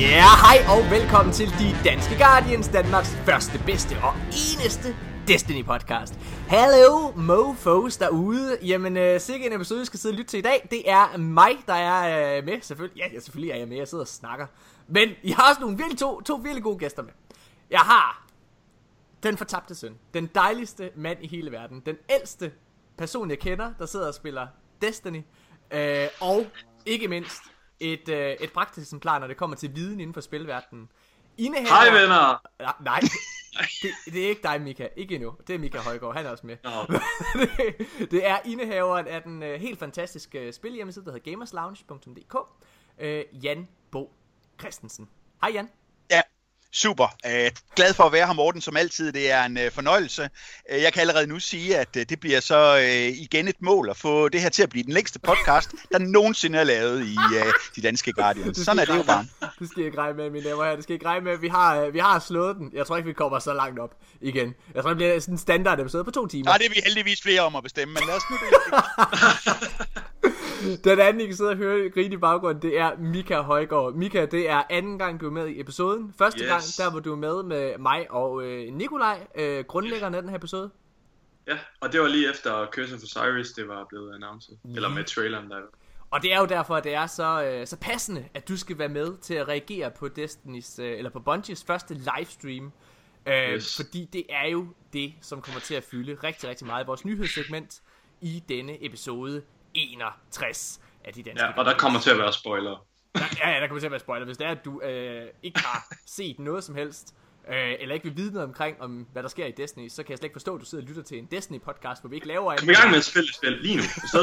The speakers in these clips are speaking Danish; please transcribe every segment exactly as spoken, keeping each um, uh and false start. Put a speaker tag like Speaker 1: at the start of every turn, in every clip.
Speaker 1: Ja, hej og velkommen til De Danske Guardians, Danmarks første, bedste og eneste Destiny-podcast. Hallo, mofos derude. Jamen, øh, sikkert en episode, vi skal sidde og lytte til i dag. Det er mig, der er øh, med, selvfølgelig. Ja, selvfølgelig er jeg med, jeg sidder og snakker. Men jeg har også nogle virkelig to, to virkelig gode gæster med. Jeg har den fortabte søn, den dejligste mand i hele verden, den ældste person, jeg kender, der sidder og spiller Destiny, øh, og ikke mindst et, øh, et praktisk eksemplar, når det kommer til viden inden for spilverdenen. Indehaver...
Speaker 2: Hej venner!
Speaker 1: Nej, det, det er ikke dig, Mika. Ikke endnu. Det er Mika Højgaard, han er også med.
Speaker 2: No.
Speaker 1: det, det er indehaveren af den øh, helt fantastiske spilhjemmeside, der hedder gamerslounge punktum d k, øh, Jan Bo Christensen. Hej Jan.
Speaker 3: Ja, super. Uh, glad for at være her, Morten, som altid. Det er en uh, fornøjelse. Uh, jeg kan allerede nu sige, at uh, det bliver så uh, igen et mål at få det her til at blive den længste podcast, der nogensinde er lavet i uh, De Danske Guardians. Sådan er det jo bare.
Speaker 1: Det skal jeg ikke regne med, mine damer her. Det skal jeg ikke regne med. Vi har, uh, vi har slået den. Jeg tror ikke, vi kommer så langt op igen. Jeg tror, det bliver sådan en standard episode på to timer.
Speaker 3: Nej, det er vi heldigvis flere om at bestemme, men lad os nu det.
Speaker 1: Den anden, I kan sidde og høre grine i baggrunden, det er Mika Højgaard. Mika, det er anden gang, du er med i episoden. Første yes. gang, der var du med med mig og øh, Nikolaj, øh, grundlæggeren af den her episode.
Speaker 2: Ja, og det var lige efter Curse of Osiris, det var blevet announced. Ja. Eller med traileren der.
Speaker 1: Og det er jo derfor, at det er så, øh, så passende, at du skal være med til at reagere på Destiny's, øh, eller på Bungies første livestream. Øh, yes. Fordi det er jo det, som kommer til at fylde rigtig, rigtig meget i vores nyhedssegment i denne episode enogtres af De Danske.
Speaker 2: Ja, og der kommer til at være spoiler.
Speaker 1: Ja, ja, der kommer til at være spoiler. Hvis det er, at du øh, ikke har set noget som helst, øh, eller ikke vil vide noget omkring, om hvad der sker i Destiny, så kan jeg slet ikke forstå, at du sidder og lytter til en Destiny-podcast, hvor vi ikke laver...
Speaker 2: Kom i gang med at spille spil lige nu.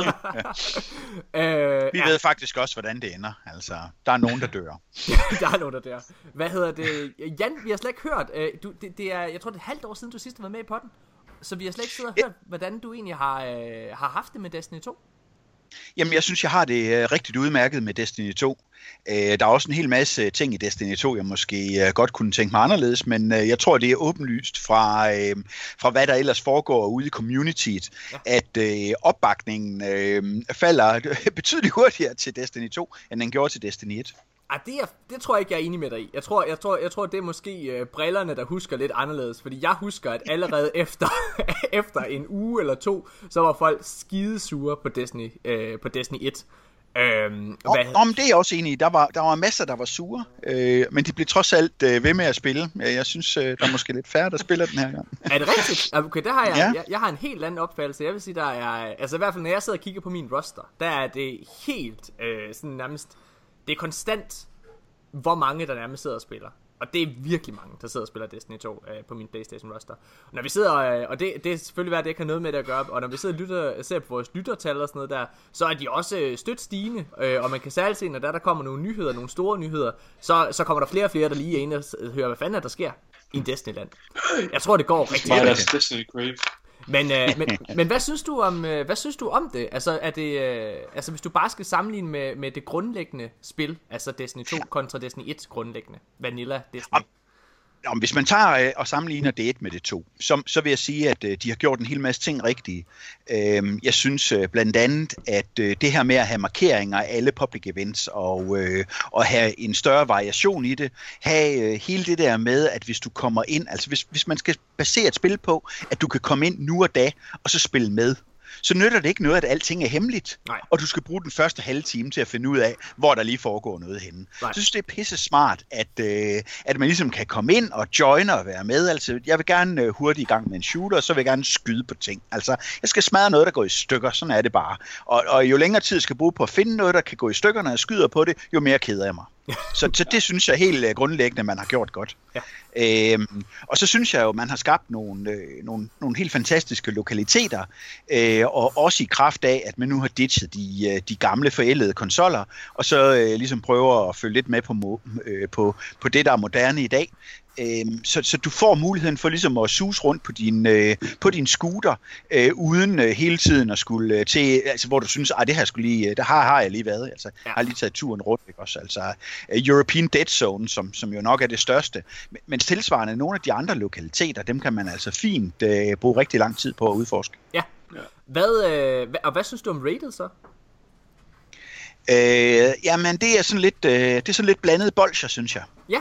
Speaker 3: ja. øh, vi ja. ved faktisk også, hvordan det ender. Altså, der er nogen, der dør.
Speaker 1: Der er nogen, der dør. Hvad hedder det? Jan, vi har slet ikke hørt... Øh, du, det, det er, jeg tror, det er et halvt år siden, du sidst har været med i podden. Så vi har slet ikke siddet og hørt, hvordan du egentlig har, øh, har haft det med Destiny to.
Speaker 3: Jamen, jeg synes, jeg har det uh, rigtig udmærket med Destiny to. Uh, der er også en hel masse ting i Destiny to, jeg måske uh, godt kunne tænke mig anderledes, men uh, jeg tror, det er åbenlyst fra, uh, fra hvad der ellers foregår ude i communityet, ja. at uh, opbakningen uh, falder betydeligt hurtigere til Destiny to, end den gjorde til Destiny et.
Speaker 1: Ah, det, er, det tror jeg ikke, jeg er enig med dig i. Jeg tror, jeg tror, jeg tror det er måske øh, brillerne, der husker lidt anderledes. Fordi jeg husker, at allerede efter, efter en uge eller to, så var folk skidesure på Destiny, øh, på Destiny et. Øhm,
Speaker 3: om, om det er jeg også enig i. Der var, der var masser, der var sure. Øh, men de blev trods alt øh, ved med at spille. Jeg synes, øh, der er måske lidt færre, der spiller den her gang.
Speaker 1: Er det rigtigt? Okay, der har jeg, ja. jeg, jeg har en helt anden opfattelse. Jeg vil sige, der er... Altså i hvert fald, når jeg sidder og kigger på min roster, der er det helt øh, sådan nærmest... Det er konstant, hvor mange der nærmest sidder og spiller. Og det er virkelig mange, der sidder og spiller Destiny to øh, på min PlayStation roster. Og når vi sidder, øh, og det, det er selvfølgelig værd, at det ikke har noget med det at gøre, og når vi sidder og lytter, ser på vores lyttertal og sådan noget der, så er de også øh, stødt stigende, øh, og man kan særligt se, når der, der kommer nogle nyheder, nogle store nyheder, så, så kommer der flere og flere, der lige er inde og hører, hvad fanden er der sker i en Destiny-land. Jeg tror, det går rigtig
Speaker 2: godt. Destiny Grave.
Speaker 1: Men, øh, men, men hvad synes du om øh, hvad synes du om det? Altså er det øh, altså hvis du bare skal sammenligne med med det grundlæggende spil, altså Destiny to kontra Destiny et grundlæggende Vanilla Destiny.
Speaker 3: Om, hvis man tager øh, og sammenligner det et med det to, så, så vil jeg sige, at øh, de har gjort en hel masse ting rigtige. Øh, jeg synes øh, blandt andet, at øh, det her med at have markeringer af alle public events og, øh, og have en større variation i det, have øh, hele det der med, at hvis du kommer ind, altså hvis, hvis man skal basere et spil på, at du kan komme ind nu og da, og så spille med, så nytter det ikke noget, at alting er hemmeligt.
Speaker 1: Nej.
Speaker 3: Og du skal bruge den første halve time til at finde ud af, hvor der lige foregår noget henne. Nej. Så synes det er pisse smart, at, øh, at man ligesom kan komme ind og joine og være med. Altså, jeg vil gerne øh, hurtigt i gang med en shooter, og så vil jeg gerne skyde på ting. Altså, jeg skal smadre noget, der går i stykker. Sådan er det bare. Og, og jo længere tid jeg skal bruge på at finde noget, der kan gå i stykker, når jeg skyder på det, jo mere keder jeg mig. så, så det synes jeg helt øh, grundlæggende, man har gjort godt. Ja. Øhm, og så synes jeg jo, man har skabt nogle, øh, nogle, nogle helt fantastiske lokaliteter, øh, og også i kraft af, at man nu har ditchet de, øh, de gamle forældede konsoller, og så øh, ligesom prøver at følge lidt med på, øh, på, på det, der er moderne i dag. Øhm, så, så du får muligheden for ligesom at suse rundt på din, øh, på din scooter, øh, uden øh, hele tiden at skulle øh, til, altså hvor du synes, at det her skulle lige, der har, har jeg lige været, altså ja. har lige taget turen rundt, ikke også, altså uh, European Dead Zone, som, som jo nok er det største, men, men tilsvarende nogle af de andre lokaliteter, dem kan man altså fint øh, bruge rigtig lang tid på at udforske.
Speaker 1: Ja, ja. Hvad, øh, og hvad synes du om rated så?
Speaker 3: Øh, jamen, det er sådan lidt, øh, det er sådan lidt blandet bolsjer, synes jeg.
Speaker 1: Ja.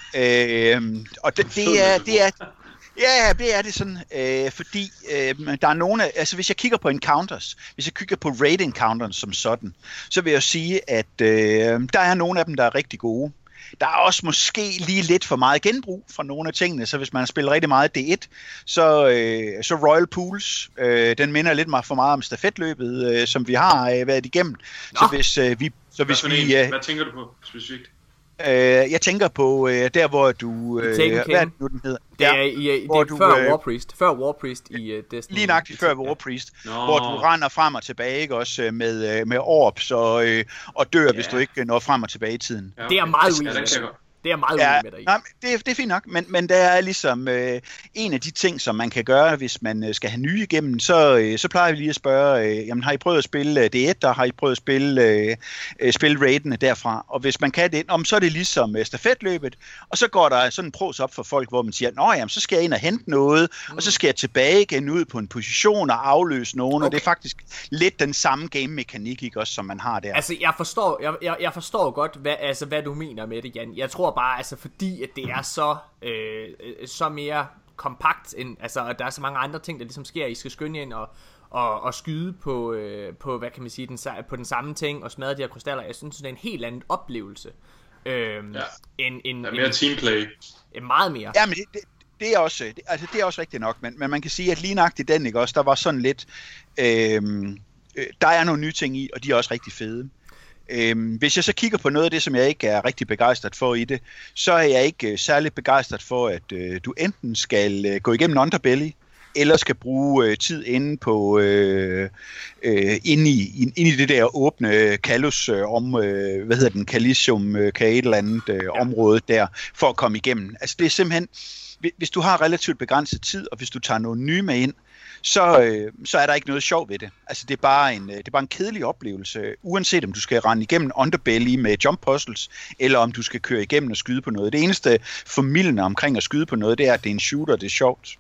Speaker 3: Øh, og det, det er, det er, ja, det er det sådan, øh, fordi øh, der er nogle, altså hvis jeg kigger på encounters, hvis jeg kigger på raid encounters som sådan, så vil jeg sige, at øh, der er nogle af dem, der er rigtig gode. Der er også måske lige lidt for meget genbrug fra nogle af tingene, så hvis man har spillet rigtig meget D et, så, øh, så Royal Pools, øh, den minder lidt for meget om stafetløbet, øh, som vi har øh, været igennem. Nå. Så hvis øh, vi... Så hvis
Speaker 2: hvad,
Speaker 3: vi
Speaker 2: øh, hvad tænker du på specifikt?
Speaker 3: Øh, jeg tænker på øh, der, hvor du... Øh, hvad er det nu, den hedder?
Speaker 1: Det er, i, i, det er du, før øh, Warpriest. Før Warpriest i uh, Destiny.
Speaker 3: Lige nøjagtigt før Warpriest, ja. Hvor du render frem og tilbage, ikke, også med, med orbs og, øh, og dør, yeah. hvis du ikke når frem og tilbage i tiden.
Speaker 1: Ja, okay. Det er meget uenig. Ja, det er meget
Speaker 3: ja,
Speaker 1: med dig i.
Speaker 3: Nej, det, det er fint nok, men, men der er ligesom øh, en af de ting, som man kan gøre, hvis man øh, skal have nye igennem, så, øh, så plejer vi lige at spørge, øh, jamen har I prøvet at spille øh, D et, der har I prøvet at spille, øh, spille raidene derfra, og hvis man kan det, om, så er det ligesom øh, stafetløbet, og så går der sådan en pros op for folk, hvor man siger, nå jamen, så skal jeg ind og hente noget, mm. og så skal jeg tilbage igen ud på en position og afløse nogen, okay. Og det er faktisk lidt den samme game-mekanik, ikke, også, som man har der.
Speaker 1: Altså, jeg forstår, jeg, jeg, jeg forstår godt, hvad, altså, hvad du mener med det, Jan. Jeg tror bare, altså fordi at det er så øh, så mere kompakt, end, altså at der er så mange andre ting, der ligesom sker. I skal skynde ind og, og, og skyde på, øh, på, hvad kan man sige, den, på den samme ting og smadre de her krystaller. Jeg synes, det er en helt anden oplevelse. Øh,
Speaker 2: ja.
Speaker 1: end, end,
Speaker 2: der er mere end, teamplay.
Speaker 1: Meget mere.
Speaker 3: Ja, men det, det, det, er også, det, altså, det er også rigtigt nok, men, men man kan sige, at lige nøjagtigt den, ikke også, der var sådan lidt, øh, øh, der er nogle nye ting i, og de er også rigtig fede. Øhm, hvis jeg så kigger på noget af det, som jeg ikke er rigtig begejstret for i det, så er jeg ikke øh, særlig begejstret for, at øh, du enten skal øh, gå igennem Underbelly, eller skal bruge øh, tid inde på øh, øh, inde, i, inde i det der åbne Kallus øh, om, øh, hvad hedder den, Kalisium, øh, kan et eller andet øh, ja. område der, for at komme igennem. Altså det er simpelthen, hvis du har relativt begrænset tid, og hvis du tager nogle nye med ind, så, øh, så er der ikke noget sjov ved det. Altså det er bare en, det er bare en kedelig oplevelse, uanset om du skal rende igennem Underbelly med jump puzzles, eller om du skal køre igennem og skyde på noget. Det eneste formildende omkring at skyde på noget, det er, at det er en shooter, det er sjovt.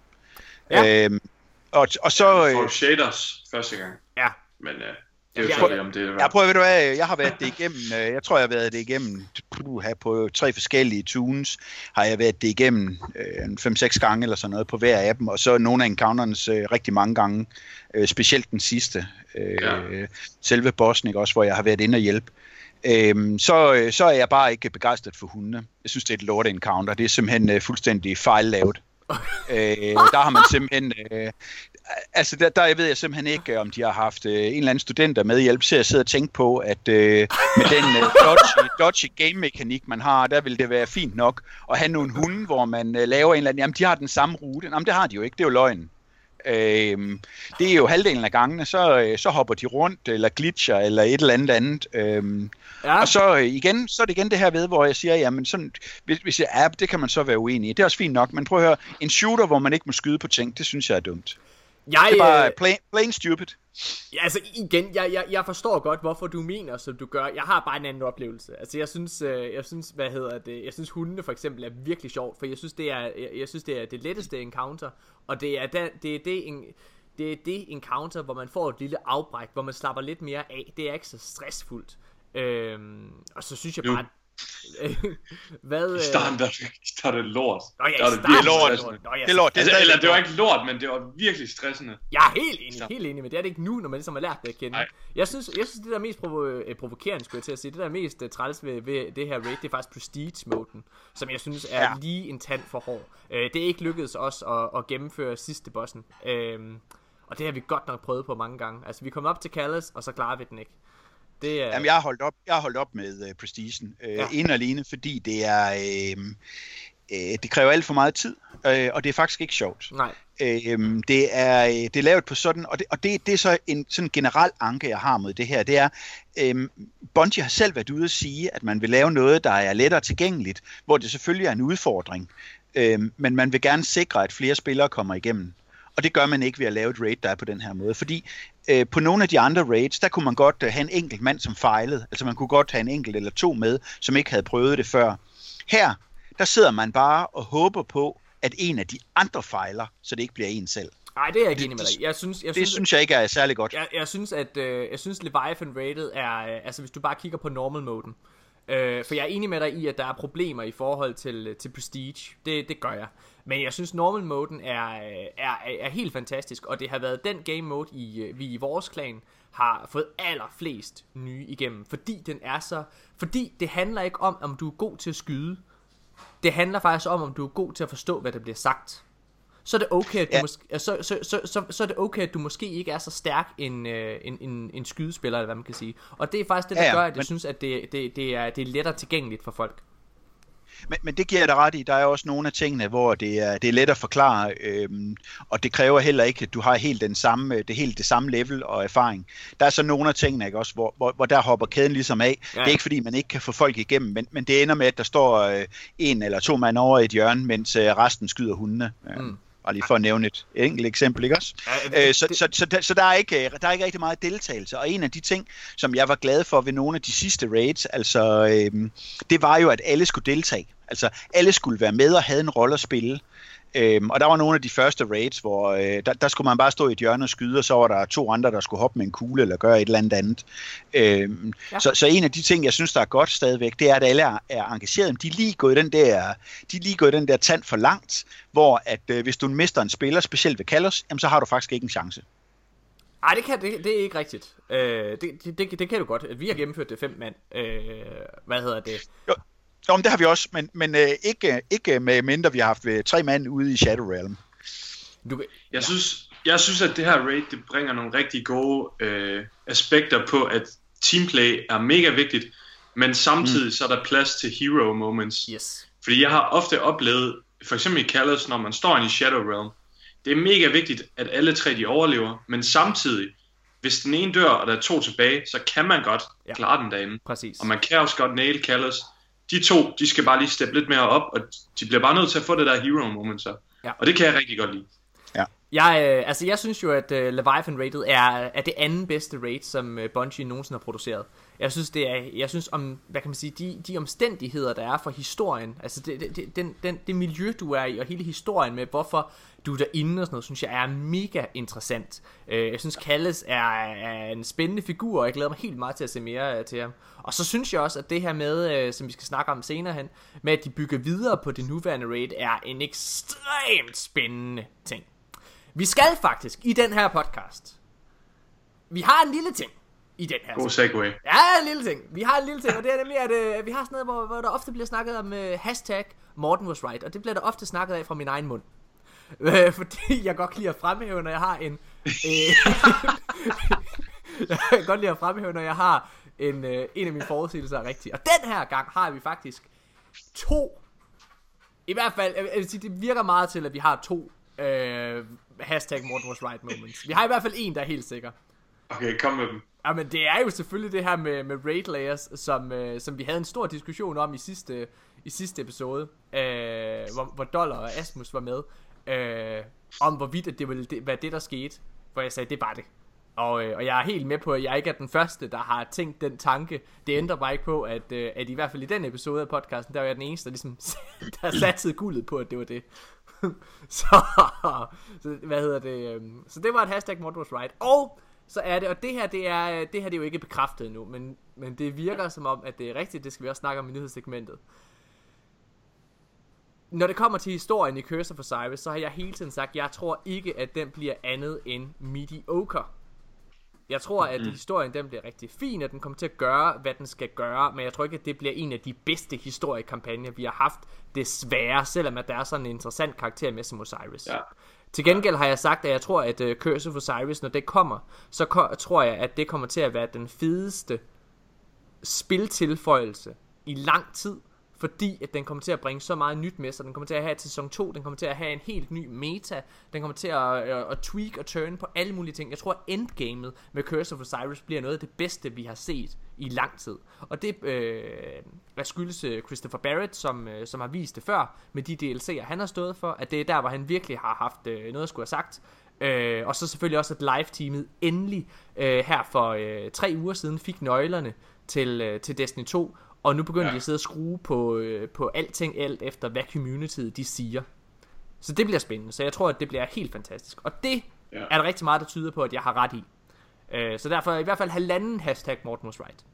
Speaker 3: Ja. Øhm, og, og så...
Speaker 2: Ja, du får shaders første gang.
Speaker 1: Ja.
Speaker 2: Men... Øh... Det er jo selvfølgelig, om det er
Speaker 3: jeg prøver, ved du hvad, jeg har været det igennem, jeg tror, jeg har været det igennem, på tre forskellige tunes, har jeg været det igennem fem seks gange eller sådan noget på hver af dem, og så nogle af encounterens rigtig mange gange, specielt den sidste, ja. selve bossen, ikke, også, hvor jeg har været inde og hjælpe. Så, så er jeg bare ikke begejstret for hundene. Jeg synes, det er et lorte encounter. Det er simpelthen fuldstændig fejllavet. øh, der har man simpelthen øh, altså der, der ved jeg simpelthen ikke, om de har haft øh, en eller anden student der medhjælp, så jeg sidder og tænker på, at øh, med den øh, dodgy, dodgy game-mekanik, man har, der vil det være fint nok at have nogle hunde, hvor man øh, laver en eller anden, jamen de har den samme rute. Jamen det har de jo ikke, det er jo løgn. Øh, det er jo halvdelen af gangene, så, øh, så hopper de rundt, eller glitcher, eller et eller andet andet. Øh, ja. Og så øh, igen, så er det igen det her ved, hvor jeg siger, jamen sådan, hvis, hvis jeg er, det kan man så være uenig i. Det er også fint nok, men prøv at høre, en shooter, hvor man ikke må skyde på ting, det synes jeg er dumt. Jeg, det er bare plain, plain stupid.
Speaker 1: Ja, altså igen, jeg, jeg, jeg forstår godt, hvorfor du mener, som du gør. Jeg har bare en anden oplevelse. Altså jeg synes, jeg synes, hvad hedder det, jeg synes hundene for eksempel er virkelig sjovt, for jeg synes, det er, jeg, jeg synes, det er det letteste encounter, og det er det, det, er det, en, det er det encounter, hvor man får et lille afbræk, hvor man slapper lidt mere af. Det er ikke så stressfuldt. Øhm, og så synes jeg bare...
Speaker 2: Hvad, I starten der, der er det lort.
Speaker 1: Nå, ja,
Speaker 2: der er det
Speaker 3: virkelig lort. Nå, ja, det er lort. Det er
Speaker 2: altså, eller det var ikke lort, men det var virkelig stressende.
Speaker 1: Jeg er helt enig, helt enig, men det er det ikke nu, når man ligesom har lært det at kende. Jeg synes, jeg synes det der er mest provo- provokerende, skulle jeg til at sige, det der er mest uh, træls ved, ved det her raid, det er faktisk prestige-moden, som jeg synes er ja. lige en tand for hård. Uh, det er ikke lykkedes os at, at gennemføre sidste bossen, uh, og det har vi godt nok prøvet på mange gange. Altså vi kommer op til Calus, og så klarer vi den ikke. Det er...
Speaker 3: Jamen, jeg har holdt op, jeg har holdt op med uh, Prestigen, uh, ja. en og alene, fordi det er, uh, uh, det kræver alt for meget tid, uh, og det er faktisk ikke sjovt.
Speaker 1: Nej.
Speaker 3: Uh, det er, det er lavet på sådan, og det, og det, det er så en sådan generel anke, jeg har mod det her, det er, uh, Bungie har selv været ude at sige, at man vil lave noget, der er lettere tilgængeligt, hvor det selvfølgelig er en udfordring, uh, men man vil gerne sikre, at flere spillere kommer igennem. Og det gør man ikke ved at lave et raid, der er på den her måde. Fordi øh, på nogle af de andre raids, der kunne man godt øh, have en enkelt mand, som fejlede. Altså man kunne godt have en enkelt eller to med, som ikke havde prøvet det før. Her, der sidder man bare og håber på, at en af de andre fejler, så det ikke bliver en selv.
Speaker 1: Nej, det er jeg ikke enig med dig. Jeg synes, jeg
Speaker 3: det
Speaker 1: synes,
Speaker 3: synes jeg ikke er særlig godt.
Speaker 1: Jeg, jeg synes, at øh, jeg synes Leviathan rated er, øh, altså hvis du bare kigger på normal-moden, øh, for jeg er enig med dig i, at der er problemer i forhold til, til Prestige. Det, det gør jeg. Men jeg synes, normal-moden er, er, er helt fantastisk, og det har været den game-mode, i, vi i vores klan har fået allerflest nye igennem, fordi den er så, fordi det handler ikke om, om du er god til at skyde. Det handler faktisk om, om du er god til at forstå, hvad der bliver sagt. Så er det okay, at du, ja. mås- så, så, så, så, så er det okay, at du måske ikke er så stærk en, en, en, en skydespiller, eller hvad man kan sige. Og det er faktisk det, der ja, ja, gør, at jeg men... synes, at det, det, det, er, det er lettere tilgængeligt for folk.
Speaker 3: Men, men det giver jeg dig ret i. Der er også nogle af tingene, hvor det er, det er let at forklare, øhm, og det kræver heller ikke, at du har helt den samme, det helt det samme level og erfaring. Der er så nogle af tingene, ikke, også, hvor, hvor, hvor der hopper kæden ligesom af. Ja. Det er ikke fordi, man ikke kan få folk igennem, men, men det ender med, at der står øh, en eller to mand over i et hjørne, mens øh, resten skyder hundene. Mm. Bare lige for at nævne et enkelt eksempel, ikke også? Ja, det, så, det... så, så, så, så der, er ikke, der er ikke rigtig meget deltagelse, og en af de ting, som jeg var glad for ved nogle af de sidste raids, altså, øhm, det var jo, at alle skulle deltage. Altså, alle skulle være med og havde en rolle at spille. Øhm, og der var nogle af de første raids, hvor øh, der, der skulle man bare stå i et hjørne og skyde, og så var der to andre, der skulle hoppe med en kugle eller gøre et eller andet andet. Øhm, ja. så, så en af de ting, jeg synes, der er godt stadigvæk, det er, at alle er, er engageret. De er lige gået den der, de er lige gået den der tand for langt, hvor at øh, hvis du mister en spiller, specielt ved Kalos, jamen, så har du faktisk ikke en chance.
Speaker 1: Nej, det, kan, det, det er ikke rigtigt. Øh, det, det, det kan du godt. Vi har gennemført det fem mand. Øh, hvad hedder det?
Speaker 3: Jo. Jo, men det har vi også, men, men øh, ikke, ikke med mindre vi har haft øh, tre mand ude i Shadow Realm.
Speaker 2: Du, jeg, synes, jeg synes, at det her raid, det bringer nogle rigtig gode øh, aspekter på, at teamplay er mega vigtigt, men samtidig mm. så er der plads til hero moments.
Speaker 1: Yes.
Speaker 2: Fordi jeg har ofte oplevet, for eksempel i Kalos, når man står inde i Shadow Realm, det er mega vigtigt, at alle tre de overlever, men samtidig, hvis den ene dør, og der er to tilbage, så kan man godt ja. klare den derinde.
Speaker 1: Præcis. Og
Speaker 2: man kan også godt nail Kalos. De to, de skal bare lige steppe lidt mere op, og de bliver bare nødt til at få det der hero moment så. Ja. Og det kan jeg rigtig godt lide.
Speaker 3: Ja.
Speaker 1: Jeg, øh, altså jeg synes jo, at uh, Leviathan rated er, er det anden bedste raid, som uh, Bungie nogensinde har produceret. Jeg synes, det er, jeg synes om, hvad kan man sige, de, de omstændigheder, der er for historien, altså det, det, det, den, den, det miljø, du er i, og hele historien med, hvorfor du er derinde og sådan noget, synes jeg er mega interessant. Uh, jeg synes, Calus er, er en spændende figur, og jeg glæder mig helt meget til at se mere uh, til ham. Og så synes jeg også, at det her med, uh, som vi skal snakke om senere hen, med at de bygger videre på det nuværende raid, er en ekstremt spændende ting. Vi skal faktisk i den her podcast, vi har en lille ting i den her.
Speaker 2: God segway.
Speaker 1: Ja, en lille ting. Vi har en lille ting, og det er nemlig, at uh, vi har sådan noget, hvor, hvor der ofte bliver snakket om uh, hashtag Morten was right, og det bliver der ofte snakket af fra min egen mund. Uh, fordi jeg godt kan lide at fremhæve, når jeg har en... Uh, jeg kan godt lide at fremhæve, når jeg har en, uh, en af mine forudsigelser er rigtig. Og den her gang har vi faktisk to... I hvert fald, jeg vil sige, det virker meget til, at vi har to uh, hashtag Morten was right moments. Vi har i hvert fald en, der er helt sikker.
Speaker 2: Okay, kom med dem.
Speaker 1: Ja, men det er jo selvfølgelig det her med, med raid layers, som, øh, som vi havde en stor diskussion om i sidste, i sidste episode, øh, hvor, hvor Dollar og Asmus var med, øh, om hvorvidt at det ville det, hvad det der skete, hvor jeg sagde, det var det. Og, øh, og jeg er helt med på, at jeg ikke er den første, der har tænkt den tanke. Det ændrer bare ikke på, at, øh, at i hvert fald i den episode af podcasten, der var jeg den eneste, der ligesom der satsede guldet på, at det var det. så, så, hvad hedder det? Øh, så det var et hashtag Morten was right. Og så er det, og det her, det er, det her det er jo ikke bekræftet endnu, men, men det virker som om, at det er rigtigt. Det skal vi også snakke om i nyhedssegmentet. Når det kommer til historien i Curse of Osiris, så har jeg hele tiden sagt, at jeg tror ikke, at den bliver andet end mediocre. Jeg tror, at mm. historien den bliver rigtig fin, at den kommer til at gøre, hvad den skal gøre, men jeg tror ikke, at det bliver en af de bedste historiekampagner, vi har haft, desværre, selvom at der er sådan en interessant karakter med som Osiris. Ja. Til gengæld har jeg sagt, at jeg tror, at uh, Curse of Osiris, når det kommer, så ko- tror jeg, at det kommer til at være den fedeste spiltilføjelse i lang tid, fordi at den kommer til at bringe så meget nyt med sig. Den kommer til at have et sæson to, den kommer til at have en helt ny meta, den kommer til at, at, at tweak og turn på alle mulige ting. Jeg tror, at endgamet med Curse of Osiris bliver noget af det bedste, vi har set i lang tid. Og det øh, hvad skyldes Christopher Barrett, som, øh, som har vist det før, med de D L C'er, han har stået for, at det er der, hvor han virkelig har haft øh, noget at skulle have sagt. Øh, og så selvfølgelig også, at live-teamet endelig øh, her for øh, tre uger siden fik nøglerne til, øh, til Destiny to, og nu begynder ja. de at sidde og skrue på, øh, på alting alt efter, hvad communityet de siger. Så det bliver spændende. Så jeg tror, at det bliver helt fantastisk. Og det ja. er der rigtig meget, der tyder på, at jeg har ret i. Uh, så derfor i hvert fald halvanden hashtag Morten was right.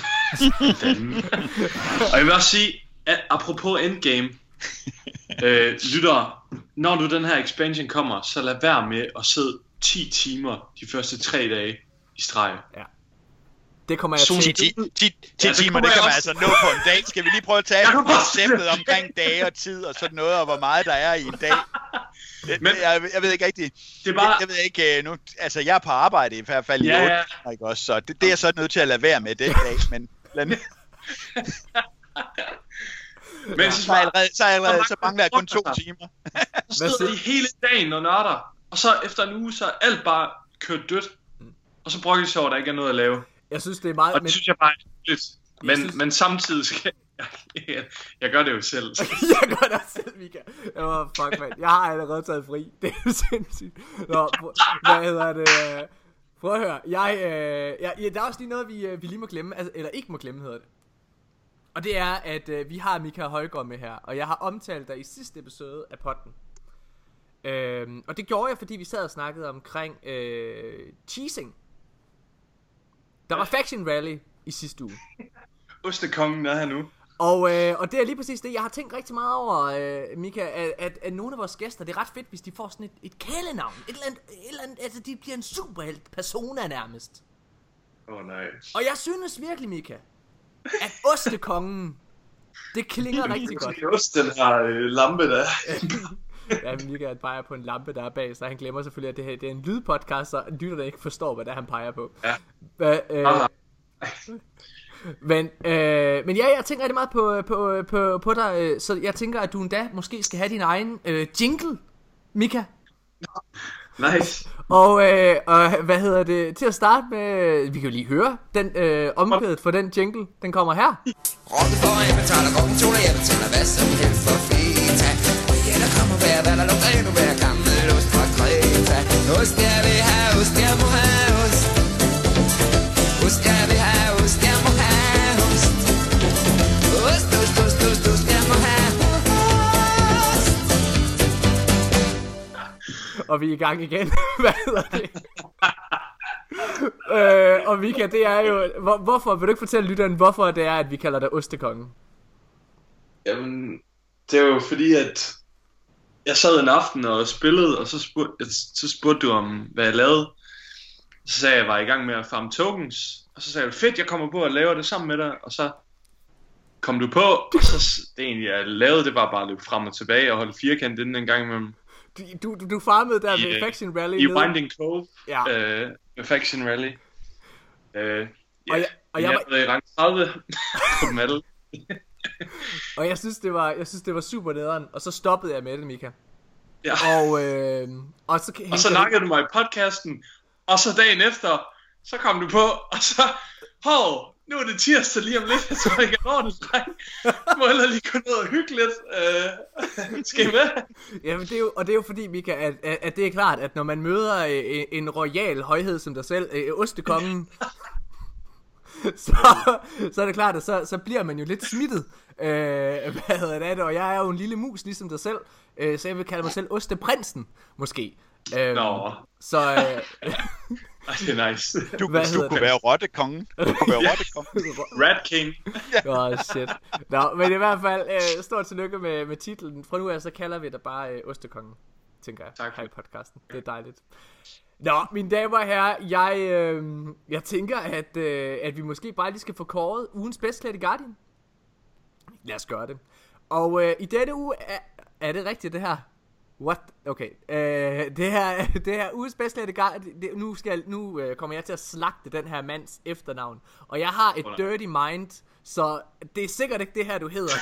Speaker 2: Og jeg vil også sige, at apropos Endgame, øh, lytter, når du den her expansion kommer, så lad være med at sidde ti timer de første tre dage i streg.
Speaker 1: Ja. Det kommer jeg til.
Speaker 3: ti ja, timer, det kan man altså nå på en dag. Skal vi lige prøve at tage konceptet omkring dage og tid og sådan noget, og hvor meget der er i en dag? Det, men, jeg, jeg ved ikke rigtigt. Det er bare... jeg, jeg ved ikke nu. Altså, jeg er på arbejde i hvert fald i
Speaker 2: ja,
Speaker 3: otte, ja. Ikke også? Så det, det er jeg så nødt til at lade være med den dag. Men lad nu. Men ja, så, allerede, så, allerede, så mangler jeg kun to timer.
Speaker 2: Så sidder de hele dagen og nørder, og så efter en uge, så er alt bare kørt dødt. Og så brokker de sig over, at der ikke er noget at lave.
Speaker 1: Jeg synes, det er meget...
Speaker 2: Og det men... synes jeg bare er lidt. Men, synes... men samtidig skal jeg... jeg... Jeg gør det jo selv.
Speaker 1: Jeg gør det selv, Mika. Oh, fuck, man. Jeg har allerede taget fri. Det er jo sindssygt. Nå, hvad hedder det? Prøv at høre. Jeg, øh... jeg, ja, der er også lige noget, vi, vi lige må glemme. Altså, eller ikke må glemme, hedder det. Og det er, at øh, vi har Mika Højgaard med her. Og jeg har omtalt dig i sidste episode af podden. Øhm, og det gjorde jeg, fordi vi sad og snakkede omkring øh, cheesing. Der var Faction Rally i sidste uge.
Speaker 2: Ostekongen er her nu.
Speaker 1: Og, øh, og det er lige præcis det, jeg har tænkt rigtig meget over, øh, Mika, at, at, at nogle af vores gæster, det er ret fedt, hvis de får sådan et, et kælenavn. Et eller andet, et eller andet, altså de bliver en superhelt persona nærmest.
Speaker 2: Åh oh, nej.
Speaker 1: Og jeg synes virkelig, Mika, at Ostekongen, det klinger rigtig godt.
Speaker 2: Det er også den her øh, lampe der.
Speaker 1: Ja, Mika peger på en lampe, der er bag, så han glemmer selvfølgelig, at det her det er en lydpodcast, så lytter, ikke forstår, hvad det er, han peger på.
Speaker 2: Ja.
Speaker 1: Hva, øh, men, øh, men ja, jeg tænker rigtig meget på, på, på, på dig, så jeg tænker, at du endda måske skal have din egen øh, jingle, Mika.
Speaker 2: Nice.
Speaker 1: Og, øh, og hvad hedder det, til at starte med, vi kan jo lige høre den øh, omkvædet for den jingle, den kommer her.
Speaker 4: Rokke for en betaler, rocken toner, jeg betaler hvad som helst for feta. Ja, der kommer hver, hvad der lugter endnu hver gammel ost fra Kreta. Ost, jeg vil have ost, jeg må have ost. Ost, jeg vil have ost, jeg må have ost. Ost, ost, ost, ost, ost, jeg må have ost.
Speaker 1: Og vi er i gang igen. Hvad hedder det? øh, og Mika, det er jo hvor, hvorfor, vil du ikke fortælle lytteren, hvorfor det er, at vi kalder dig Ostekongen?
Speaker 2: Jamen, det er jo fordi, at jeg sad en aften og spillede, og så spurgte, så spurgte du om, hvad jeg lavede. Så sagde jeg, at jeg var i gang med at farme tokens. Og så sagde jeg, fedt, jeg kommer på at lave det sammen med dig. Og så kom du på, og så det egentlig, jeg lavede, det var bare at løbe frem og tilbage og holde firkant inden en gang imellem.
Speaker 1: Du, du, du farmede der I, med Faction Rally
Speaker 2: i Winding Cove,
Speaker 1: ja.
Speaker 2: øh, med Faction Rally. Øh, ja,
Speaker 1: og jeg, og jeg,
Speaker 2: jeg
Speaker 1: var
Speaker 2: i rang tredive på dem alle.
Speaker 1: Og jeg synes det var, jeg synes det var super nederen, og så stoppede jeg med det, Mika.
Speaker 2: Ja.
Speaker 1: Og øh, og så
Speaker 2: og så nakkede du mig i podcasten, og så dagen efter, så kom du på, og så hov, nu er det tirsdag lige om lidt, jeg tror ikke, jeg når det, dreng. Du må heller lige gå ned og hygge lidt. Øh, skal I med?
Speaker 1: Jamen, det er jo, og det er jo fordi, Mika, at, at, at det er klart, at når man møder en, en royal højhed som dig selv, øh, Ostekongen, så, så er det klart, at så, så bliver man jo lidt smittet. Øh, hvad hedder det? Og jeg er jo en lille mus, ligesom dig selv, øh, så jeg vil kalde mig selv Osteprinsen, måske. Øh,
Speaker 2: Nå.
Speaker 1: Så... Øh,
Speaker 2: det er nice.
Speaker 3: Du, du kunne være rottekongen. Du kunne være rottekongen.
Speaker 2: Rat King.
Speaker 1: Åh, oh, shit. Nå, men i hvert fald, øh, stort tillykke med, med titlen. Fra nu af, så kalder vi dig bare øh, Ostekongen, tænker jeg,
Speaker 2: tak
Speaker 1: her i podcasten. Det er dejligt. Nå, mine damer og herrer, jeg, øh, jeg tænker, at, øh, at vi måske bare lige skal få kåret ugens bedst klædte Guardian. Lad os gøre det. Og øh, i denne uge, er, er det rigtigt det her? What? Okay. Øh, det her, det her uges bedst klædte Guardian, det, nu, skal, nu øh, kommer jeg til at slagte den her mands efternavn. Og jeg har et dirty mind, så det er sikkert ikke det her, du hedder.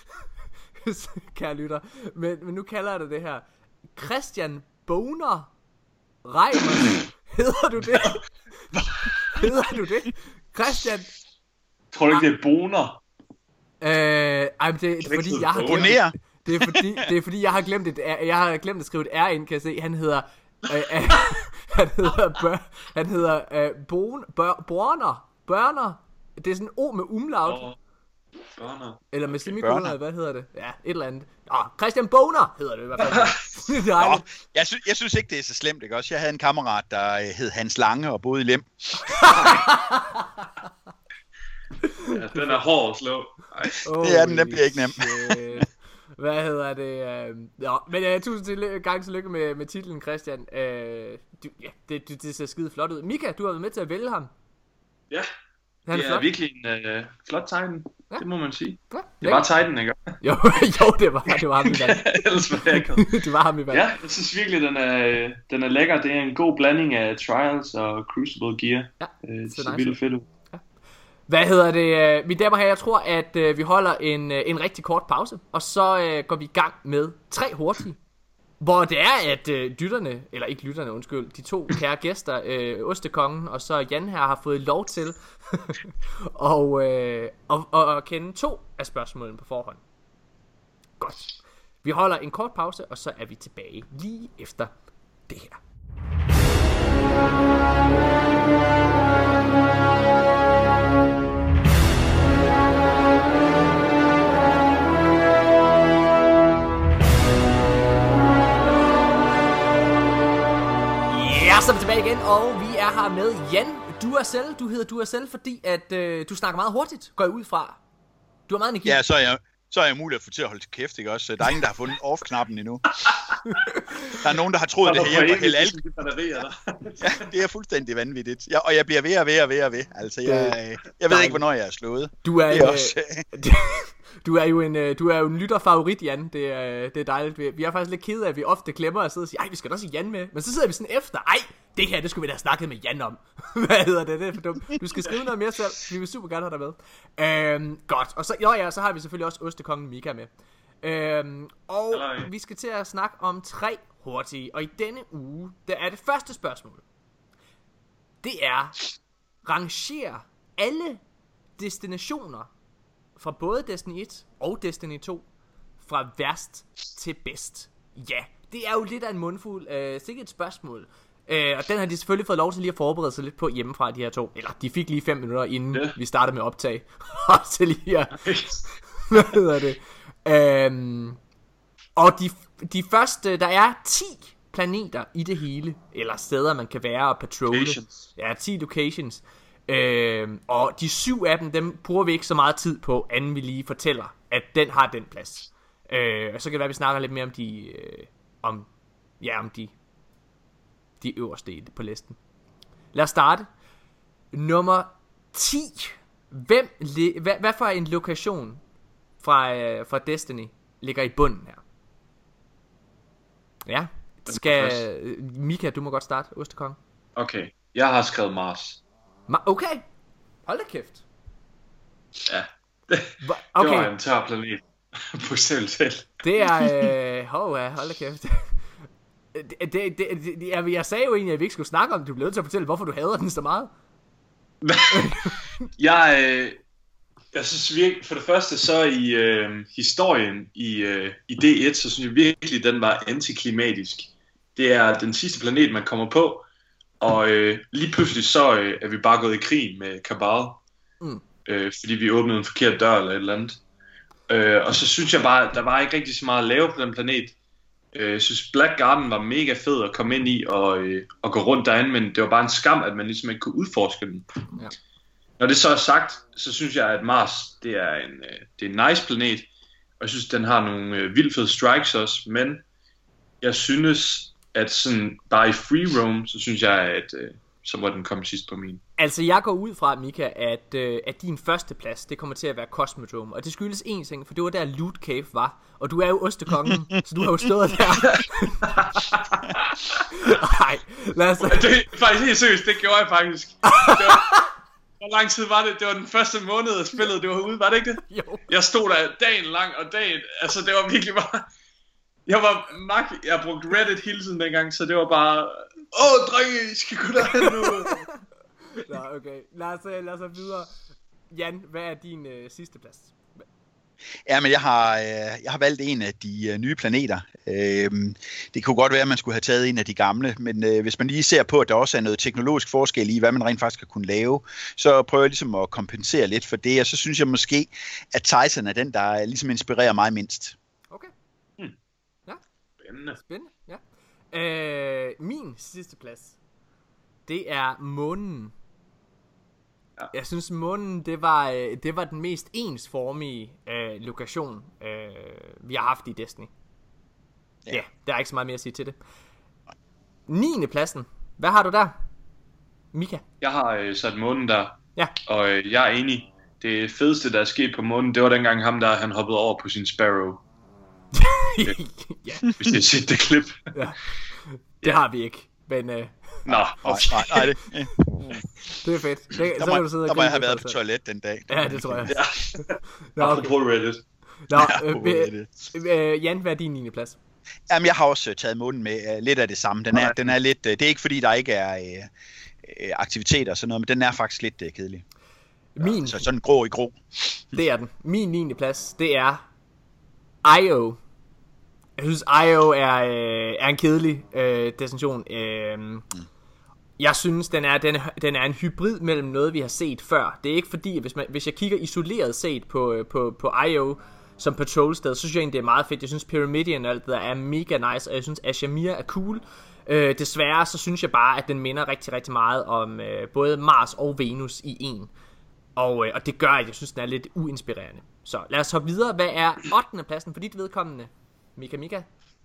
Speaker 1: Kære lytter. Men, men nu kalder jeg det det her. Christian Boner Reimers. Hedder du det? Hedder du det? Christian.
Speaker 2: Tror du ikke det er Boner?
Speaker 1: Øh, ej, men det er fordi jeg har glemt det. Det er fordi det er fordi jeg har glemt et jeg har glemt at skrive et R ind, kan jeg se. Han hedder øh, øh, han hedder bør, han hedder øh, Bon Bør, Borner Børner. Det er sådan O med umlaut.
Speaker 2: Oh. Børner.
Speaker 1: Eller med semikolon, hvad hedder det? Ja, et eller andet. Åh, Christian Boner hedder det i hvert fald.
Speaker 3: Nå, jeg, sy- jeg synes ikke, det er så slemt, ikke også? Jeg havde en kammerat, der øh, hed Hans Lange og boede i Lem.
Speaker 2: Ja, den er hård at slå.
Speaker 3: Oh, det er den, den bliver ikke nem.
Speaker 1: Hvad hedder det? Øh... Ja, men uh, tusind til gang tillykke med, med titlen, Christian. Uh, du, ja, det, det, det ser skide flot ud. Mika, du har været med til at vælge ham.
Speaker 2: Ja,
Speaker 1: han
Speaker 2: det er, er virkelig en uh, flot tegning. Ja. Det må man sige. Ja, det var tegnen, ikke?
Speaker 1: jo, jo, det var, det var ham i valg.
Speaker 2: Ellers var jeg ikke.
Speaker 1: Det var ham i valg.
Speaker 2: Ja, jeg synes virkelig, den er, den er lækker. Det er en god blanding af Trials og Crucible Gear. Ja, det ser vildt fedt ud.
Speaker 1: Hvad hedder det, mine damer og herrer, jeg tror, at øh, vi holder en, øh, en rigtig kort pause, og så øh, går vi i gang med tre hurtige, hvor det er, at øh, lytterne, eller ikke lytterne, undskyld, de to kære gæster, øh, Ostekongen og så Jan her, har fået lov til og, øh, og, og, og kende to af spørgsmålene på forhånd. Godt. Vi holder en kort pause, og så er vi tilbage lige efter det her. Så er vi tilbage igen, og vi er her med Jan Duracell. Du hedder Duracell, fordi at øh, du snakker meget hurtigt, går jeg ud fra. Du har meget energi.
Speaker 3: Ja, så er jeg, så er jeg mulig at få til at holde til kæft, ikke også? Der er ingen, der har fundet off-knappen endnu. Der er nogen, der har troet, det her hjælper helt alt. Ja, det er fuldstændig vanvittigt. Ja, og jeg bliver ved og ved og ved og ved. Altså, jeg, jeg ved ikke, hvornår jeg er slået.
Speaker 1: Du er,
Speaker 3: det er også...
Speaker 1: Du er jo en, du er jo en lytterfavorit, Jan. Det er, det er dejligt. Vi, vi er faktisk lidt kede af, at vi ofte glemmer at sidde og sige, ej, vi skal da også sige Jan med. Men så sidder vi sådan efter, ej, det her, det skulle vi da have snakket med Jan om. Hvad hedder det? Det er for dumt. Du skal skrive noget mere selv. Vi vil super gerne have dig med. Øhm, godt. Og så, jo, ja, så har vi selvfølgelig også Ostekongen Mika med. Øhm, og Hello. Vi skal til at snakke om tre hurtige. Og i denne uge, der er det første spørgsmål. Det er, rangerer alle destinationer fra både Destiny et og Destiny to fra værst til bedst. Ja, det er jo lidt af en mundfuld. Øh, sikkert et spørgsmål. Øh, og den har de selvfølgelig fået lov til lige at forberede sig lidt på hjemmefra, de her to. Eller de fik lige fem minutter inden yeah. vi startede med optag. Og så lige at... Hvad hedder det? Øhm, og de, de første, der er ti planeter i det hele. Eller steder, man kan være og patrolle. Locations. Ja, ti locations. Øhm, og de syv af dem, dem bruger vi ikke så meget tid på, anden vi lige fortæller, at den har den plads. Øh, og så kan det være, at vi snakker lidt mere om de, øh, om, ja, om de, de øverste på listen. Lad os starte. Nummer ti. Hvem, hvad, hvad for en lokation fra, øh, fra Destiny ligger i bunden her? Ja, skal, Mika, du må godt starte, Ostekong.
Speaker 2: Okay, jeg har skrevet Mars.
Speaker 1: Okay, hold da kæft.
Speaker 2: Ja, det, okay. Det var en tør planet. På selv selv.
Speaker 1: Det er, øh, hov, ja, hold da kæft. det, det, det, det, jeg, jeg sagde jo egentlig, at vi ikke skulle snakke om det. Du blev nødt til at fortælle, hvorfor du hader den så meget.
Speaker 2: jeg, øh, jeg synes virkelig, for det første så i øh, historien i, øh, i D et, så synes jeg virkelig, den var antiklimatisk. Det er den sidste planet, man kommer på. Og øh, lige pludselig så øh, er vi bare gået i krig med Cabal, mm. øh, fordi vi åbnede en forkert dør eller et eller andet. Øh, og så synes jeg bare, der var ikke rigtig så meget at lave på den planet. Øh, jeg synes Black Garden var mega fed at komme ind i og, øh, og gå rundt derinde, men det var bare en skam, at man ligesom ikke kunne udforske den. Ja. Når det så er sagt, så synes jeg, at Mars, det er en, øh, det er en nice planet, og jeg synes, den har nogle øh, vildt fede strikes også, men jeg synes, at sådan bare i free roam, så synes jeg, at øh, så må den komme sidst på min.
Speaker 1: Altså jeg går ud fra, Mika, at, øh, at din første plads, det kommer til at være Cosmodrome, og det skyldes en ting, for det var der Loot Cave var, og du er jo Ostekongen, så du har jo stået der. Nej, lad os...
Speaker 2: Det er faktisk helt seriøst, det gjorde jeg faktisk. Det var... Hvor lang tid var det? Det var den første måned af spillet, det var ude, var det ikke det?
Speaker 1: Jo.
Speaker 2: Jeg stod der dagen lang, og dagen, altså det var virkelig bare... Jeg var mak, jeg brugte Reddit hele tiden dengang, så det var bare, åh drenge, I skal gå derhen nu.
Speaker 1: Nå, okay, lad os, lad os videre. Jan, hvad er din øh, sidste plads?
Speaker 3: Ja, men jeg har, øh, jeg har valgt en af de øh, nye planeter. Øh, det kunne godt være, at man skulle have taget en af de gamle, men øh, hvis man lige ser på, at der også er noget teknologisk forskel i, hvad man rent faktisk har kunnet lave, så prøver jeg ligesom at kompensere lidt for det, og så synes jeg måske, at Titan er den, der ligesom inspirerer mig mindst.
Speaker 1: Okay.
Speaker 2: Hmm.
Speaker 1: Ja.
Speaker 2: Spændende.
Speaker 1: Spændende, ja. Øh, min sidste plads, det er månen. Ja. Jeg synes månen, det var, det var den mest ensformige øh, lokation, øh, vi har haft i Destiny. Ja. Ja, der er ikke så meget mere at sige til det. niende pladsen, hvad har du der, Mika?
Speaker 2: Jeg har øh, sat månen der,
Speaker 1: ja.
Speaker 2: Og øh, jeg er enig. Det fedeste, der er sket på månen, det var dengang ham der, han hoppede over på sin Sparrow. Ja. Hvis jeg set det klip.
Speaker 1: Ja. Det ja. har vi ikke, men... Øh...
Speaker 2: Nå,
Speaker 3: nej, nej, nej, det, ja.
Speaker 1: Det er fedt. Det,
Speaker 3: der,
Speaker 1: så
Speaker 3: må,
Speaker 1: kan du sidde
Speaker 3: der må jeg have været på toilet den dag.
Speaker 1: Ja, det tror jeg.
Speaker 2: Ja. Nå, okay. Apropos Reddit.
Speaker 1: Nå, øh, øh, øh, Jan, hvad er din niende plads?
Speaker 3: Jamen, jeg har også taget månen med uh, lidt af det samme. Den er, den er lidt, uh, det er ikke fordi, der ikke er uh, aktiviteter og sådan noget, men den er faktisk lidt uh, kedelig. Min, så sådan grå i grå.
Speaker 1: Det er den. Min niende plads, det er I O. Jeg synes, I O er, øh, er en kedelig øh, destination. Øh, mm. Jeg synes, den er, den, den er en hybrid mellem noget, vi har set før. Det er ikke fordi, hvis, man, hvis jeg kigger isoleret set på, på, på I O som patrolsted, så synes jeg egentlig, det er meget fedt. Jeg synes, Pyramidion og alt det der er mega nice, og jeg synes, Ashamir er cool. Øh, desværre, så synes jeg bare, at den minder rigtig, rigtig meget om øh, både Mars og Venus i en. Og, øh, og det gør, at jeg synes, den er lidt uinspirerende. Så lad os hoppe videre. Hvad er ottende pladsen for dit vedkommende, Mika Mika?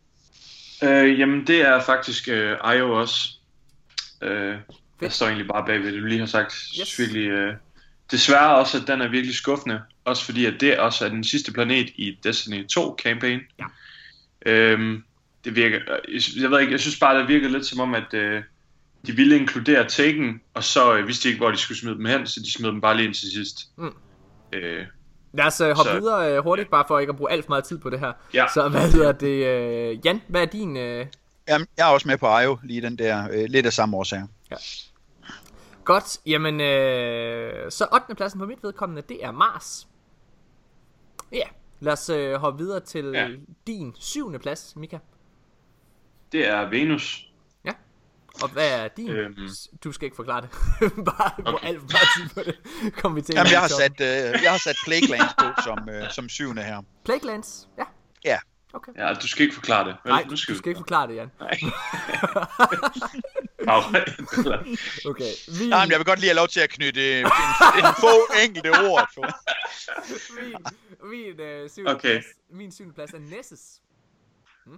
Speaker 2: Øh, jamen, det er faktisk øh, I O også. Øh, jeg står egentlig bare bagved det, du lige har sagt. Yes. Virkelig, øh, desværre også, at den er virkelig skuffende. Også fordi, at det også er den sidste planet i Destiny to campaign.
Speaker 1: Ja.
Speaker 2: Øh, det virker, jeg ved ikke, jeg synes bare, det virker lidt som om, at øh, de ville inkludere Taken, og så øh, vidste de ikke, hvor de skulle smide dem hen, så de smed dem bare lige ind til sidst. Mm. Øh,
Speaker 1: Lad os uh, hoppe så, videre uh, hurtigt, bare for ikke at bruge alt for meget tid på det her.
Speaker 2: Ja.
Speaker 1: Så hvad hedder det? Uh, Jan, hvad er din... Uh...
Speaker 3: Jamen, jeg er også med på I O, lige den der, uh, lidt af samme årsager. Ja.
Speaker 1: Godt, jamen, uh, så ottende pladsen på mit vedkommende, det er Mars. Ja, yeah. Lad os uh, hoppe videre til ja. din syvende plads, Mika.
Speaker 2: Det er Venus.
Speaker 1: Ja, og hvad er din? Øhm. Du skal ikke forklare det. Bare okay. På alt for meget tid på det. Kom vi til.
Speaker 3: Jamen, jeg har, sat, uh, jeg har sat Plaguelands på som, uh, som syvende her.
Speaker 1: Plaguelands? Ja.
Speaker 3: Ja.
Speaker 1: Okay.
Speaker 2: Ja, du skal ikke forklare det.
Speaker 1: Vel, Nej, du skal, du skal ikke forklare det, Jan.
Speaker 2: Nej.
Speaker 3: Okay. Vi... Nej, men jeg vil godt lige have lov til at knytte en, en få enkelte ord på.
Speaker 1: min min, øh, syvende okay. plads, min syvende plads er Nessus. Hmm?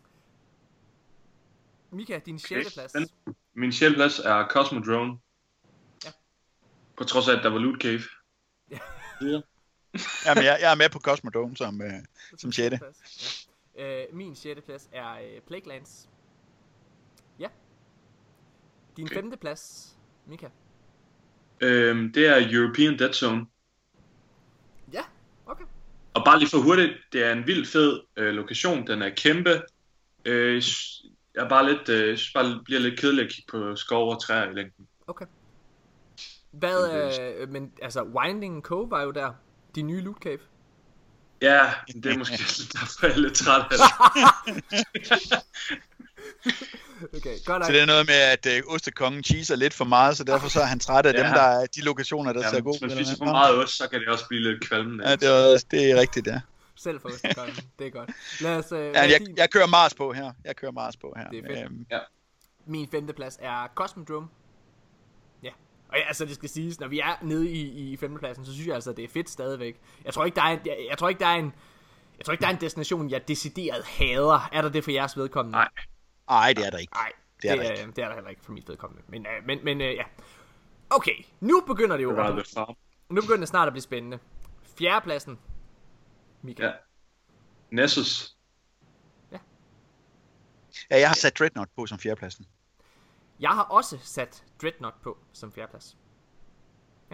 Speaker 1: Mika, din okay. sjette plads.
Speaker 2: Min sjette plads er Cosmodrome.
Speaker 1: Ja.
Speaker 2: På trods af, at der var Loot Cave.
Speaker 1: Ja.
Speaker 2: Ja.
Speaker 3: Jamen, jeg, jeg er med på Cosmodrome som, øh, som sjette.
Speaker 1: Ja. Øh, min sjette plads er øh, Plaguelands. Ja. Din okay. femte plads, Mika?
Speaker 2: Øhm, det er European Dead Zone.
Speaker 1: Ja, okay.
Speaker 2: Og bare lige for hurtigt, det er en vild fed øh, lokation. Den er kæmpe. Øh, jeg er bare lidt, øh, bare bliver lidt kedelig at kigge på skove og træer i længden.
Speaker 1: Okay. Hvad, øh, men altså Winding Cove var jo der. De nye Loot Cave.
Speaker 2: Ja, det er måske derfor, jeg er lidt træt af det.
Speaker 1: Okay, godt.
Speaker 3: Så det er noget med, at øh, ostekongen cheeser lidt for meget, så derfor så er han træt af ja. dem, der er de lokationer, der ja, ser gode.
Speaker 2: Hvis man spiser for meget ost, så kan det også blive lidt kvalmende.
Speaker 3: Ja, det er, det er rigtigt, ja.
Speaker 1: Selv for ostekongen, det er godt. Lad os, øh,
Speaker 3: ja, jeg, jeg kører Mars på her. Jeg kører Mars på her.
Speaker 1: Det er fedt.
Speaker 2: Øhm. Ja.
Speaker 1: Min femte plads er Cosmodrome. Ja. Og ja, altså det skal siges, når vi er nede i, i femtepladsen, så synes jeg altså, det er fedt stadigvæk. Jeg tror ikke, der er en, jeg, jeg tror ikke, der er en, jeg tror ikke, der er en destination, jeg decideret hader. Er der det for jeres vedkommende?
Speaker 3: Nej. Nej, det er der ikke.
Speaker 1: Nej, det er, det, der, ikke. det er der heller ikke for mit vedkommende. Men, øh, men, men øh, ja. Okay, nu begynder det jo.
Speaker 2: Det
Speaker 1: nu begynder det snart at blive spændende. Fjerdepladsen. Mika.
Speaker 2: Ja. Nessus.
Speaker 1: Ja.
Speaker 3: Ja, jeg har sat Dreadnought på som fjerdepladsen.
Speaker 1: Jeg har også sat Dreadnought på som fjerdeplads. Ja.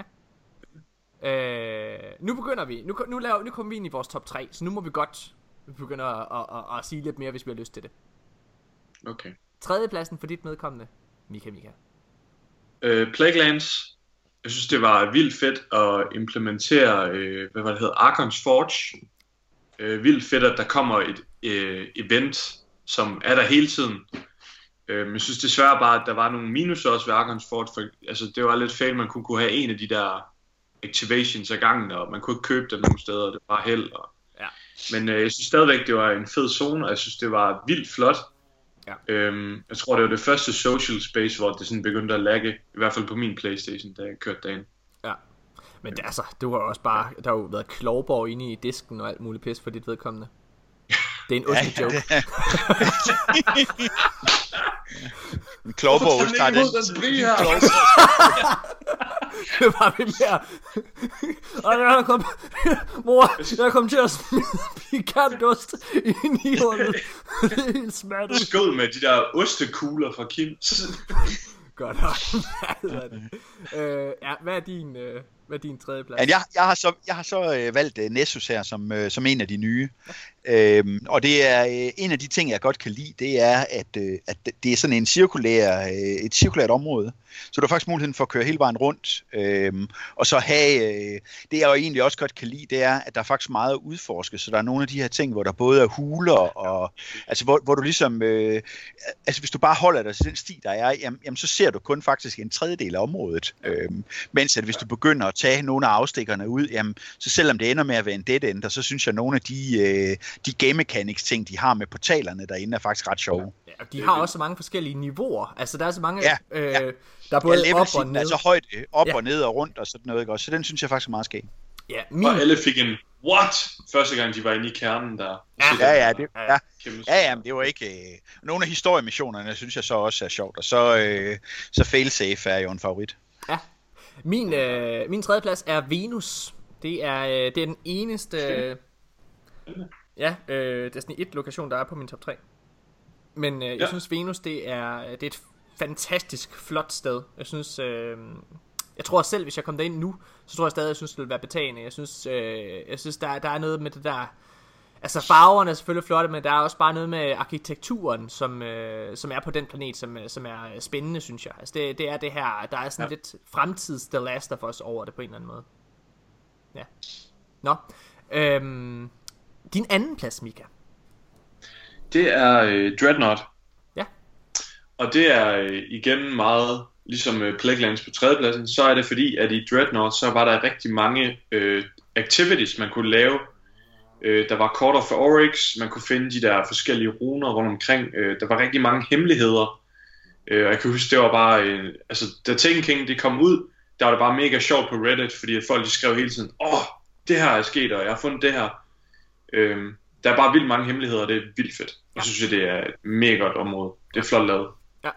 Speaker 1: Øh, nu begynder vi. Nu, nu, laver, nu kommer vi ind i vores top tre, så nu må vi godt begynde at, at, at, at sige lidt mere, hvis vi har lyst til det.
Speaker 2: Okay.
Speaker 1: Tredjepladsen for dit medkommende, Mika Mika.
Speaker 2: Øh, Plaguelands. Jeg synes, det var vildt fedt at implementere, øh, hvad var det hedder, Archon's Forge. Øh, vildt fedt, at der kommer et øh, event, som er der hele tiden. Øh, men jeg synes desværre bare, at der var nogle minuser også ved Archon's Forge. For, altså, det var lidt fail, man kunne, kunne have en af de der activations ad gangen, og man kunne ikke købe dem nogle steder, det var held. Og...
Speaker 1: Ja.
Speaker 2: Men øh, jeg synes stadigvæk, det var en fed zone, og jeg synes, det var vildt flot.
Speaker 1: Ja.
Speaker 2: Øhm, jeg tror, det var det første social space, hvor det sådan begyndte at lagge, i hvert fald på min PlayStation, da jeg kørte dagen.
Speaker 1: Ja, men det, altså, det var også bare, der har jo været klovborg inde i disken og alt muligt pis for dit vedkommende. Det er en osten joke.
Speaker 3: En klovborg
Speaker 2: osten.
Speaker 1: Det var vi mere. Og jeg kom, mor, jeg kom til at smide pikantost ind i hånden. Det er helt smattet.
Speaker 2: Skål med de der ostekugler fra Kims.
Speaker 1: Godt nok. øh, ja, hvad er din, øh, hvad er din tredje plads?
Speaker 3: Ja, jeg, jeg har så, jeg har så øh, valgt øh, Nessus her som, øh, som en af de nye. Ja. Øhm, og det er øh, en af de ting, jeg godt kan lide, det er, at, øh, at det er sådan en cirkulær, øh, et cirkulært område. Så du har faktisk muligheden for at køre hele vejen rundt. Øhm, og så have, øh, det jeg jo egentlig også godt kan lide, det er, at der er faktisk meget at udforske. Så der er nogle af de her ting, hvor der både er huler, og altså hvor, hvor du ligesom, øh, altså hvis du bare holder dig til den sti, der er, jamen, jamen så ser du kun faktisk en tredjedel af området. Øhm, mens at hvis du begynder at tage nogle af afstikkerne ud, jamen, så selvom det ender med at være en dead ender, så synes jeg, at nogle af de, øh, de game mechanics ting, de har med portalerne derinde, er faktisk ret sjove.
Speaker 1: Ja, og de har også så mange forskellige niveauer. Altså der er så mange,
Speaker 3: ja,
Speaker 1: øh,
Speaker 3: ja.
Speaker 1: der er både
Speaker 3: ja,
Speaker 1: op og ned.
Speaker 3: Altså højt op
Speaker 1: ja.
Speaker 3: og ned og rundt og sådan noget, ikke? Så den synes jeg faktisk er meget skæg.
Speaker 1: Ja, min...
Speaker 2: Og alle fik en what? Første gang de var inde i kernen der.
Speaker 3: Ja, ja, det, ja. Ja, ja, men det var ikke... Øh, nogle af historiemissionerne synes jeg så også er sjovt, og så, øh, så failsafe er jo en favorit.
Speaker 1: Ja. Min, øh, min tredje plads er Venus. Det er, øh, det er den eneste... Øh, ja, øh, Destiny et lokation, der er på min top tre. Men øh, jeg ja. synes Venus, det er, det er et fantastisk flot sted. Jeg synes... Øh, Jeg tror selv, hvis jeg kom derind nu, så tror jeg stadig, jeg synes, det ville være betagende. Jeg synes, øh, jeg synes der, der er noget med det der... Altså farverne er selvfølgelig flotte, men der er også bare noget med arkitekturen, som, øh, som er på den planet, som, som er spændende, synes jeg. Altså det, det er det her, der er sådan ja. lidt fremtids The Last of Us over det på en eller anden måde. Ja. Nå. Øhm, din anden plads, Mika.
Speaker 2: Det er øh, Dreadnought.
Speaker 1: Ja.
Speaker 2: Og det er øh, igen meget... Ligesom uh, Plaguelands på tredjepladsen, så er det fordi, at i Dreadnought, så var der rigtig mange uh, activities, man kunne lave. Uh, der var Court of Oryx, man kunne finde de der forskellige runer rundt omkring. Uh, der var rigtig mange hemmeligheder. Uh, og jeg kan huske, det var bare... Uh, altså, da Taken King det kom ud, der var det bare mega sjovt på Reddit, fordi at folk de skrev hele tiden, åh, oh, det her er sket, og jeg har fundet det her. Uh, der er bare vildt mange hemmeligheder, og det er vildt fedt. Jeg synes, det er et mega godt område. Det er flot lavet.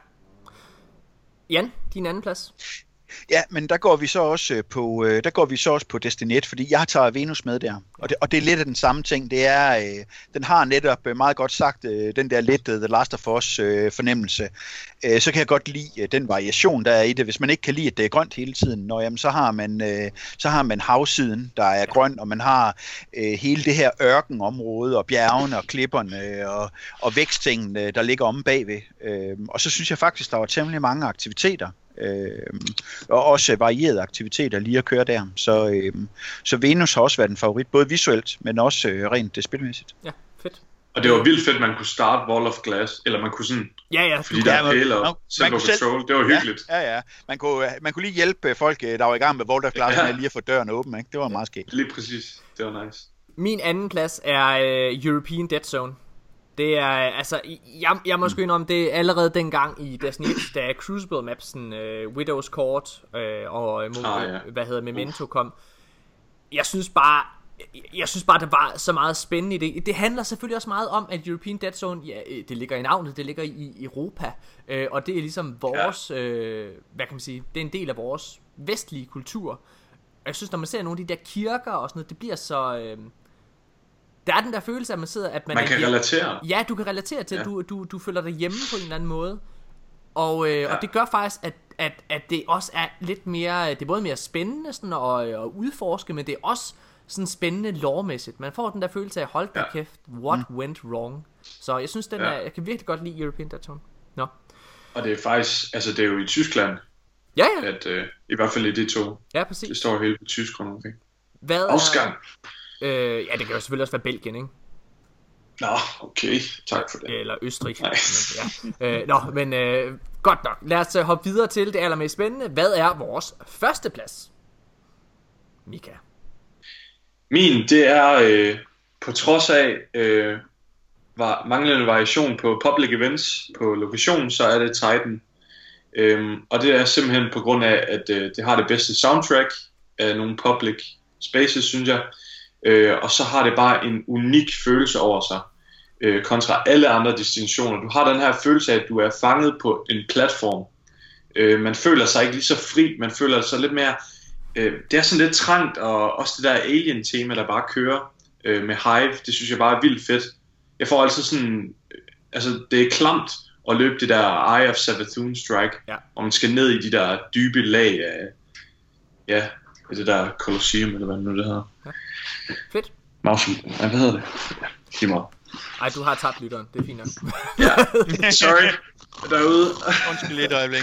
Speaker 1: Jan, din anden plads.
Speaker 3: Ja, men der går vi så også på øh, der går vi så også på Destiny et, fordi jeg tager Venus med der. Og det, og det er lidt af den samme ting. Det er øh, den har netop meget godt sagt øh, den der lidt uh, The Last of Us øh, fornemmelse. Øh, så kan jeg godt lide øh, den variation der er i det. Hvis man ikke kan lide at det er grønt hele tiden, når jamen, så har man øh, så har man havsiden der er grøn, og man har øh, hele det her ørkenområde og bjergene og klipperne og og væksttingene der ligger omme bagved. Øh, og så synes jeg faktisk der var temmelig mange aktiviteter. Øh, og også varierede aktiviteter lige at køre der. Så, øh, så Venus har også været en favorit, både visuelt, men også øh, rent det spilmæssigt.
Speaker 1: Ja, fedt.
Speaker 2: Og det var vildt fedt, man kunne starte Wall of Glass, eller man kunne sådan...
Speaker 1: Ja, ja.
Speaker 2: Fordi der er pæler og selv på patrol, det var hyggeligt.
Speaker 3: Ja, ja, ja. Man kunne, man kunne lige hjælpe folk, der var i gang med Wall of Glass, ja. med lige at få døren åben, ikke? Det var meget skægt.
Speaker 2: Lige præcis, det var nice.
Speaker 1: Min anden plads er uh, European Dead Zone. Det er, altså, jeg, jeg må sgu indrømme, det er allerede dengang i Destiny et, da Crucible Mapsen, uh, Widow's Court uh, og uh, ah, ja. hvad hedder Memento kom. Jeg synes bare, jeg synes bare, der var så meget spændende i det. Det handler selvfølgelig også meget om, at European Dead Zone, ja, det ligger i navnet, det ligger i Europa, uh, og det er ligesom vores, ja. uh, hvad kan man sige, det er en del af vores vestlige kultur. Jeg synes, når man ser nogle af de der kirker og sådan noget, det bliver så... Uh, Der er den der følelse, at man sidder, at man,
Speaker 2: man kan
Speaker 1: hjemme.
Speaker 2: relatere.
Speaker 1: Ja, du kan relatere til, ja. du, du, du føler dig hjemme på en eller anden måde. Og, øh,
Speaker 2: ja.
Speaker 1: og det gør faktisk, at, at, at det også er lidt mere, det er både mere spændende sådan, at, at udforske, men det er også sådan spændende lovmæssigt. Man får den der følelse af, hold da ja. kæft, what mm. went wrong. Så jeg synes, den ja. er, jeg kan virkelig godt lide European Dead Zone. Nå.
Speaker 2: Og det er faktisk, altså det er jo i Tyskland,
Speaker 1: Ja, ja.
Speaker 2: At, øh, I hvert fald i de to.
Speaker 1: Ja, præcis.
Speaker 2: Det står helt på tysk rundt omkring.
Speaker 1: Hvad
Speaker 2: Ausgang.
Speaker 1: Er, øh, ja, det kan jo selvfølgelig også være Belgien, ikke?
Speaker 2: Nå, okay. Tak for det.
Speaker 1: Eller Østrig. Men, ja. øh, nå, men øh, godt nok. Lad os hoppe videre til det allermest spændende. Hvad er vores første plads? Mika.
Speaker 2: Min, det er øh, på trods af øh, var manglende variation på public events på lokationen, så er det Titan. Øhm, og det er simpelthen på grund af, at øh, det har det bedste soundtrack af nogle public spaces, synes jeg. Øh, og så har det bare en unik følelse over sig, øh, kontra alle andre destinationer. Du har den her følelse af, at du er fanget på en platform. Øh, man føler sig ikke lige så fri, man føler sig lidt mere... Øh, det er sådan lidt trangt, og også det der alien-tema, der bare kører øh, med Hive, det synes jeg bare er vildt fedt. Jeg får altid sådan... Øh, altså, det er klamt at løbe det der Eye of Savathun Strike,
Speaker 1: ja.
Speaker 2: Og man skal ned i de der dybe lag af... Ja, det der Colosseum, eller hvad nu det hedder.
Speaker 1: Ja. Fedt.
Speaker 2: Mouse, ja, hvad hedder det? Ja, lige meget.
Speaker 1: Ej, du har tabt lytteren, det er fint nok.
Speaker 2: Ja, sorry. Derude.
Speaker 3: Undskyld lidt øjeblik.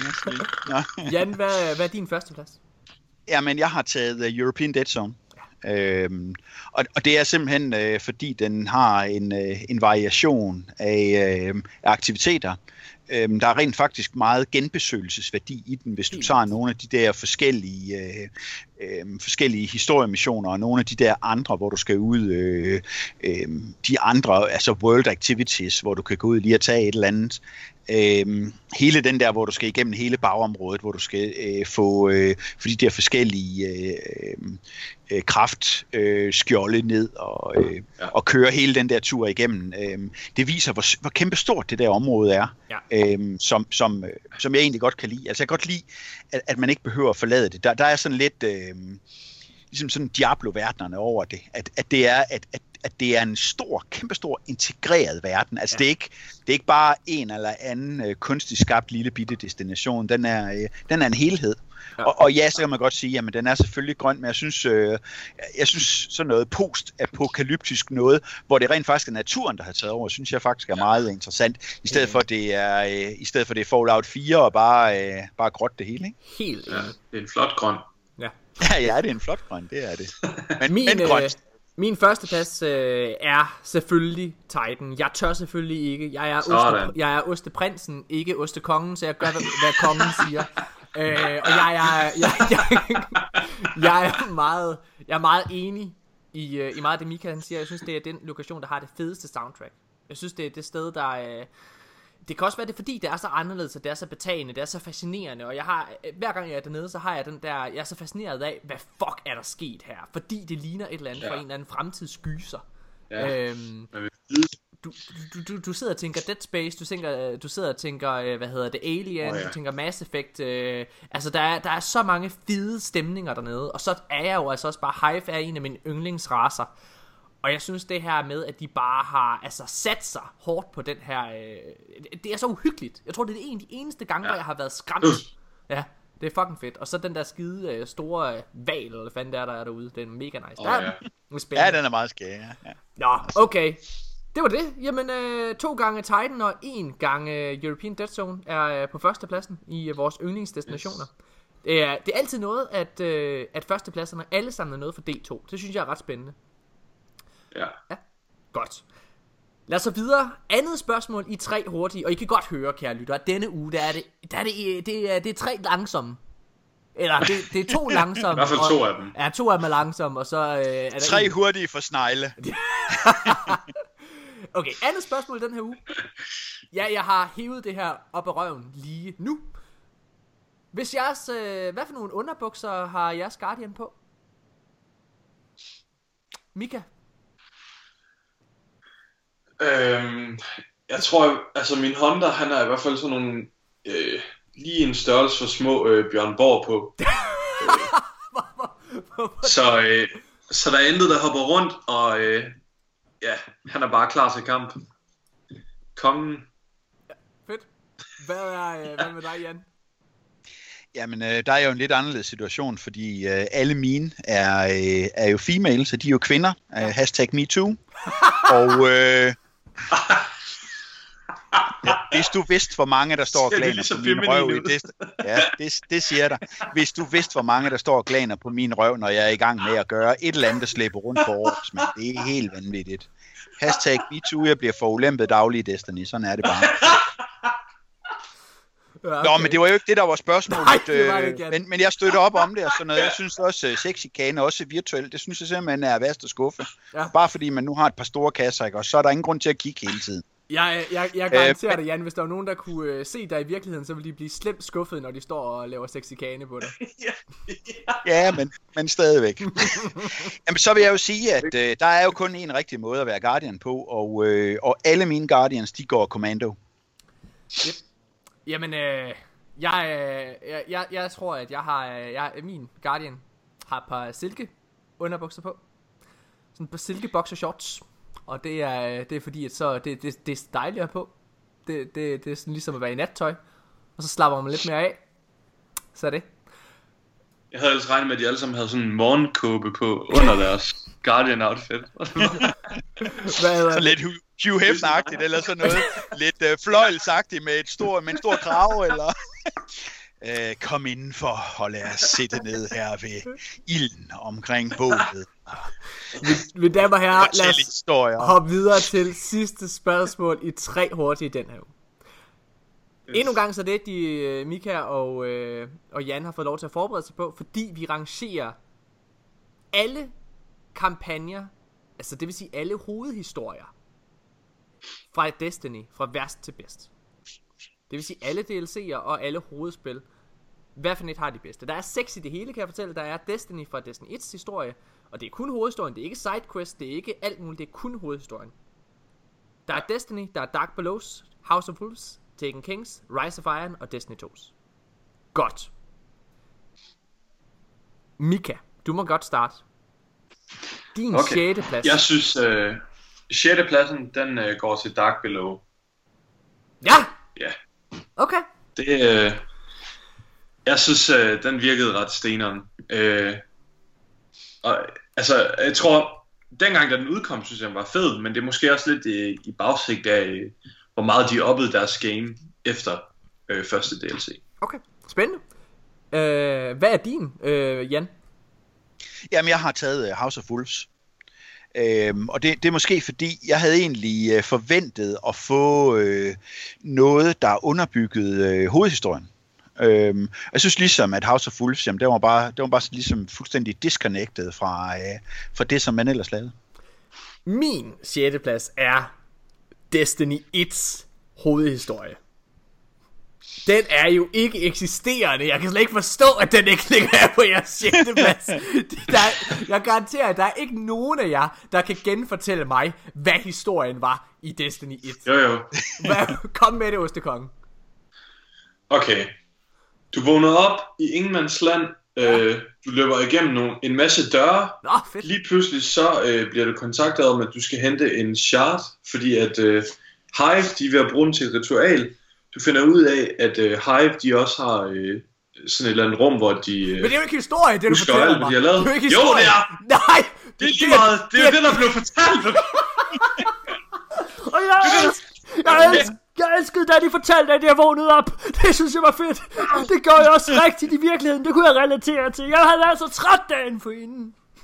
Speaker 1: Jan, hvad, hvad er din første plads?
Speaker 3: Jamen, jeg har taget uh, European Dead Zone. Ja. Øhm, og, og det er simpelthen øh, fordi den har en, øh, en variation af, øh, af aktiviteter. Øhm, der er rent faktisk meget genbesøgelsesværdi i den, hvis du tager nogle af de der forskellige, øh, øh, forskellige historiemissioner, og nogle af de der andre, hvor du skal ud, øh, øh, de andre, altså world activities, hvor du kan gå ud lige og tage et eller andet. Øhm, hele den der, hvor du skal igennem hele bagområdet, hvor du skal øh, få øh, for de der forskellige øh, øh, kraftskjolde øh, ned og, øh, ja. og køre hele den der tur igennem. Øh, det viser, hvor, hvor kæmpestort det der område er, ja. øh, som, som, øh, som jeg egentlig godt kan lide. Altså jeg kan godt lide, at, at man ikke behøver at forlade det. Der, der er sådan lidt, øh, ligesom sådan Diablo-verdenerne over det, at, at det er, at, at at det er en stor, kæmpestor integreret verden. Altså ja. det, er ikke, det er ikke bare en eller anden øh, kunstigt skabt lille bitte destination. Den er, øh, den er en helhed. Ja. Og, og ja, så kan man godt sige, at den er selvfølgelig grøn, men jeg synes, øh, jeg synes sådan noget post-apokalyptisk noget, hvor det rent faktisk er naturen, der har taget over, synes jeg faktisk er meget interessant. I stedet for det er, øh, i stedet for det er Fallout fire og bare, øh, bare gråt det hele. Ikke?
Speaker 1: Helt.
Speaker 2: Ja, det er en flot grøn.
Speaker 1: Ja,
Speaker 3: ja, ja, det er en flot grøn, det er det. Men,
Speaker 1: Min,
Speaker 3: men grøn.
Speaker 1: Øh... Min første plads øh, er selvfølgelig Titan. Jeg tør selvfølgelig ikke. Jeg er, oste, jeg er osteprinsen, ikke ostekongen, så jeg gør, hvad, hvad kongen siger. Øh, og jeg er, jeg, jeg, jeg, er meget, jeg er meget enig i, i meget af det, Mika han siger. Jeg synes, det er den lokation, der har det fedeste soundtrack. Jeg synes, det er det sted, der... Øh, det kan også være det, fordi det er så anderledes, og det er så betagende, det er så fascinerende, og jeg har, hver gang jeg er dernede, så har jeg den der, jeg er så fascineret af, hvad fuck er der sket her, fordi det ligner et eller andet ja. fra en eller anden fremtidsgyser. Ja. Øhm, du, du, du, du sidder og tænker Dead Space, du, tænker, du sidder og tænker, hvad hedder det, Alien, oh, ja. du tænker Mass Effect, øh, altså der er, der er så mange fede stemninger dernede, og så er jeg jo altså også bare, Hive er en af mine yndlingsracer. Og jeg synes det her med, at de bare har altså sat sig hårdt på den her, øh, det er så uhyggeligt. Jeg tror det er en af de eneste gange, ja. hvor jeg har været skræmt. Uh. Ja, det er fucking fedt. Og så den der skide øh, store øh, val, eller hvad fanden der er, der er derude. Det er mega nice.
Speaker 2: Oh,
Speaker 1: der
Speaker 2: ja.
Speaker 1: er,
Speaker 3: ja, den er meget skæg. Ja. Ja.
Speaker 1: Nå, okay. Det var det. Jamen, øh, to gange Titan og en gang øh, European Dead Zone er øh, på førstepladsen i øh, vores yndlingsdestinationer. Yes. Det er, det er altid noget, at, øh, at førstepladserne alle sammen er noget for D to. Det synes jeg er ret spændende.
Speaker 2: Ja.
Speaker 1: Ja, godt. Lad os så videre. Andet spørgsmål i tre hurtige. Og I kan godt høre, kære lytter, at denne uge, der er det, der er det, det, er, det er tre langsomme. Eller det, det er to langsomme.
Speaker 2: I hvert fald to af dem.
Speaker 1: Ja, to af dem er langsomme, og så øh, er der
Speaker 3: tre
Speaker 1: en...
Speaker 3: hurtige for snegle.
Speaker 1: Okay, andet spørgsmål den her uge. Ja, jeg har hævet det her op af røven lige nu. Hvis jeres, øh, hvad for nogle underbukser har jeres Guardian på? Mika?
Speaker 2: Øhm, jeg tror, altså min Honda, han er i hvert fald sådan nogle, øh, lige en størrelse for små øh, Bjørn Borg på. så, øh, så der er intet, der hopper rundt, og øh, ja, han er bare klar til kamp. Kongen.
Speaker 1: Ja, fedt. Hvad er, øh, hvad med dig, Jan?
Speaker 3: Jamen, øh, der er jo en lidt anderledes situation, fordi øh, alle mine er, øh, er jo female, så de er jo kvinder. Øh, hashtag MeToo. Og øh, det, Hvis du vidste, hvor mange der står og
Speaker 2: Ser det
Speaker 3: glaner
Speaker 2: lige
Speaker 3: på
Speaker 2: så
Speaker 3: min
Speaker 2: feminin
Speaker 3: røv
Speaker 2: ud?
Speaker 3: i det, ja, det, det siger dig. Hvis du vidste, hvor mange der står og glaner på min røv, når jeg er i gang med at gøre et eller andet, der slæber rundt på års, men det er helt vanvittigt. Hashtag MeToo, jeg bliver forulæmpet daglig i Destiny, sådan er det bare.
Speaker 1: Ja, okay.
Speaker 3: Nå, men det var jo ikke det, der var spørgsmålet,
Speaker 1: Nej, det var det ikke,
Speaker 3: øh, men, men jeg støtter op om det og sådan noget. Jeg synes også, uh, sexikane, også virtuelt, det synes jeg simpelthen er værst at skuffe.
Speaker 1: Ja.
Speaker 3: Bare fordi man nu har et par store kasser, ikke? Og så er der ingen grund til at kigge hele tiden.
Speaker 1: Jeg, jeg, jeg garanterer dig, Jan, hvis der var nogen, der kunne øh, se dig i virkeligheden, så ville de blive slemt skuffet, når de står og laver sexikane på dig.
Speaker 3: Ja, men, men stadigvæk. Jamen, så vil jeg jo sige, at øh, der er jo kun en rigtig måde at være Guardian på, og, øh, og alle mine Guardians, de går kommando.
Speaker 1: Yep. Jamen, øh, jeg, øh, jeg, jeg, jeg tror, at jeg har, øh, jeg, min Guardian har et par silke underbukser på. Sådan et par silke boxer shorts. Og det er, det er fordi, at så, det, det, det er dejligere på. Det, det, det er sådan ligesom at være i nattøj. Og så slapper man lidt mere af. Så er det.
Speaker 2: Jeg havde ellers regnet med, at de alle sammen havde sådan en morgenkåbe på under deres Guardian outfit.
Speaker 1: Hvad,
Speaker 3: Så lidt Hugh Hefner-agtigt, eller sådan noget. Lidt øh, fløjlsagtigt med, et stor, med en stor krave, eller... Øh, kom indenfor, og lad os sætte ned her ved ilden omkring bålet.
Speaker 1: mine damer og herrer, lad os
Speaker 3: historier.
Speaker 1: hoppe videre til sidste spørgsmål i tre hurtige den her uge. Endnu en gang så er det, de Mika og, øh, og Jan har fået lov til at forberede sig på, fordi vi rangerer alle kampagner, altså det vil sige alle hovedhistorier fra Destiny, fra værst til bedst. Det vil sige alle D L C'er og alle hovedspil. Hvad for net har de bedste? Der er seks i det hele, kan jeg fortælle. Der er Destiny fra Destiny et's historie, og det er kun hovedhistorien, det er ikke sidequest, det er ikke alt muligt, det er kun hovedhistorien. Der er Destiny, der er Dark Belows, House of Wolves, Taken Kings, Rise of Iron og Destiny to's. Godt. Mika, du må godt starte. Din
Speaker 2: Okay.
Speaker 1: sjette plads.
Speaker 2: Jeg synes, øh, sjette pladsen, den øh, går til Dark Below.
Speaker 1: Ja!
Speaker 2: Ja.
Speaker 1: Okay.
Speaker 2: Det, øh, jeg synes, øh, den virkede ret steneren. Øh, og, altså, jeg tror, dengang da den udkom, synes jeg, den var fed, men det er måske også lidt i, i bagsigt af, øh, hvor meget de oppede deres game efter øh, første D L C.
Speaker 1: Okay, spændende. Øh, hvad er din, øh, Jan?
Speaker 3: Jamen, jeg har taget uh, House of Wolves. Øhm, og det, det er måske fordi, jeg havde egentlig øh, forventet at få øh, noget, der underbyggede øh, hovedhistorien. Øhm, jeg synes ligesom, at House of Wolves, jamen, det var bare, det var bare ligesom fuldstændig disconnected fra, øh, fra det, som man ellers lavede.
Speaker 1: Min sjette plads er Destiny et's hovedhistorie. Den er jo ikke eksisterende. Jeg kan slet ikke forstå, at den ikke ligger her på jeres sjette plads. Der, jeg garanterer, at der er ikke nogen af jer, der kan genfortælle mig, hvad historien var i Destiny et.
Speaker 2: Jo jo.
Speaker 1: Hvad, kom med det, Ostekongen.
Speaker 2: Okay. Du vågner op i Ingenmandsland. Øh, du løber igennem nogle, en masse døre.
Speaker 1: Nå, fedt.
Speaker 2: Lige pludselig så øh, bliver du kontaktet om, at du skal hente en shard, fordi at øh, Hive, de er ved at bruge den til et ritual. Du finder ud af, at øh, Hive, de også har øh, sådan et eller andet rum, hvor de... Øh,
Speaker 1: Men det er jo ikke historie, det du
Speaker 2: husker
Speaker 1: fortæller
Speaker 2: alt,
Speaker 1: mig.
Speaker 2: hvad de har lavet.
Speaker 1: Det er jo ikke
Speaker 2: Jo,
Speaker 1: historie.
Speaker 2: det er.
Speaker 1: Nej.
Speaker 2: Det er lige meget. Det er jo det, der blev fortalt.
Speaker 1: Og jeg, elsk, jeg, elsk, jeg elskede, da de fortalte, at jeg vågnede op. Det synes jeg var fedt. Det gør jeg også rigtigt i virkeligheden. Det kunne jeg relatere til. Jeg havde været så træt dagen for inden.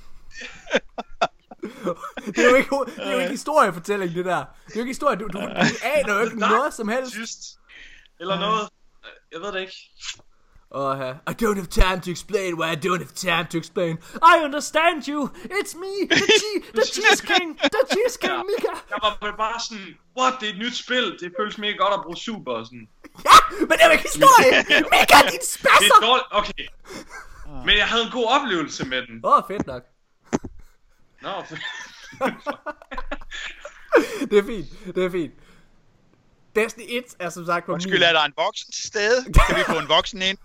Speaker 1: Det er jo ikke, det er jo ikke historiefortælling, det der. Det er jo ikke historie. Du, du, du aner jo ikke noget som helst.
Speaker 2: Just. Eller noget. Jeg ved det ikke.
Speaker 1: Oh, uh, I don't have time to explain why I don't have time to explain. I understand you. It's me, the, che- the Cheese King. The Cheese King, Mika.
Speaker 2: Jeg var bare sådan, what, det er et nyt spil. Det føles mega godt at bruge super og sådan.
Speaker 1: Ja, men det er jo ikke historie. Mika, din
Speaker 2: Det
Speaker 1: spasser.
Speaker 2: er dårligt, okay. Men jeg havde en god oplevelse med den.
Speaker 1: Åh, oh, fedt nok.
Speaker 2: Nå, fedt.
Speaker 1: Det er fint, det er fint. Destiny et er som sagt på min...
Speaker 3: Undskyld, er der en voksen til stede? Kan vi få en voksen ind?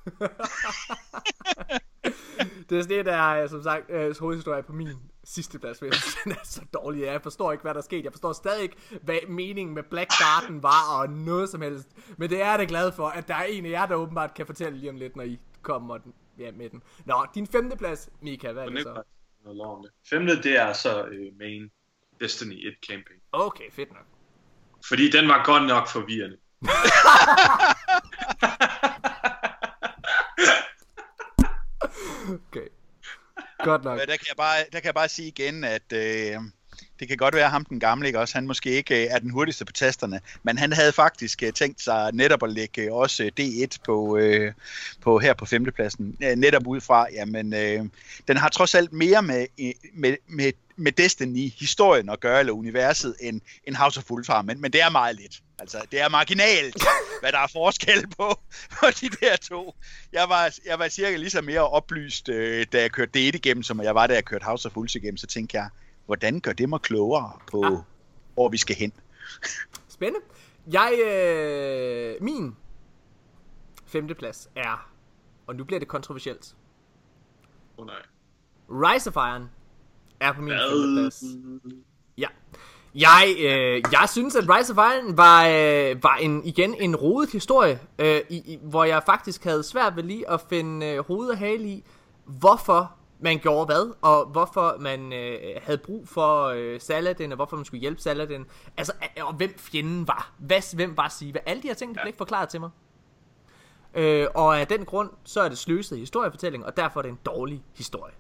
Speaker 1: Destiny et er som sagt øh, hovedhistorie på min sidste plads, for jeg synes, den er så dårlig. Jeg forstår ikke, hvad der er sket. Jeg forstår stadig ikke, hvad meningen med Black Garden var, og noget som helst. Men det er jeg da glad for, at der er en af jer, der åbenbart kan fortælle lige om lidt, når I kommer den, ja, med den. Nå, din femte plads, Mika, hvad er det så?
Speaker 2: Femte, det er så øh, main Destiny et campaign.
Speaker 1: Okay, fedt nok.
Speaker 2: Fordi den var godt nok forvirrende.
Speaker 1: Okay. Godt nok.
Speaker 3: Der kan jeg bare, der kan jeg bare sige igen, at øh, det kan godt være ham den gamle, ikke også? Han måske ikke øh, er den hurtigste på tasterne, men han havde faktisk øh, tænkt sig netop at lægge øh, også D et på, øh, på her på femtepladsen. Øh, netop ud fra, jamen, øh, den har trods alt mere med, med, med, med Destiny-historien at gøre, eller universet, end, end House of Wolf har, men, men det er meget lidt. Altså, det er marginalt, hvad der er forskel på, på de der to. Jeg var, jeg var cirka lige så mere oplyst, øh, da jeg kørte D et igennem, som jeg var, da jeg kørte House of Wolf igennem. Så tænkte jeg, hvordan gør det mig klogere på, ah. hvor vi skal hen?
Speaker 1: Spændende. Jeg, øh, min femteplads er, og nu bliver det kontroversielt.
Speaker 2: Åh oh, nej.
Speaker 1: Rise of Iron er på min femteplads. Ja. Jeg, øh, jeg synes, at Rise of Iron var, øh, var en, igen en rodet historie, øh, i, i, hvor jeg faktisk havde svært ved lige at finde øh, hoved og hale i, hvorfor man gjorde hvad, og hvorfor man øh, havde brug for øh, Saladin, og hvorfor man skulle hjælpe Saladin. Altså, og hvem fjenden var. Hvad, hvem var Siva. Alle de her ting, de blev ikke forklaret til mig. Øh, og af den grund, så er det sløset historiefortælling, og derfor er det en dårlig historie.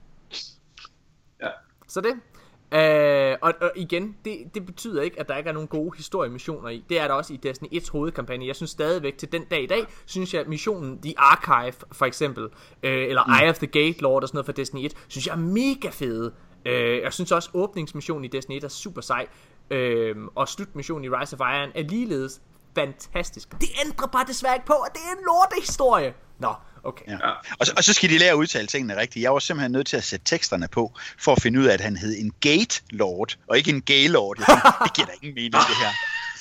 Speaker 2: Ja.
Speaker 1: Så det... Uh, og, og igen, det, det betyder ikke, at der ikke er nogen gode historiemissioner i. Det er der også i Destiny ets hovedkampagne. Jeg synes stadigvæk til den dag i dag, synes jeg at missionen The Archive for eksempel, uh, eller mm. Eye of the Gate Lord og sådan noget for Destiny et, synes jeg er mega fede. uh, Jeg synes også åbningsmissionen i Destiny et er super sej, uh, og slutmissionen i Rise of Iron er ligeledes fantastisk. Det ændrer bare desværre ikke på, at det er en lortehistorie. Nå, okay.
Speaker 3: Ja. Og, så, og så skal de lære at udtale tingene rigtigt. Jeg var simpelthen nødt til at sætte teksterne på, for at finde ud af, at han hed en Gate Lord, og ikke en Gay Lord. Jeg tænkte, det giver da ingen mening, det her.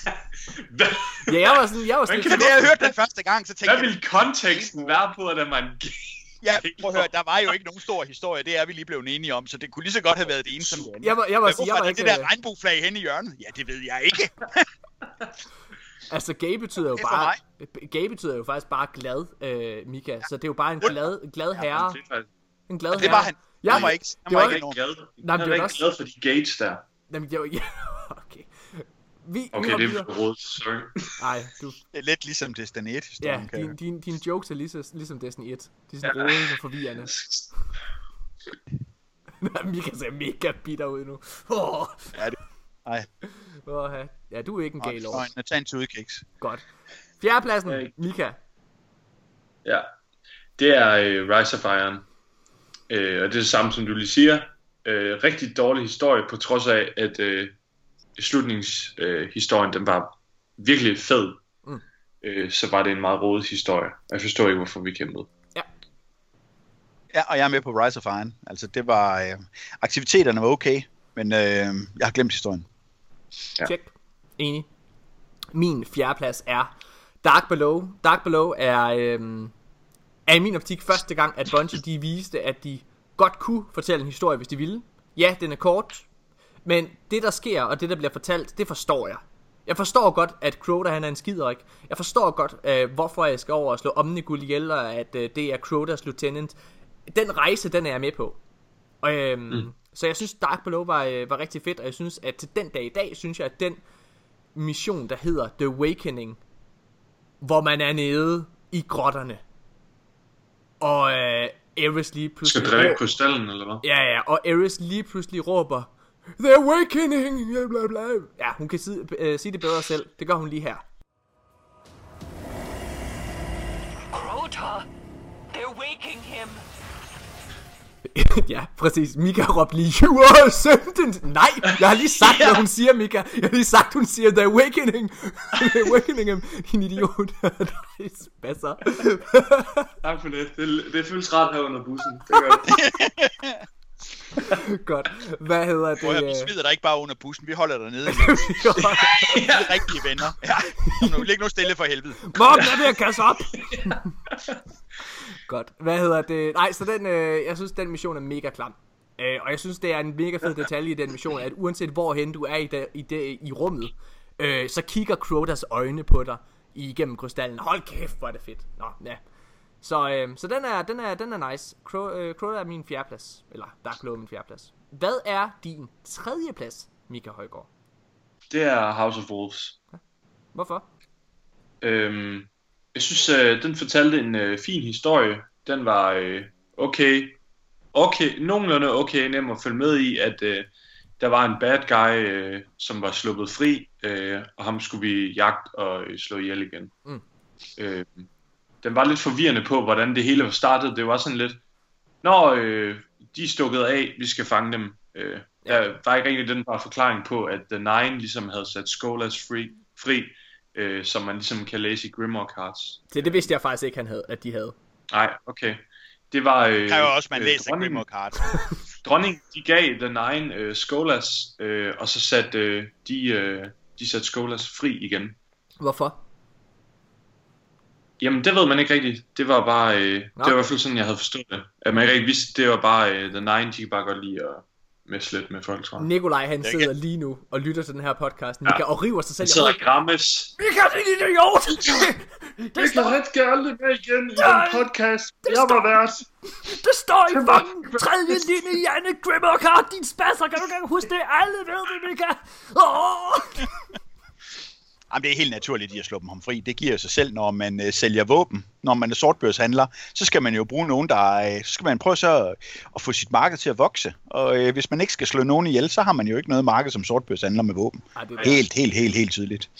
Speaker 1: Ja, jeg var sådan, jeg var sådan.
Speaker 3: Men det, jeg hørte den første gang, så tænkte
Speaker 2: hvad ville konteksten være på, at der var en gay?
Speaker 3: Ja, prøv at høre, der var jo ikke nogen stor historie, det er vi lige blevet enige om, så det kunne lige så godt have været det ene som det andet.
Speaker 1: Jeg var, jeg var,
Speaker 3: Men hvorfor
Speaker 1: jeg var
Speaker 3: er
Speaker 1: ikke,
Speaker 3: det der regnbueflag hen i hjørnet? Ja, det ved jeg ikke.
Speaker 1: Altså gay betyder jo bare gay betyder jo faktisk bare glad, øh, Mika. Ja. Så det er jo bare en glad glad herre.
Speaker 2: Ja,
Speaker 1: en glad herre.
Speaker 3: Det var han.
Speaker 1: Ja,
Speaker 3: han var ikke, han
Speaker 2: var
Speaker 3: var
Speaker 2: ikke glad.
Speaker 1: Nej,
Speaker 2: han var ikke glad for de gates der.
Speaker 1: Jamen, det var, ja, okay. Vi,
Speaker 2: okay, det er for rådet, sorry.
Speaker 1: Nej, du.
Speaker 3: Det er lidt ligesom Destiny et-historien.
Speaker 1: Ja, din, din, din jokes er ligesom, ligesom Destiny et. De er sådan ja. Rådige og forvirrende. Mika ser mega bitter ud nu. Oh.
Speaker 3: Ja, det nej.
Speaker 1: Oh, ja, du er ikke en gay lord.
Speaker 3: Nej, tag en tudekiks.
Speaker 1: Godt. Fjerdepladsen, ja. Mika.
Speaker 2: Ja, det er uh, Rise of Iron. Uh, og det er det samme, som du lige siger. Uh, rigtig dårlig historie, på trods af, at uh, slutningshistorien, uh, den var virkelig fed. Mm. Uh, så var det en meget rodet historie. Jeg forstår ikke, hvorfor vi kæmpede.
Speaker 1: Ja.
Speaker 3: Ja, og jeg er med på Rise of Iron. Altså, det var... Uh, aktiviteterne var okay, men uh, jeg har glemt historien.
Speaker 1: Ja. Check. Enig. Min fjerdeplads er Dark Below. Dark Below er, øhm, er i min optik første gang, at Bungie de viste, at de godt kunne fortælle en historie, hvis de ville. Ja, den er kort, men det der sker, og det der bliver fortalt, det forstår jeg. Jeg forstår godt, at Crota han er en skiderik. Jeg forstår godt, øh, hvorfor jeg skal over og slå Omnigul ihjel, og at øh, det er Crotas lieutenant. Den rejse, den er jeg med på. Og, øhm, mm. Så jeg synes Dark Below var, øh, var rigtig fedt. Og jeg synes at til den dag i dag, synes jeg at den mission der hedder The Awakening, hvor man er nede i grotterne, og øh, Aerys lige pludselig
Speaker 2: skal drikke krystallen eller hvad?
Speaker 1: Ja ja, og Aerys lige pludselig råber The Awakening, bla bla bla. Ja, hun kan sige, øh, sige det bedre selv. Det gør hun lige her.
Speaker 5: Crota, they're waking him.
Speaker 1: Ja, præcis. Mika råbte lige, you are sentenced. Nej, jeg har lige sagt, hvad hun siger, Mika. Jeg har lige sagt, hun siger, the awakening. The awakening, din idiot. Nej, spasser.
Speaker 2: Tak for det. det. Det føles rart her under bussen. Det gør det.
Speaker 1: Godt. Hvad hedder det?
Speaker 3: Prøv, vi smider dig ikke bare under bussen. Vi holder dig nede. Vi er rigtige venner. Ja. Nu ligger nu stille for helvede.
Speaker 1: Mom, der vil jeg kaste op. Godt. Hvad hedder det? Nej, så den, øh, jeg synes, den mission er mega klam. Øh, og jeg synes, det er en mega fed detalje i den mission, at uanset hvorhen du er i, det, i, det, i rummet, øh, så kigger Crotas øjne på dig igennem krystallen. Hold kæft, hvor er det fedt. Nå, ja. Så, øh, så den, er, den, er, den er nice. Cro, øh, Crota er min fjerdeplads. Eller Dark Below er min fjerdeplads. Hvad er din tredje plads, Mika Højgaard?
Speaker 2: Det er House of Wolves.
Speaker 1: Ja. Hvorfor?
Speaker 2: Øhm, jeg synes, øh, den fortalte en øh, fin historie. Den var øh, okay, okay, nogenlunde okay nem at følge med i, at øh, der var en bad guy, øh, som var sluppet fri, øh, og ham skulle vi jagte og øh, slå ihjel igen. Mm. Øh, den var lidt forvirrende på, hvordan det hele var startet. Det var sådan lidt, når øh, de er stukket af, vi skal fange dem. Øh, der var ikke rigtig den bare forklaring på, at The Nine ligesom havde sat Skolas fri, fri øh, som man ligesom kan læse i Grimoire Cards.
Speaker 1: Det, det vidste jeg faktisk ikke, han havde, at de havde.
Speaker 2: Nej, okay. Det var... Øh,
Speaker 3: det kan jo også, man øh, læser
Speaker 2: dronning,
Speaker 3: Grimoire Cards.
Speaker 2: Dronning, de gav The Nine øh, Skolas, øh, og så satte øh, de, øh, de satte Skolas fri igen.
Speaker 1: Hvorfor?
Speaker 2: Jamen, det ved man ikke rigtigt. Det var bare... Øh, det var i hvert fald sådan, jeg havde forstået det. At man ikke rigtig vidste, det var bare... Øh, The Nine, de kan bare godt lide at messe lidt med folk, tror jeg.
Speaker 1: Nikolaj, han sidder kan... lige nu og lytter til den her podcast, Mika, ja. og river sig selv.
Speaker 2: Han sidder i Grammes.
Speaker 1: Mika, det er en idiot!
Speaker 2: Jeg kan ret gerne med igen i den podcast. Det jeg var vært.
Speaker 1: Det står i fucking tredje linje i Janne Grimoire Card, din spasser. Kan du ikke huske det? Alle ved det, Mika. Oh!
Speaker 3: Jamen, det er helt naturligt, at de har sluppet ham fri. Det giver sig selv, når man øh, sælger våben. Når man er sortbørshandler, så skal man jo bruge nogen, der... Øh, så skal man prøve så at, at få sit marked til at vokse. Og øh, hvis man ikke skal slå nogen ihjel, så har man jo ikke noget marked som sortbørshandler med våben. Ej, det er helt, helt, helt, helt tydeligt.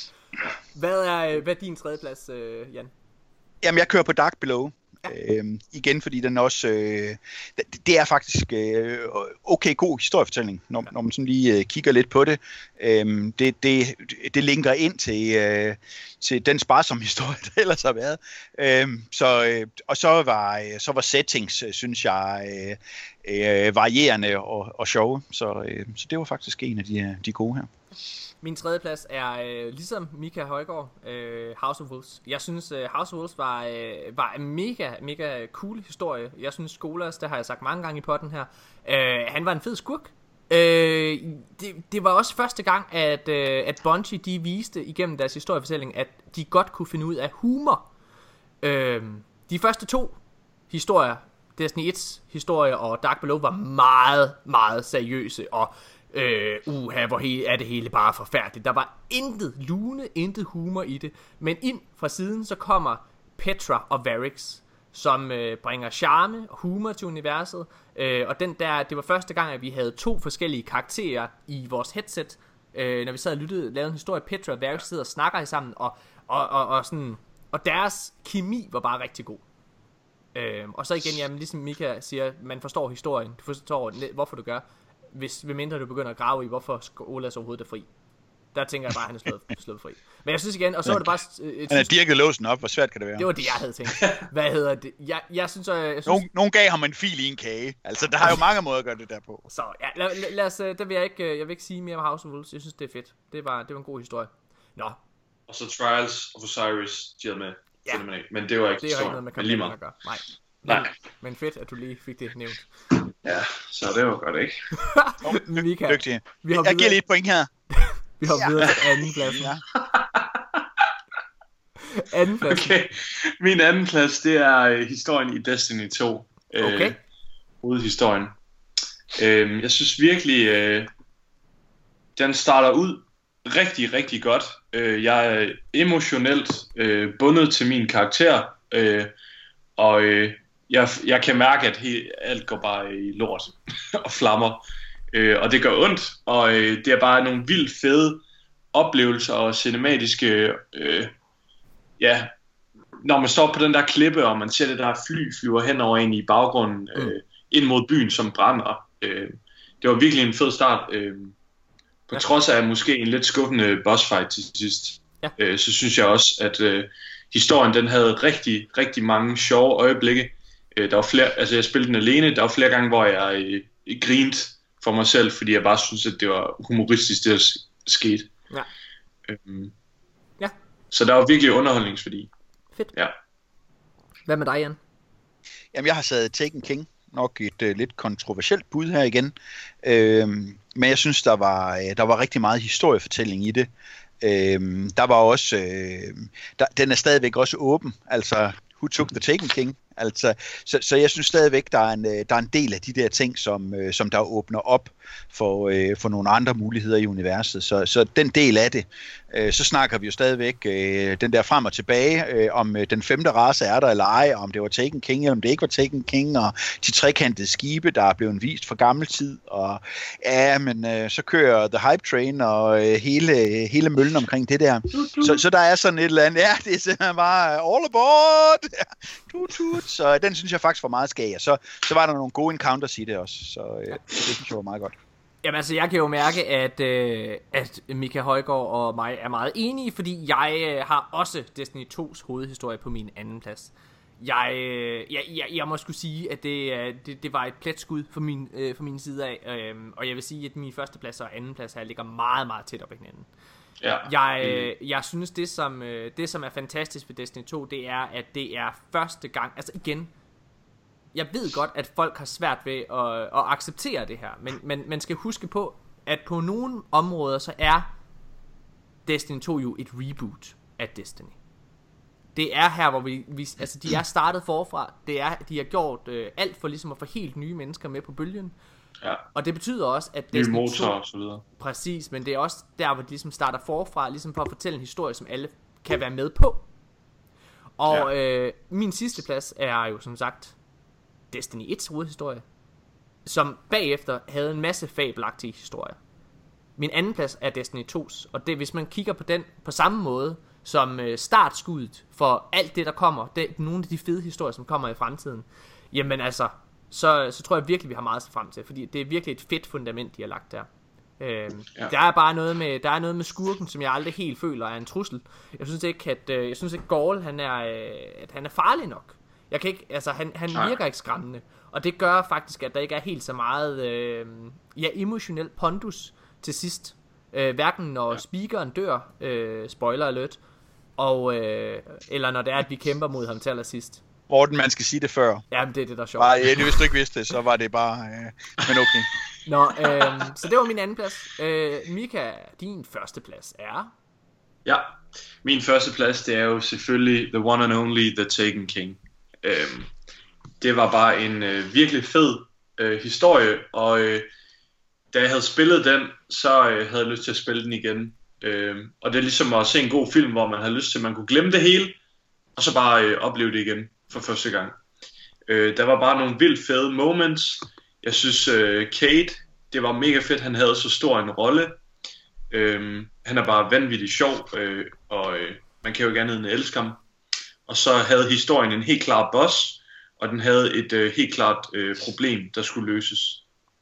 Speaker 1: Hvad er, hvad er din tredjeplads, øh, Jan?
Speaker 3: Jamen, jeg kører på Dark Below. Øh, igen, fordi den også øh, det, det er faktisk øh, okay god historiefortælling, når, når man sådan lige øh, kigger lidt på det. Øh, det, det. Det linker ind til, øh, til den sparsomme historie, der ellers har været. Øh, så, øh, og så var, så var settings, synes jeg, øh, øh, varierende og, og sjove. Så, øh, så det var faktisk en af de, de gode her.
Speaker 1: Min tredje plads er øh, ligesom Mika Højgaard, øh, House of Wolves. Jeg synes øh, House of Wolves var, øh, var en mega, mega cool historie. Jeg synes Skolas, det har jeg sagt mange gange i podden her, øh, han var en fed skurk. Øh, det, det var også første gang, at, øh, at Bungie, de viste igennem deres historiefortælling, at de godt kunne finde ud af humor. Øh, de første to historier, Destiny et's historie og Dark Below, var meget, meget seriøse og Øh, uha, hvor he- er det hele bare forfærdeligt. Der var intet lune, intet humor i det. Men ind fra siden, så kommer Petra og Varix, som øh, bringer charme og humor til universet. øh, Og den der, det var første gang, at vi havde to forskellige karakterer i vores headset, øh, når vi sad og lyttede, lavede en historie. Petra og Varix sidder og snakker sammen, og, og, og, og, sådan, og deres kemi var bare rigtig god. øh, Og så igen, jamen, ligesom Mika siger, man forstår historien, du forstår hvorfor du gør. Hvis ved mindre du begynder at grave i, hvorfor Skolas overhovedet er fri. Der tænker jeg bare, at han er slået, slået fri. Men jeg synes igen, og så var det bare... Et,
Speaker 3: han er dirket låsen op, hvor svært kan det være?
Speaker 1: Det var det, jeg havde tænkt. Hvad hedder det? Jeg, jeg synes... Jeg, jeg synes...
Speaker 3: Nogen, nogen gav ham en fil i en kage. Altså, der har jo mange måder at gøre det der på.
Speaker 1: Så ja, lad, lad, lad os... Der vil jeg ikke... Jeg vil ikke sige mere om House of Wolves. Jeg synes, det er fedt. Det var, det var en god historie. Nå.
Speaker 2: Og så Trials of Osiris, de havde med. Ja. Med. Men det var ikke
Speaker 1: det
Speaker 2: så.
Speaker 1: Det er ikke noget, man kan at gøre. Nej.
Speaker 2: Nej.
Speaker 1: Men, men fedt, at du lige fik det nævnt.
Speaker 2: Ja, så det var godt, ikke?
Speaker 1: Mika,
Speaker 3: dygtig.
Speaker 1: Vi
Speaker 3: jeg giver lige et point her.
Speaker 1: Vi har ja. videre til anden pladsen. Ja. anden plads.
Speaker 2: Okay, min anden plads, det er historien i Destiny to.
Speaker 1: Okay.
Speaker 2: Øh, hovedhistorien. Øh, jeg synes virkelig, øh, den starter ud rigtig, rigtig godt. Øh, jeg er emotionelt øh, bundet til min karakter, øh, og øh, jeg, jeg kan mærke, at he, alt går bare i lort og flammer. Øh, og det gør ondt, og øh, det er bare nogle vildt fede oplevelser og cinematiske, øh, ja, når man står på den der klippe, og man ser det der fly flyver henover en i baggrunden, øh, mm. ind mod byen, som brænder. Øh, det var virkelig en fed start, øh, på ja. trods af måske en lidt skuffende bossfight til sidst. Ja. Øh, så synes jeg også, at øh, historien, den havde rigtig, rigtig mange sjove øjeblikke. Øh, der var flere, altså jeg spillede den alene, der var flere gange, hvor jeg øh, grinte for mig selv, fordi jeg bare synes, at det var humoristisk, det der skete. Ja. Øhm,
Speaker 1: ja.
Speaker 2: Så der var virkelig underholdningsværdi.
Speaker 1: Fedt.
Speaker 2: Ja.
Speaker 1: Hvad med dig, Jan?
Speaker 3: Jamen, jeg har sat Taken King. Nok et uh, lidt kontroversielt bud her igen. Øhm, men jeg synes, der var, der var rigtig meget historiefortælling i det. Øhm, der var også... Øh, der, den er stadigvæk også åben. Altså, who took the Taken King? Altså, så, så jeg synes stadigvæk, der er en, der er en del af de der ting, som, som der åbner op for, for nogle andre muligheder i universet. Så, så den del af det, så snakker vi jo stadigvæk den der frem og tilbage, om den femte race er der eller ej, om det var Taken King, eller om det ikke var Taken King, og de trekantede skibe, der er blevet vist for gammel tid, og ja, men så kører The Hype Train og hele, hele møllen omkring det der. Så, så der er sådan et eller andet, ja, det er simpelthen bare all aboard! Tut, tut. Så den synes jeg faktisk var meget skæg, og så, så var der nogle gode encounters i det også, så, ja, så det synes jeg var meget godt.
Speaker 1: Jamen altså, jeg kan jo mærke, at, øh, at Mika Højgaard og mig er meget enige, fordi jeg øh, har også Destiny to's hovedhistorie på min anden plads. Jeg, øh, jeg, jeg, jeg må sgu sige, at det, øh, det, det var et pletskud for min, øh, for min side af, øh, og jeg vil sige, at min første plads og anden plads her ligger meget, meget tæt op ad hinanden.
Speaker 2: Ja.
Speaker 1: Jeg, øh, jeg synes, det som, øh, det som er fantastisk ved Destiny to, det er, at det er første gang, altså igen, jeg ved godt, at folk har svært ved at, at acceptere det her, men, men man skal huske på, at på nogle områder, så er Destiny to jo et reboot af Destiny. Det er her, hvor vi, vi altså de er startet forfra, det er, de har gjort øh, alt for ligesom at få helt nye mennesker med på bølgen.
Speaker 2: Ja.
Speaker 1: Og det betyder også, at
Speaker 2: Destiny
Speaker 1: Destiny
Speaker 2: motor
Speaker 1: to,
Speaker 2: og så videre.
Speaker 1: præcis, men det er også der, hvor de ligesom starter forfra, ligesom for at fortælle en historie, som alle kan være med på. Og ja. øh, min sidste plads er jo som sagt Destiny et's hovedhistorie, som bagefter havde en masse fabelagtige historier. Min anden plads er Destiny to's, og det, hvis man kigger på den på samme måde som øh, startskuddet for alt det, der kommer, det, nogle af de fede historier, som kommer i fremtiden, jamen altså, så, så tror jeg virkelig, vi har meget at se frem til, fordi det er virkelig et fedt fundament, de har lagt der. Øhm, ja. Der er bare noget med, der er noget med skurken, som jeg aldrig helt føler er en trussel. Jeg synes ikke, at øh, jeg synes ikke, Gaul, han er, øh, at han er farlig nok. Jeg kan ikke, altså han, han virker ikke skræmmende, og det gør faktisk, at der ikke er helt så meget øh, ja, emotionel pondus til sidst. Øh, hverken når ja. speakeren dør, øh, spoiler alert, og, øh, eller når det er, at vi kæmper mod ham til allersidst.
Speaker 3: Morten, man skal sige det før.
Speaker 1: Jamen, det er det, der er sjovt.
Speaker 3: Nej, hvis du ikke vidste det, så var det bare... Øh, men okay.
Speaker 1: Nå, øh, så det var min anden plads. Øh, Mika, din første plads er...
Speaker 2: Ja, min første plads, det er jo selvfølgelig The One and Only, The Taken King. Øhm, det var bare en øh, virkelig fed øh, historie, og øh, da jeg havde spillet den, så øh, havde jeg lyst til at spille den igen. Øhm, og det er ligesom at se en god film, hvor man havde lyst til, at man kunne glemme det hele, og så bare øh, opleve det igen for første gang. Øh, der var bare nogle vildt fede moments. Jeg synes, øh, Cade, det var mega fedt, han havde så stor en rolle. Øh, han er bare vanvittigt sjov, øh, og øh, man kan jo ikke andet end elske ham. Og så havde historien en helt klar boss, og den havde et øh, helt klart øh, problem, der skulle løses.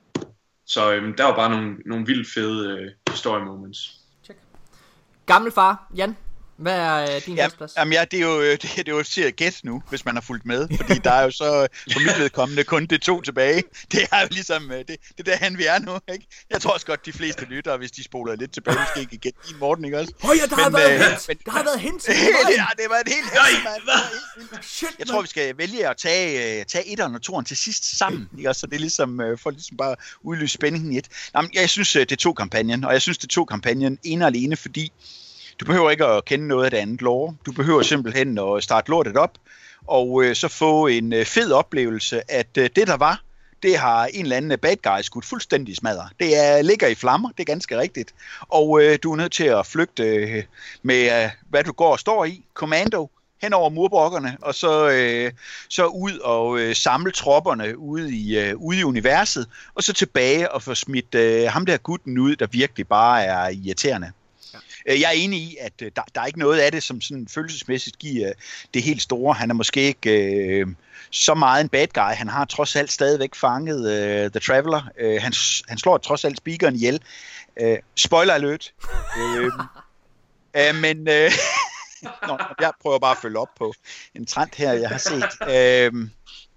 Speaker 2: Så øh, der var bare nogle, nogle vildt fede øh, historiemoments.
Speaker 1: Check. Gammel far, Jan, hvad er din
Speaker 3: ja,
Speaker 1: plads?
Speaker 3: Jamen ja, det er jo det, det er jo et gæt nu, hvis man har fulgt med, fordi der er jo så for mit vedkommende kun det to tilbage. Det er jo ligesom det, det er derhen vi er nu, ikke? Jeg tror også godt de fleste lyttere, hvis de spoler lidt tilbage, måske ikke gætte din Morten, ikke også?
Speaker 1: Åh oh, ja, der har været øh, hint. Der har været hint.
Speaker 3: Ja, det var et helt hint. Jeg tror vi skal vælge at tage tage etteren og toeren til sidst sammen, ikke også? Så det er ligesom for ligesom bare udløse spændingen i et. Jamen, jeg synes det tog kampagnen, og jeg synes det tog kampagnen ene og alene, fordi du behøver ikke at kende noget af det andet lore. Du behøver simpelthen at starte lortet op, og øh, så få en øh, fed oplevelse, at øh, det der var, det har en eller anden bad guy skudt fuldstændig smadret. Det er, ligger i flammer, det er ganske rigtigt. Og øh, du er nødt til at flygte øh, med, øh, hvad du går og står i, kommando, hen over murbrokkerne, og så, øh, så ud og øh, samle tropperne ude i, øh, ude i universet, og så tilbage og få smidt øh, ham der gutten ud, der virkelig bare er irriterende. Jeg er enig i, at der, der er ikke noget af det, som sådan følelsesmæssigt giver det helt store. Han er måske ikke øh, så meget en bad guy. Han har trods alt stadigvæk fanget øh, The Traveler. Øh, han, han slår trods alt speakeren ihjel. Øh, spoiler alert. øh, øh, men øh, Nå, jeg prøver bare at følge op på en trend her, jeg har set. Øh,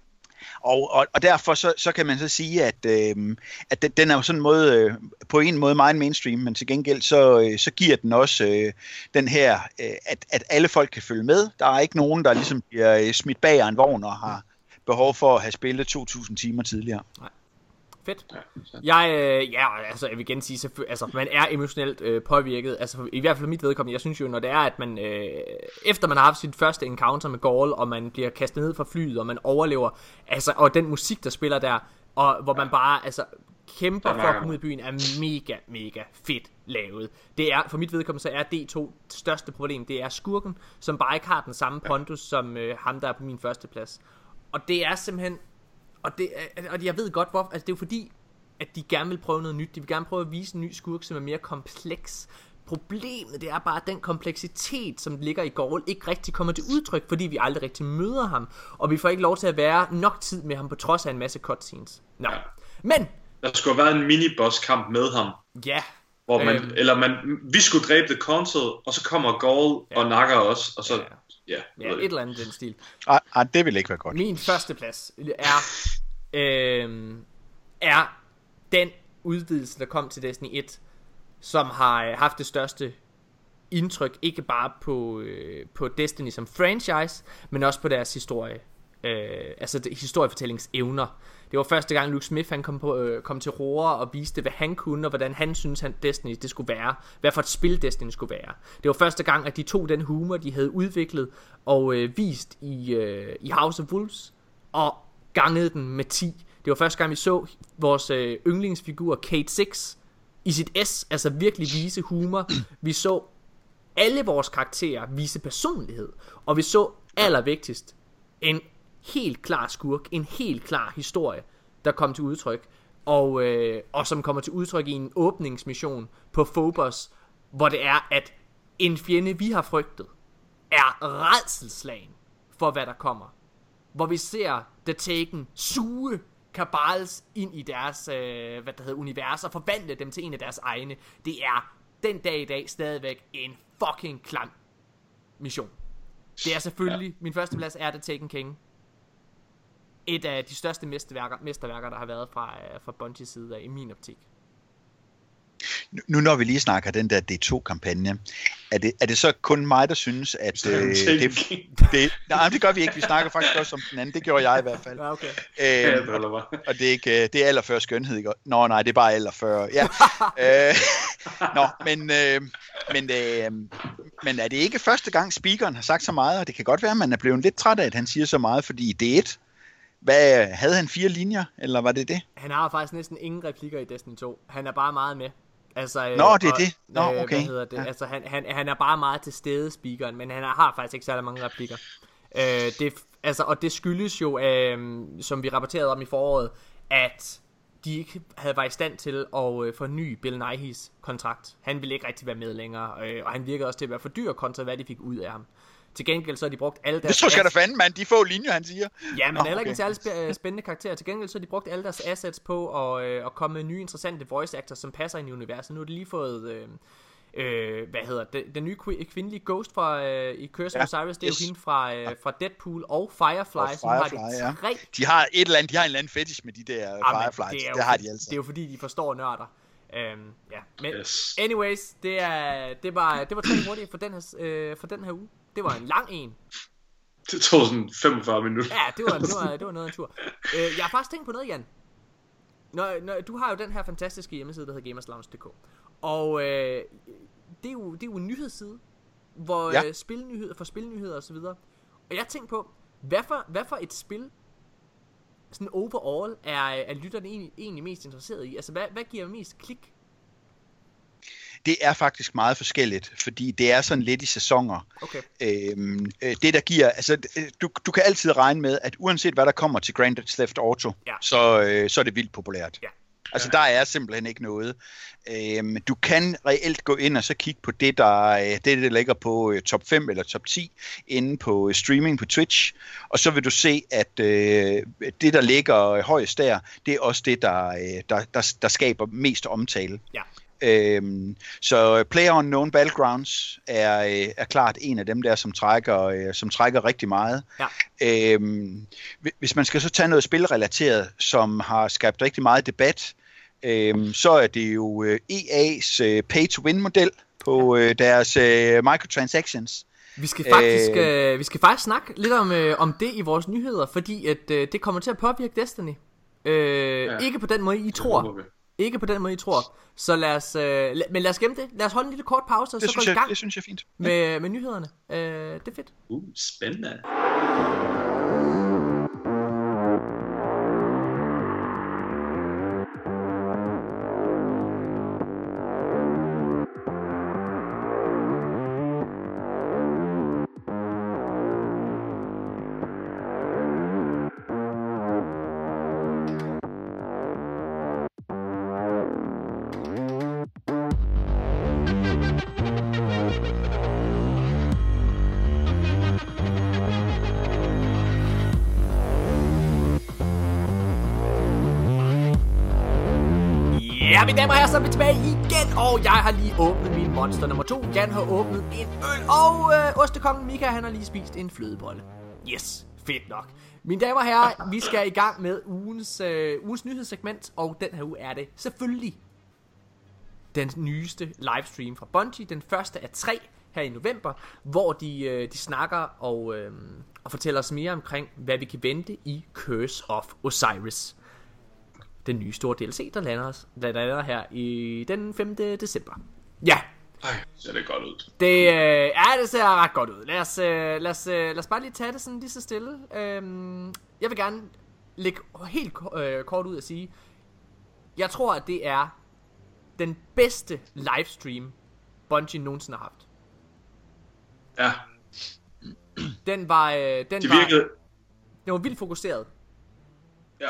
Speaker 3: Og, og, og derfor så, så kan man så sige, at, øh, at den, den er jo sådan en måde, øh, på en måde meget mainstream, men til gengæld så, øh, så giver den også øh, den her, øh, at, at alle folk kan følge med. Der er ikke nogen, der ligesom bliver smidt bag en vogn og har behov for at have spillet to tusind timer tidligere.
Speaker 1: Nej. fedt.
Speaker 2: Ja,
Speaker 1: jeg, øh, ja, altså jeg vil igen sige, altså man er emotionelt øh, påvirket, altså i hvert fald mit vedkommende. Jeg synes jo, når det er, at man, øh, efter man har haft sit første encounter med Gaul, og man bliver kastet ned fra flyet, og man overlever, altså, og den musik, der spiller der, og hvor man bare, altså, kæmper for at komme ud i byen, er mega, mega fedt lavet. Det er, for mit vedkommende, så er D to største problem, det er skurken, som bare ikke har den samme pondus, som øh, ham, der er på min første plads. Og det er simpelthen, og, det, og jeg ved godt, hvorfor, altså det er jo fordi, at de gerne vil prøve noget nyt, de vil gerne prøve at vise en ny skurk, som er mere kompleks. Problemet, det er bare, at den kompleksitet, som ligger i Gaul, ikke rigtig kommer til udtryk, fordi vi aldrig rigtig møder ham, og vi får ikke lov til at være nok tid med ham, på trods af en masse cutscenes. Nå, ja. Men
Speaker 2: der skulle have været en mini-boss-kamp med ham.
Speaker 1: Ja.
Speaker 2: Hvor man,
Speaker 1: øhm,
Speaker 2: eller man, vi skulle dræbe The Council, og så kommer Gaul ja. og nakker os, og så, ja,
Speaker 1: ja, ja et eller andet den stil.
Speaker 3: Ej, ej, det vil ikke være godt.
Speaker 1: Min første plads er, øh, er den udvidelse, der kom til Destiny et, som har haft det største indtryk, ikke bare på, øh, på Destiny som franchise, men også på deres historie. Øh, altså det, historiefortællingsevner. Det var første gang Luke Smith han kom, på, øh, kom til roer og viste hvad han kunne, og hvordan han synes han Destiny det skulle være, hvad for et spil Destiny skulle være. Det var første gang at de tog den humor de havde udviklet og øh, vist i, øh, i House of Wolves og gangede den med ti. Det var første gang vi så vores øh, yndlingsfigur Cayde seks i sit S, altså virkelig vise humor. Vi så alle vores karakterer vise personlighed, og vi så allervigtigst en helt klar skurk, en helt klar historie, der kom til udtryk, og, øh, og som kommer til udtryk i en åbningsmission på Phobos, hvor det er, at en fjende, vi har frygtet, er rædselsslagen for, hvad der kommer. Hvor vi ser The Taken suge Cabals ind i deres øh, hvad der hedder, univers og forvandle dem til en af deres egne. Det er den dag i dag stadigvæk en fucking klam mission. Det er selvfølgelig, ja. Min første plads er The Taken King. Et af de største mesterværker, mesterværker der har været fra, fra Bungies side af, i min optik.
Speaker 3: Nu når vi lige snakker den der D to-kampagne, er det, er det så kun mig, der synes, at øh, det, det, nej, det gør vi ikke. Vi snakker faktisk også om den anden. Det gjorde jeg i hvert fald.
Speaker 1: Ja, okay.
Speaker 3: Øhm, og det er ikke det er allerfør skønhed. Ikke? Nå nej, det er bare allerfør. Ja. øh, nå, men, øh, men, øh, men er det ikke første gang, speakeren har sagt så meget? Og det kan godt være, at man er blevet lidt træt af, at han siger så meget, fordi D et. Hvad, havde han fire linjer, eller var det det?
Speaker 1: Han har faktisk næsten ingen replikker i Destiny to. Han er bare meget med. Altså,
Speaker 3: Nå, det er
Speaker 1: og,
Speaker 3: det. Nå, okay.
Speaker 1: Hvad hedder det? Ja. Altså, han, han, han er bare meget til stede, speakeren, men han har faktisk ikke særlig mange replikker. Øh, det, altså, og det skyldes jo, øh, som vi rapporterede om i foråret, at de ikke havde været i stand til at øh, forny Bill Nighy's kontrakt. Han ville ikke rigtig være med længere, øh, og han virkede også til at være for dyr kontra, hvad de fik ud af ham. Til gengæld så har de brugt alle deres...
Speaker 3: Det tror jeg da fanden, mand. De få linjer, han siger.
Speaker 1: Ja, men oh, heller ikke okay. en særlig spændende karakter. Til gengæld så har de brugt alle deres assets på at, øh, at komme med nye interessante voice actors, som passer ind i universet. Nu har de lige fået... Øh, øh, hvad hedder det? Den nye kvindelige Ghost fra, øh, i Curse of Osiris, det er yes. jo hende fra, øh, fra Deadpool og Firefly, og som
Speaker 3: Firefly,
Speaker 1: har de tre...
Speaker 3: Ja. De har et eller andet, de har en eller anden fetish med de der ah, Fireflies. Det, det har de altså.
Speaker 1: Det er jo fordi, de forstår nørder. Um, ja, men yes. anyways, det er det var det var tre hurtigt for den her øh, for den her uge. Det var en lang en.
Speaker 2: Det tog sådan femogfyrre minutter.
Speaker 1: Ja, det var det var det var noget af en tur. Uh, jeg har faktisk tænkt på noget, Jan. Når, når du har jo den her fantastiske hjemmeside, der hedder gamerslounge punktum d k. Og uh, det er jo det er jo en nyhedsside, hvor ja. uh, spilnyheder for spilnyheder og så videre. Og jeg tænkte på, hvad for hvad for et spil sådan overall er, er lytterne egentlig, egentlig mest interesseret i? Altså, hvad, hvad giver mest klik?
Speaker 3: Det er faktisk meget forskelligt, fordi det er sådan lidt i sæsoner.
Speaker 1: Okay.
Speaker 3: Øhm, det der giver, altså du, du kan altid regne med, at uanset hvad der kommer til Grand Theft Auto,
Speaker 1: ja.
Speaker 3: så, øh, så er det vildt populært.
Speaker 1: Ja.
Speaker 3: Altså der er simpelthen ikke noget. Øhm, du kan reelt gå ind og så kigge på det, der, det, der ligger på øh, top fem eller top ti inde på øh, streaming på Twitch. Og så vil du se, at øh, det, der ligger højst der, det er også det, der, øh, der, der, der skaber mest omtale.
Speaker 1: Ja.
Speaker 3: Øhm, så PlayerUnknown Battlegrounds er, øh, er klart en af dem der, som trækker, øh, som trækker rigtig meget.
Speaker 1: Ja.
Speaker 3: Øhm, hvis man skal så tage noget spilrelateret, som har skabt rigtig meget debat, øhm, så er det jo øh, E A's øh, pay-to-win-model på øh, deres øh, microtransactions.
Speaker 1: Vi skal faktisk, øh, øh, vi skal faktisk snakke lidt om, øh, om det i vores nyheder, fordi at, øh, det kommer til at påvirke Destiny. Øh, ja. Ikke på den måde I tror. Ikke på den måde I tror. Så lad os, øh, la- men lad os gemme det. Lad os holde en lille kort pause, og
Speaker 3: det
Speaker 1: så gå i gang.
Speaker 3: Jeg, det synes jeg er fint.
Speaker 1: Med, ja. med nyhederne. Øh, det er fedt.
Speaker 2: Uh, spændende.
Speaker 1: Ja, mine damer og herrer, så er vi tilbage igen, og jeg har lige åbnet min monster nummer to. Jan har åbnet en øl, og øh, ostekongen Mika, han har lige spist en flødebolle. Yes, fedt nok. Mine damer og herrer, vi skal i gang med ugens, øh, ugens nyhedssegment, og den her uge er det selvfølgelig den nyeste livestream fra Bungie, den første af tre her i november, hvor de, øh, de snakker og, øh, og fortæller os mere omkring, hvad vi kan vente i Curse of Osiris. Den nye store D L C, der lander, os, der lander her i den femte december. Ja.
Speaker 2: Ej, ser det godt ud.
Speaker 1: Det, øh, ja, det ser ret godt ud. Lad os, øh, lad, os, øh, lad os bare lige tage det sådan lige så stille. Øhm, jeg vil gerne lægge helt øh, kort ud og sige, jeg tror, at det er den bedste livestream, Bungie nogensinde har haft.
Speaker 2: Ja.
Speaker 1: Den var, øh, den
Speaker 2: det
Speaker 1: var,
Speaker 2: virkede...
Speaker 1: den var vildt fokuseret.
Speaker 2: Ja.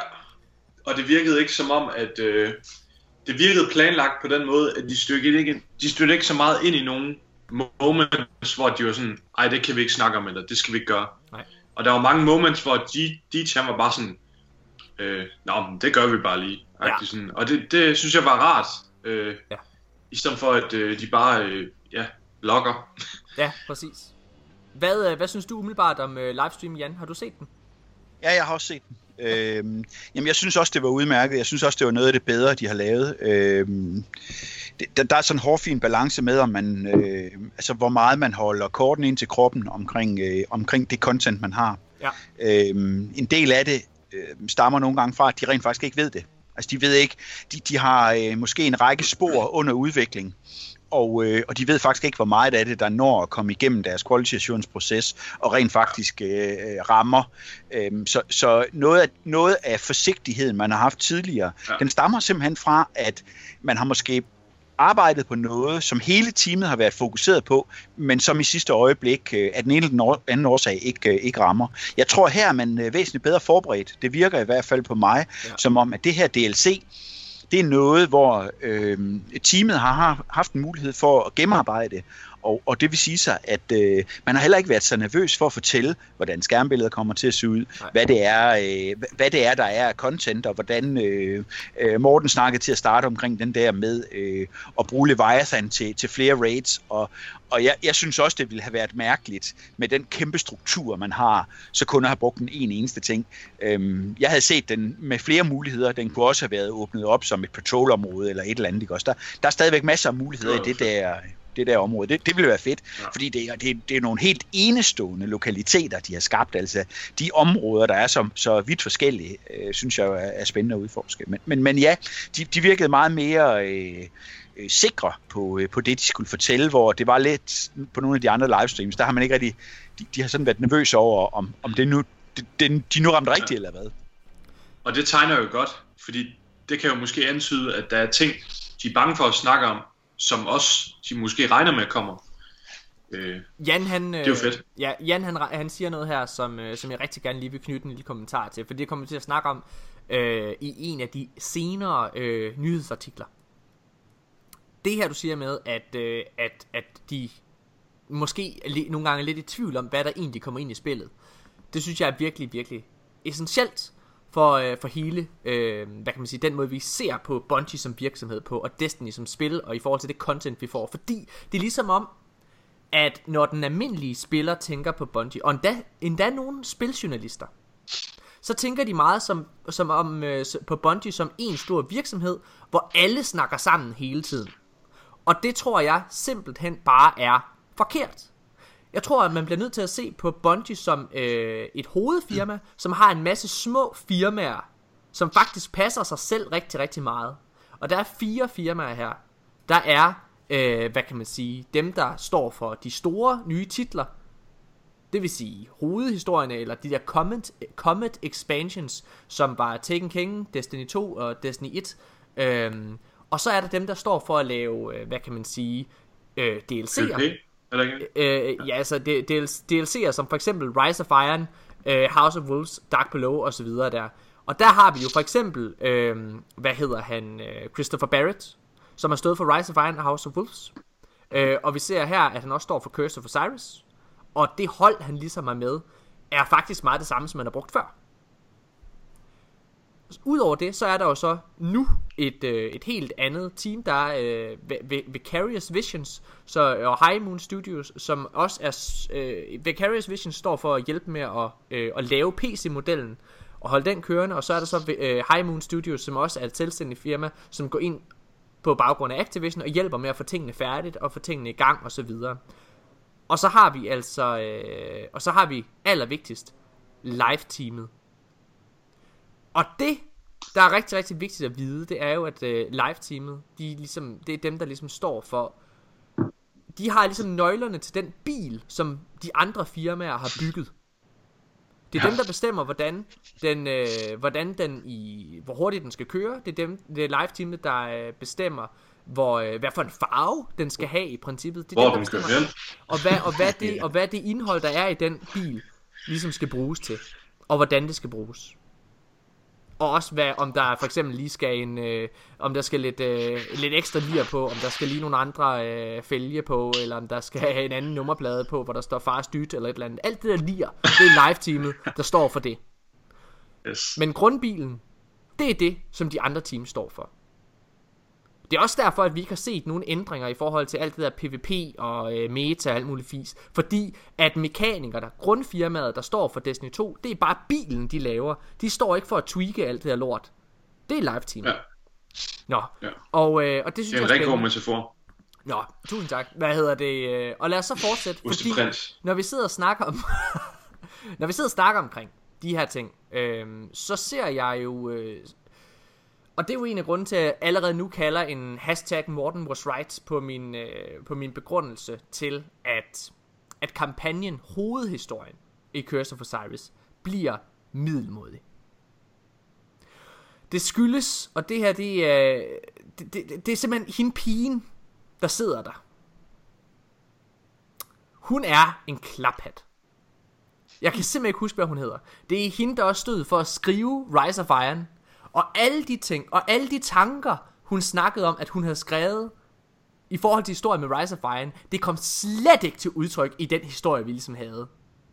Speaker 2: Og det virkede ikke som om, at øh, det virkede planlagt på den måde, at de styrkede ikke, de styrkede ikke så meget ind i nogle moments, hvor de var sådan, ej, det kan vi ikke snakke om, eller det skal vi ikke gøre.
Speaker 1: Nej.
Speaker 2: Og der var mange moments, hvor de, de han var bare sådan, øh, nå, men det gør vi bare lige. Ja. Sådan. Og det, det synes jeg var rart, øh, ja. I stedet for at øh, de bare, øh, ja, logger.
Speaker 1: Ja, præcis. Hvad, hvad synes du umiddelbart om øh, livestream, Jan? Har du set den?
Speaker 3: Ja, jeg har også set den. Øhm, jamen jeg synes også det var udmærket. Jeg synes også det var noget af det bedre de har lavet. Øhm, det, der, der er sådan en hårfin balance med om man, øh, altså hvor meget man holder korten ind til kroppen omkring, øh, omkring det content man har.
Speaker 1: Ja.
Speaker 3: Øhm, en del af det øh, stammer nogle gange fra at de rent faktisk ikke ved det. Altså de ved ikke, de, de har øh, måske en række spor under udvikling. Og, øh, og de ved faktisk ikke, hvor meget af det, der når at komme igennem deres quality assurance proces og rent faktisk øh, rammer. Øhm, så så noget, af, noget af forsigtigheden, man har haft tidligere, ja. Den stammer simpelthen fra, at man har måske arbejdet på noget, som hele teamet har været fokuseret på, men som i sidste øjeblik øh, af den ene eller den anden årsag ikke, øh, ikke rammer. Jeg tror, her er man øh, væsentligt bedre forberedt. Det virker i hvert fald på mig, ja. Som om, at det her D L C, det er noget, hvor øh, teamet har haft en mulighed for at gennemarbejde, og, og det vil sige sig, at øh, man har heller ikke været så nervøs for at fortælle, hvordan skærmbilledet kommer til at se ud, hvad det er, øh, hvad det er, der er af content, og hvordan øh, øh, Morten snakkede til at starte omkring den der med øh, at bruge Leviathan til, til flere raids, og, og jeg, jeg synes også, det ville have været mærkeligt med den kæmpe struktur, man har, så kun at have brugt den en eneste ting. Øhm, jeg havde set den med flere muligheder, den kunne også have været åbnet op som et patrolområde eller et eller andet, ikke også? Der, der er stadigvæk masser af muligheder i det der... det der område. Det, det ville være fedt, ja. Fordi det er, det, det er nogle helt enestående lokaliteter, de har skabt. Altså, de områder, der er så, så vidt forskellige, øh, synes jeg er, er spændende at udforske. Men, men, men ja, de, de virkede meget mere øh, øh, sikre på, øh, på det, de skulle fortælle, hvor det var lidt på nogle af de andre livestreams, der har man ikke rigtig, de, de har sådan været nervøse over, om, om det nu, det, det, de nu ramte rigtigt, ja. Eller hvad.
Speaker 2: Og det tegner jo godt, fordi det kan jo måske antyde, at der er ting, de er bange for at snakke om, som også de måske regner med kommer. Øh,
Speaker 1: Jan han
Speaker 2: det er jo fedt.
Speaker 1: Ja, Jan han han siger noget her som øh, som jeg rigtig gerne lige vil knytte en lille kommentar til, for det kommer vi til at snakke om øh, i en af de senere øh, nyhedsartikler. Det her du siger med at øh, at at de måske li- nogle gange er lidt i tvivl om hvad der egentlig kommer ind i spillet. Det synes jeg er virkelig virkelig essentielt for, øh, for hele, øh, hvad kan man sige, den måde vi ser på Bungie som virksomhed på, og Destiny som spil, og i forhold til det content vi får, fordi det er ligesom om, at når den almindelige spiller tænker på Bungie, og endda, endda nogle spiljournalister, så tænker de meget som, som om, øh, på Bungie som en stor virksomhed, hvor alle snakker sammen hele tiden. Og det tror jeg simpelthen bare er forkert. Jeg tror, at man bliver nødt til at se på Bungie som øh, et hovedfirma, som har en masse små firmaer som faktisk passer sig selv rigtig, rigtig meget. Og der er fire firmaer her. Der er, øh, hvad kan man sige, dem der står for de store nye titler. Det vil sige hovedhistorierne, eller de der Comet, Comet expansions, som var Taken King, Destiny to og Destiny et. Øhm, og så er der dem, der står for at lave, øh, hvad kan man sige, øh, D L C'er. Øh, ja, altså D L C'er som for eksempel Rise of Iron, øh, House of Wolves, Dark Below og så videre der. Og der har vi jo for eksempel, øh, hvad hedder han, øh, Christopher Barrett, som har stået for Rise of Iron og House of Wolves. Øh, og vi ser her, at han også står for Curse of Osiris. Og det hold, han ligesom er med, er faktisk meget det samme, som han har brugt før. Udover det, så er der jo så nu et, øh, et helt andet team, der er øh, Vicarious Visions så, og High Moon Studios, som også er... Øh, Vicarious Visions står for at hjælpe med at, øh, at lave P C-modellen og holde den kørende, og så er der så øh, High Moon Studios, som også er et selvstændigt firma, som går ind på baggrund af Activision og hjælper med at få tingene færdigt og få tingene i gang og så videre. Og så har vi altså, øh, og så har vi allervigtigst live-teamet. Og det, der er rigtig, rigtig vigtigt at vide, det er jo, at øh, live-teamet, de ligesom, det er dem, der ligesom står for, de har ligesom nøglerne til den bil, som de andre firmaer har bygget. Det er dem, der bestemmer, hvordan den, øh, hvordan den i, hvor hurtigt den skal køre. Det er dem, det er live-teamet, der øh, bestemmer, hvor, øh, hvad for en farve den skal have i princippet. Det er
Speaker 2: hvor
Speaker 1: dem, der
Speaker 2: den skal
Speaker 1: bestemmer,
Speaker 2: hen.
Speaker 1: og hvad, og, hvad det, og hvad det indhold, der er i den bil, ligesom skal bruges til. Og hvordan det skal bruges. Og også hvad, om der for eksempel lige skal en, øh, om der skal lidt, øh, lidt ekstra lir på, om der skal lige nogle andre øh, fælge på, eller om der skal have en anden nummerplade på, hvor der står fars dyt eller et eller andet. Alt det der lir, det er live-teamet, der står for det.
Speaker 2: Yes.
Speaker 1: Men grundbilen, det er det, som de andre teams står for. Det er også derfor, at vi ikke har set nogen ændringer i forhold til alt det der PvP og øh, meta og alt muligt fis. Fordi at mekanikere, der grundfirmaet, der står for Destiny to, det er bare bilen, de laver. De står ikke for at tweake alt det der lort. Det er live-team.
Speaker 2: Ja.
Speaker 1: Nå,
Speaker 2: Ja.
Speaker 1: og, øh, og det synes
Speaker 2: Det er
Speaker 1: jeg
Speaker 2: en rigtig god metafor.
Speaker 1: Nå, tusind tak. Hvad hedder det? øh, Og lad os så fortsætte, fordi
Speaker 2: Osteprins.
Speaker 1: når vi sidder og snakker om når vi sidder og snakker omkring de her ting, øh, så ser jeg jo øh, og det er jo en af grunden til, at jeg allerede nu kalder en hashtag Morten was right på min, øh, på min begrundelse til, at, at kampagnen, hovedhistorien i Curse of Osiris, bliver middelmådig. Det skyldes, og det her, det er, det, det, det er simpelthen hende pigen, der sidder der. Hun er en klaphat. Jeg kan simpelthen ikke huske, hvad hun hedder. Det er hende, der også stod for at skrive Rise of Iron. Og alle de ting, og alle de tanker, hun snakkede om, at hun havde skrevet i forhold til historien med Rise of Iron, det kom slet ikke til udtryk i den historie, vi ligesom havde.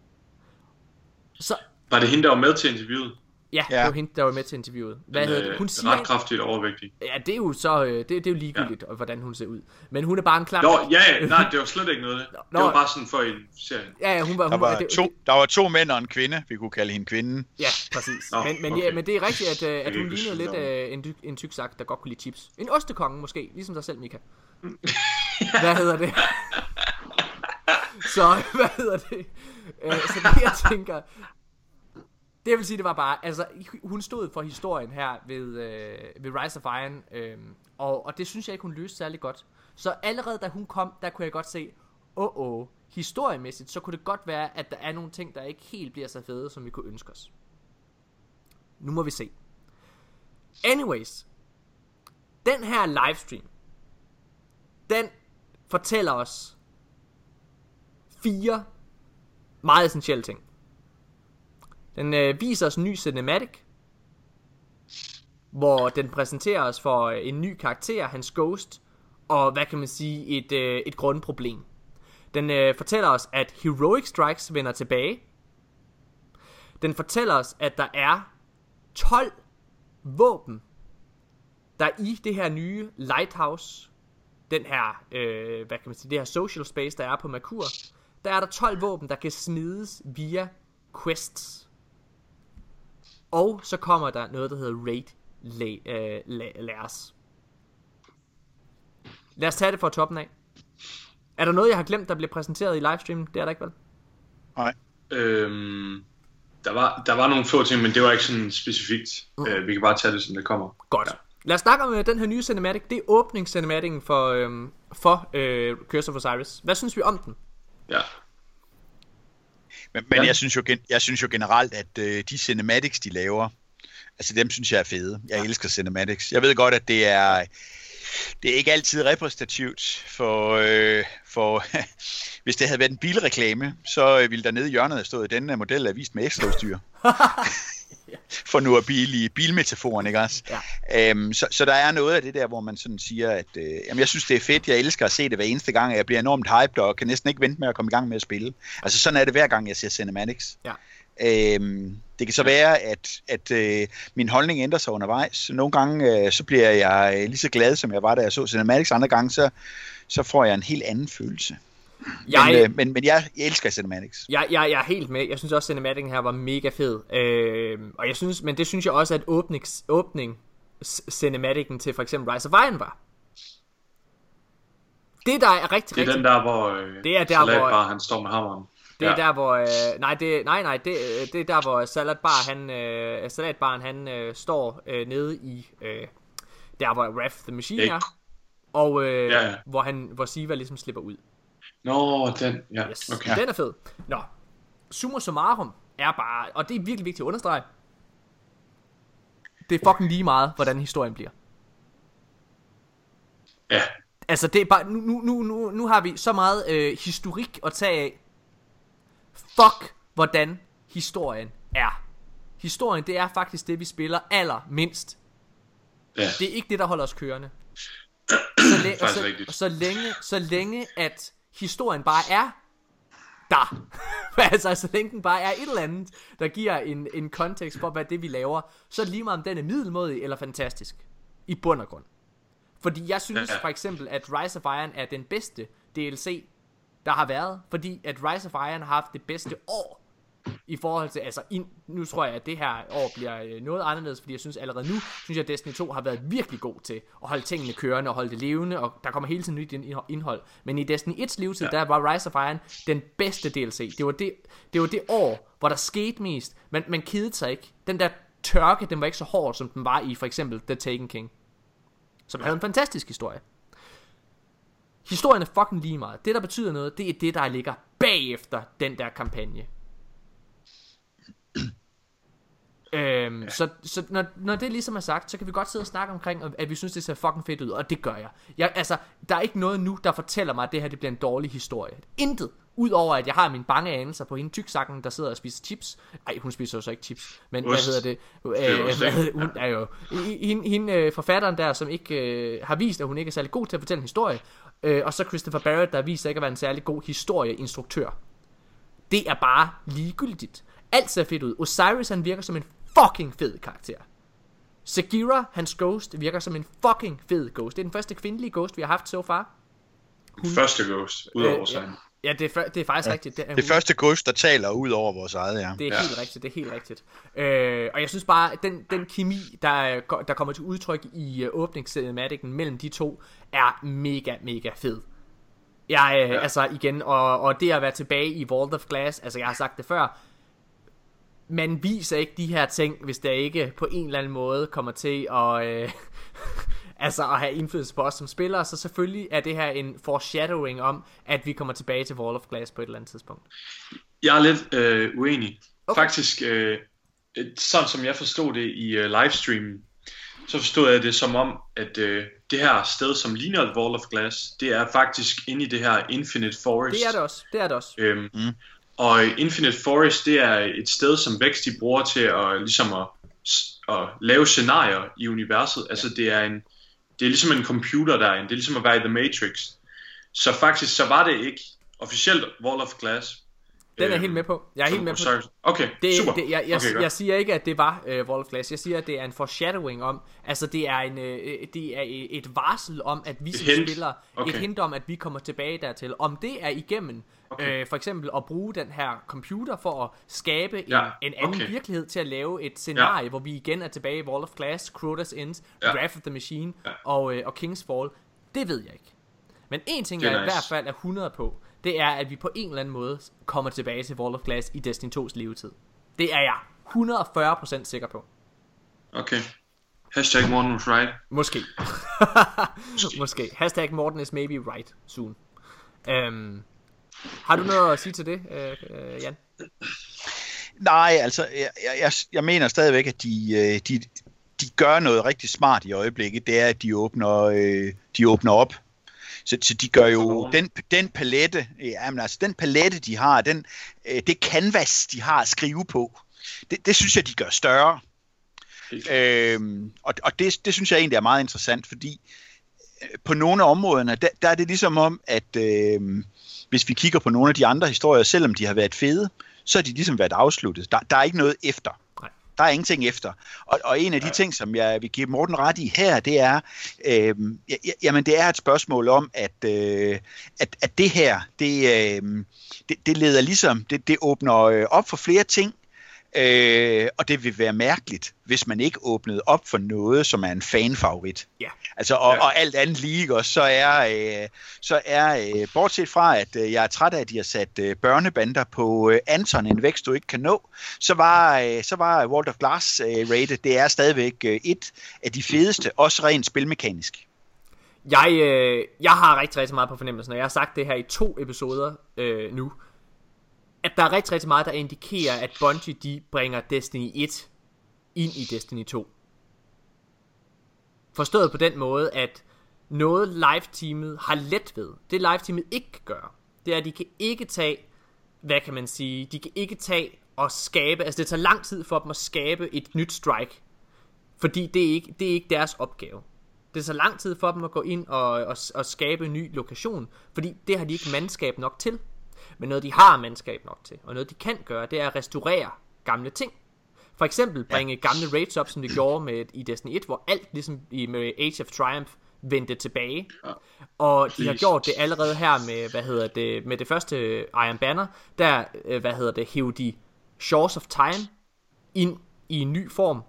Speaker 1: Så
Speaker 2: Var det hende, der var med til interviewet?
Speaker 1: ja, ja. Det var hende, der var med til interviewet. Hvad
Speaker 2: Den,
Speaker 1: hedder det?
Speaker 2: øh,
Speaker 1: Hun siger,
Speaker 2: ret kraftigt overvægtig.
Speaker 1: ja, det er jo så øh, det, det er jo ligegyldigt, ja. Hvordan hun ser ud. Men hun er bare en klar.
Speaker 2: Jo, ja, ja, nej, det var slet ikke noget. Det
Speaker 1: Nå.
Speaker 2: var bare sådan for en serie.
Speaker 1: Ja, ja, hun var,
Speaker 3: Der
Speaker 1: hun,
Speaker 3: var,
Speaker 1: det,
Speaker 3: to, der var to mænd og en kvinde, vi kunne kalde hende kvinden.
Speaker 1: Ja, præcis.
Speaker 2: Nå,
Speaker 1: men, men,
Speaker 2: okay.
Speaker 1: ja, men det er rigtigt, at, øh, at
Speaker 2: kan
Speaker 1: hun
Speaker 2: ikke
Speaker 1: lignede lidt
Speaker 2: huske
Speaker 1: øh, en, dy- en tyk sak, der godt kunne lide chips. En ostekonge måske, ligesom dig selv, Mika. Hvad hedder det? Så, hvad hedder det? Øh, så det jeg tænker, det jeg vil sige, det var bare, altså hun stod for historien her ved, øh, ved Rise of Iron, øh, og, og det synes jeg ikke, hun løste særlig godt. Så allerede da hun kom, der kunne jeg godt se, åh åh, oh, historiemæssigt, så kunne det godt være, at der er nogle ting, der ikke helt bliver så fede, som vi kunne ønske os. Nu må vi se. Anyways, den her livestream, den fortæller os fire meget essentielle ting. Den øh, viser os en ny cinematic, hvor den præsenterer os for en ny karakter, hans Ghost, og hvad kan man sige, et, øh, et grundproblem. Den øh, fortæller os, at Heroic Strikes vender tilbage. Den fortæller os, at der er tolv våben, der er i det her nye Lighthouse, den her, øh, hvad kan man sige, det her social space, der er på Merkur. Der er der tolv våben, der kan smides via quests. Og så kommer der noget, der hedder Raid Lairs. Lad os tage det fra toppen af. Er der noget, jeg har glemt, der bliver præsenteret i livestreamen? Det er der ikke, vel?
Speaker 3: Nej.
Speaker 2: Øhm, Der var, der var nogle få ting, men det var ikke sådan specifikt. Mm. Uh, vi kan bare tage det, som det kommer.
Speaker 1: Godt. Ja. Lad os snakke om uh, den her nye cinematic. Det er åbningscinematikken for, øhm, for uh, Curse of Osiris. Hvad synes vi om den?
Speaker 2: Ja.
Speaker 3: Men, men
Speaker 2: ja.
Speaker 3: jeg, synes jo, jeg synes jo generelt, at øh, de cinematics, de laver, altså dem synes jeg er fede. Jeg ja. elsker cinematics. Jeg ved godt, at det er, det er ikke altid repræsentativt for, øh, for hvis det havde været en bilreklame, så ville der nede i hjørnet have stået, at denne model er vist med ekstraudstyr. For nu at bil i bilmetaforen, ikke også? Ja. Øhm, så, så der er noget af det der, hvor man sådan siger, at øh, jamen, jeg synes, det er fedt, jeg elsker at se det hver eneste gang, jeg bliver enormt hyped og kan næsten ikke vente med at komme i gang med at spille. Altså sådan er det hver gang, jeg ser cinematics. Ja. Øhm, det kan så være, at, at øh, min holdning ændrer sig undervejs. Nogle gange, øh, så bliver jeg lige så glad, som jeg var, da jeg så cinematics. Andre gange, så, så får jeg en helt anden følelse. Jeg, men, øh, men, men jeg, jeg elsker cinematics.
Speaker 1: Jeg, jeg, jeg er helt med. Jeg synes også, cinematikken her var mega fed. Øh, og jeg synes, men det synes jeg også, at åbnings, åbning cinematikken til for eksempel Rise of Iron var. Det der er rigtig,
Speaker 2: det er
Speaker 1: rigtig...
Speaker 2: den der, hvor øh, det er der, hvor bare han står med hammeren.
Speaker 1: Det er ja. der, hvor... Øh, nej, det, nej, nej, det, det er der, hvor Salatbar, han, øh, Salatbaren, han øh, står øh, nede i... Øh, der, hvor Wrath the Machine er. Og øh, ja, ja. Hvor, han, hvor Siva ligesom slipper ud.
Speaker 2: Nå, den, ja,
Speaker 1: yes,
Speaker 2: okay.
Speaker 1: Den er fed. Nå, summa summarum er bare, og det er virkelig vigtigt at understrege, det er fucking lige meget, hvordan historien bliver.
Speaker 2: Ja.
Speaker 1: Altså, det er bare, nu, nu, nu, nu har vi så meget øh, historik at tage af. Fuck, hvordan historien er. Historien, det er faktisk det, vi spiller allermindst.
Speaker 2: Ja.
Speaker 1: Det er ikke det, der holder os kørende. Så, læ- og så,
Speaker 2: og
Speaker 1: så, længe, så længe, at historien bare er der. altså, så længe den bare er et eller andet, der giver en, en kontekst for, hvad det vi laver, så lige meget om den er middelmådig eller fantastisk. I bund og grund. Fordi jeg synes for eksempel, at Rise of Iron er den bedste D L C, der har været. Fordi at Rise of Iron har haft det bedste år i forhold til, altså ind, nu tror jeg, at det her år bliver noget anderledes, fordi jeg synes allerede nu, synes jeg, at Destiny to har været virkelig god til at holde tingene kørende og holde det levende, og der kommer hele tiden nyt indhold. Men i Destiny ets levetid, ja. Der var Rise of Iron den bedste D L C. Det var det, det var det år, hvor der skete mest. Man, man kedede sig ikke. Den der tørke, den var ikke så hård, som den var i for eksempel The Taken King, som havde en fantastisk historie. Historien er fucking lige meget. Det, der betyder noget, det er det, der ligger bagefter den der kampagne. Øhm, ja. Så, så når, når det ligesom er sagt, så kan vi godt sidde og snakke omkring, at vi synes, det ser fucking fedt ud, og det gør jeg. jeg altså, der er ikke noget nu, der fortæller mig, at det her det bliver en dårlig historie. Intet. Udover at jeg har min bange anelser på hende tyksakken, der sidder og spiser chips. Ej, hun spiser jo så ikke chips. Men Ost. Hvad hedder det? Øh, hvad hedder, hun er jo hende, hende øh, forfatteren der, som ikke øh, har vist, at hun ikke er særlig god til at fortælle en historie. Øh, og så Christopher Barrett, der viser ikke at være en særlig god historieinstruktør. Det er bare ligegyldigt. Alt ser fedt ud. Osiris, han virker som en fucking fed karakter. Sagira, hans ghost, virker som en fucking fed ghost. Det er den første kvindelige ghost, vi har haft så so far.
Speaker 2: Hun... Første ghost, udover
Speaker 1: øh,
Speaker 2: sig.
Speaker 1: Ja. Ja, det er, det er faktisk ja. rigtigt.
Speaker 3: Det, er det hun... første ghost, der taler ud over vores eget, ja.
Speaker 1: Det er
Speaker 2: ja.
Speaker 1: helt rigtigt, det er helt rigtigt. Øh, og jeg synes bare, at den, den kemi, der, der kommer til udtryk i uh, åbningscinematikken mellem de to, er mega, mega fed. Jeg, øh, ja. altså igen, og, og det at være tilbage i Vault of Glass, altså jeg har sagt det før, man viser ikke de her ting, hvis der ikke på en eller anden måde kommer til at... Øh, altså at have indflydelse på os som spillere. Så selvfølgelig er det her en foreshadowing om, at vi kommer tilbage til Wall of Glass på et eller andet tidspunkt.
Speaker 2: Jeg er lidt øh, uenig. Okay. Faktisk, øh, sådan som jeg forstod det i øh, livestreamen, så forstod jeg det som om, at øh, det her sted, som ligner et Wall of Glass, det er faktisk inde i det her Infinite Forest.
Speaker 1: Det er det også, det er det også.
Speaker 2: Øhm, mm. Og Infinite Forest, det er et sted, som Vex de bruger til at, ligesom at, at lave scenarier i universet. Ja. Altså det er en Det er ligesom en computer derinde. Det er ligesom at være i The Matrix. Så faktisk, så var det ikke officielt Wall of Glass.
Speaker 1: Den er jeg helt med på. Jeg er helt med på.
Speaker 2: Okay,
Speaker 1: det,
Speaker 2: super.
Speaker 1: Det, jeg, jeg,
Speaker 2: okay,
Speaker 1: jeg siger ikke, at det var uh, Wall of Glass. Jeg siger, at det er en foreshadowing om, altså det er, en, uh, det er et varsel om, at vi som spiller, okay. et hint om, at vi kommer tilbage dertil. Om det er igennem, okay. uh, for eksempel at bruge den her computer for at skabe
Speaker 2: ja,
Speaker 1: en, en anden okay. virkelighed til at lave et scenarie, ja. hvor vi igen er tilbage i Wall of Glass, Crota's End, ja. Wrath of the Machine ja. og, uh, og King's Fall. Det ved jeg ikke. Men en ting, jeg nice. i hvert fald er hundrede på, det er, at vi på en eller anden måde kommer tilbage til Wall of Glass i Destiny to's levetid. Det er jeg hundrede og fyrre procent sikker på.
Speaker 2: Okay. Hashtag Morten was right.
Speaker 1: Måske. Måske. Hashtag Morten is maybe right soon. Um, har du noget at sige til det, uh, uh, Jan?
Speaker 3: Nej, altså, jeg, jeg, jeg mener stadigvæk, at de, de, de gør noget rigtig smart i øjeblikket. Det er, at de åbner, øh, de åbner op. Så, så de gør jo den, den palette, jamen altså den palette, de har, den, øh, det canvas, de har at skrive på, det, det synes jeg, de gør større. Øhm, og og det, det synes jeg egentlig er meget interessant, fordi på nogle af områderne, der, der er det ligesom om, at øh, hvis vi kigger på nogle af de andre historier, selvom de har været fede, så har de ligesom været afsluttet. Der, der er ikke noget efter.
Speaker 1: Nej.
Speaker 3: Der er ingenting efter. Og, og en af de ting, som jeg vil give Morten ret i her, det er, øh, jamen det er et spørgsmål om, at, øh, at, at det her, det, øh, det, det leder ligesom, det, det åbner op for flere ting, øh, og det vil være mærkeligt, hvis man ikke åbnede op for noget, som er en fanfavorit.
Speaker 1: Ja.
Speaker 3: Altså, og,
Speaker 2: Ja.
Speaker 3: og alt andet lige også, så er, øh, så er øh, bortset fra, at øh, jeg er træt af, at de har sat øh, børnebander på øh, Anton, en vækst, du ikke kan nå, så var, øh, så var World of Glass øh, rated, det er stadigvæk øh, et af de fedeste, også rent spilmekanisk.
Speaker 1: Jeg, øh, jeg har rigtig, rigtig meget på fornemmelsen, og jeg har sagt det her i to episoder øh, nu, at der er rigtig, rigtig meget, der indikerer, at Bungie, de bringer Destiny et ind i Destiny to. Forstået på den måde, at noget live-teamet har let ved, det live-teamet ikke kan gøre, det er, at de kan ikke tage, hvad kan man sige, de kan ikke tage og skabe, altså det tager lang tid for dem at skabe et nyt strike, fordi det er ikke, det er ikke deres opgave. Det tager lang tid for dem at gå ind og, og, og skabe en ny lokation, fordi det har de ikke mandskab nok til. Men noget de har mandskab nok til, og noget de kan gøre, det er at restaurere gamle ting. For eksempel bringe ja. gamle raids op, som de gjorde med i Destiny et, hvor alt ligesom i med Age of Triumph vendte tilbage. Ja. Og de Please. har gjort det allerede her med, hvad hedder det, med det første Iron Banner, der, hvad hedder det, hæv de Shores of Time ind i en ny form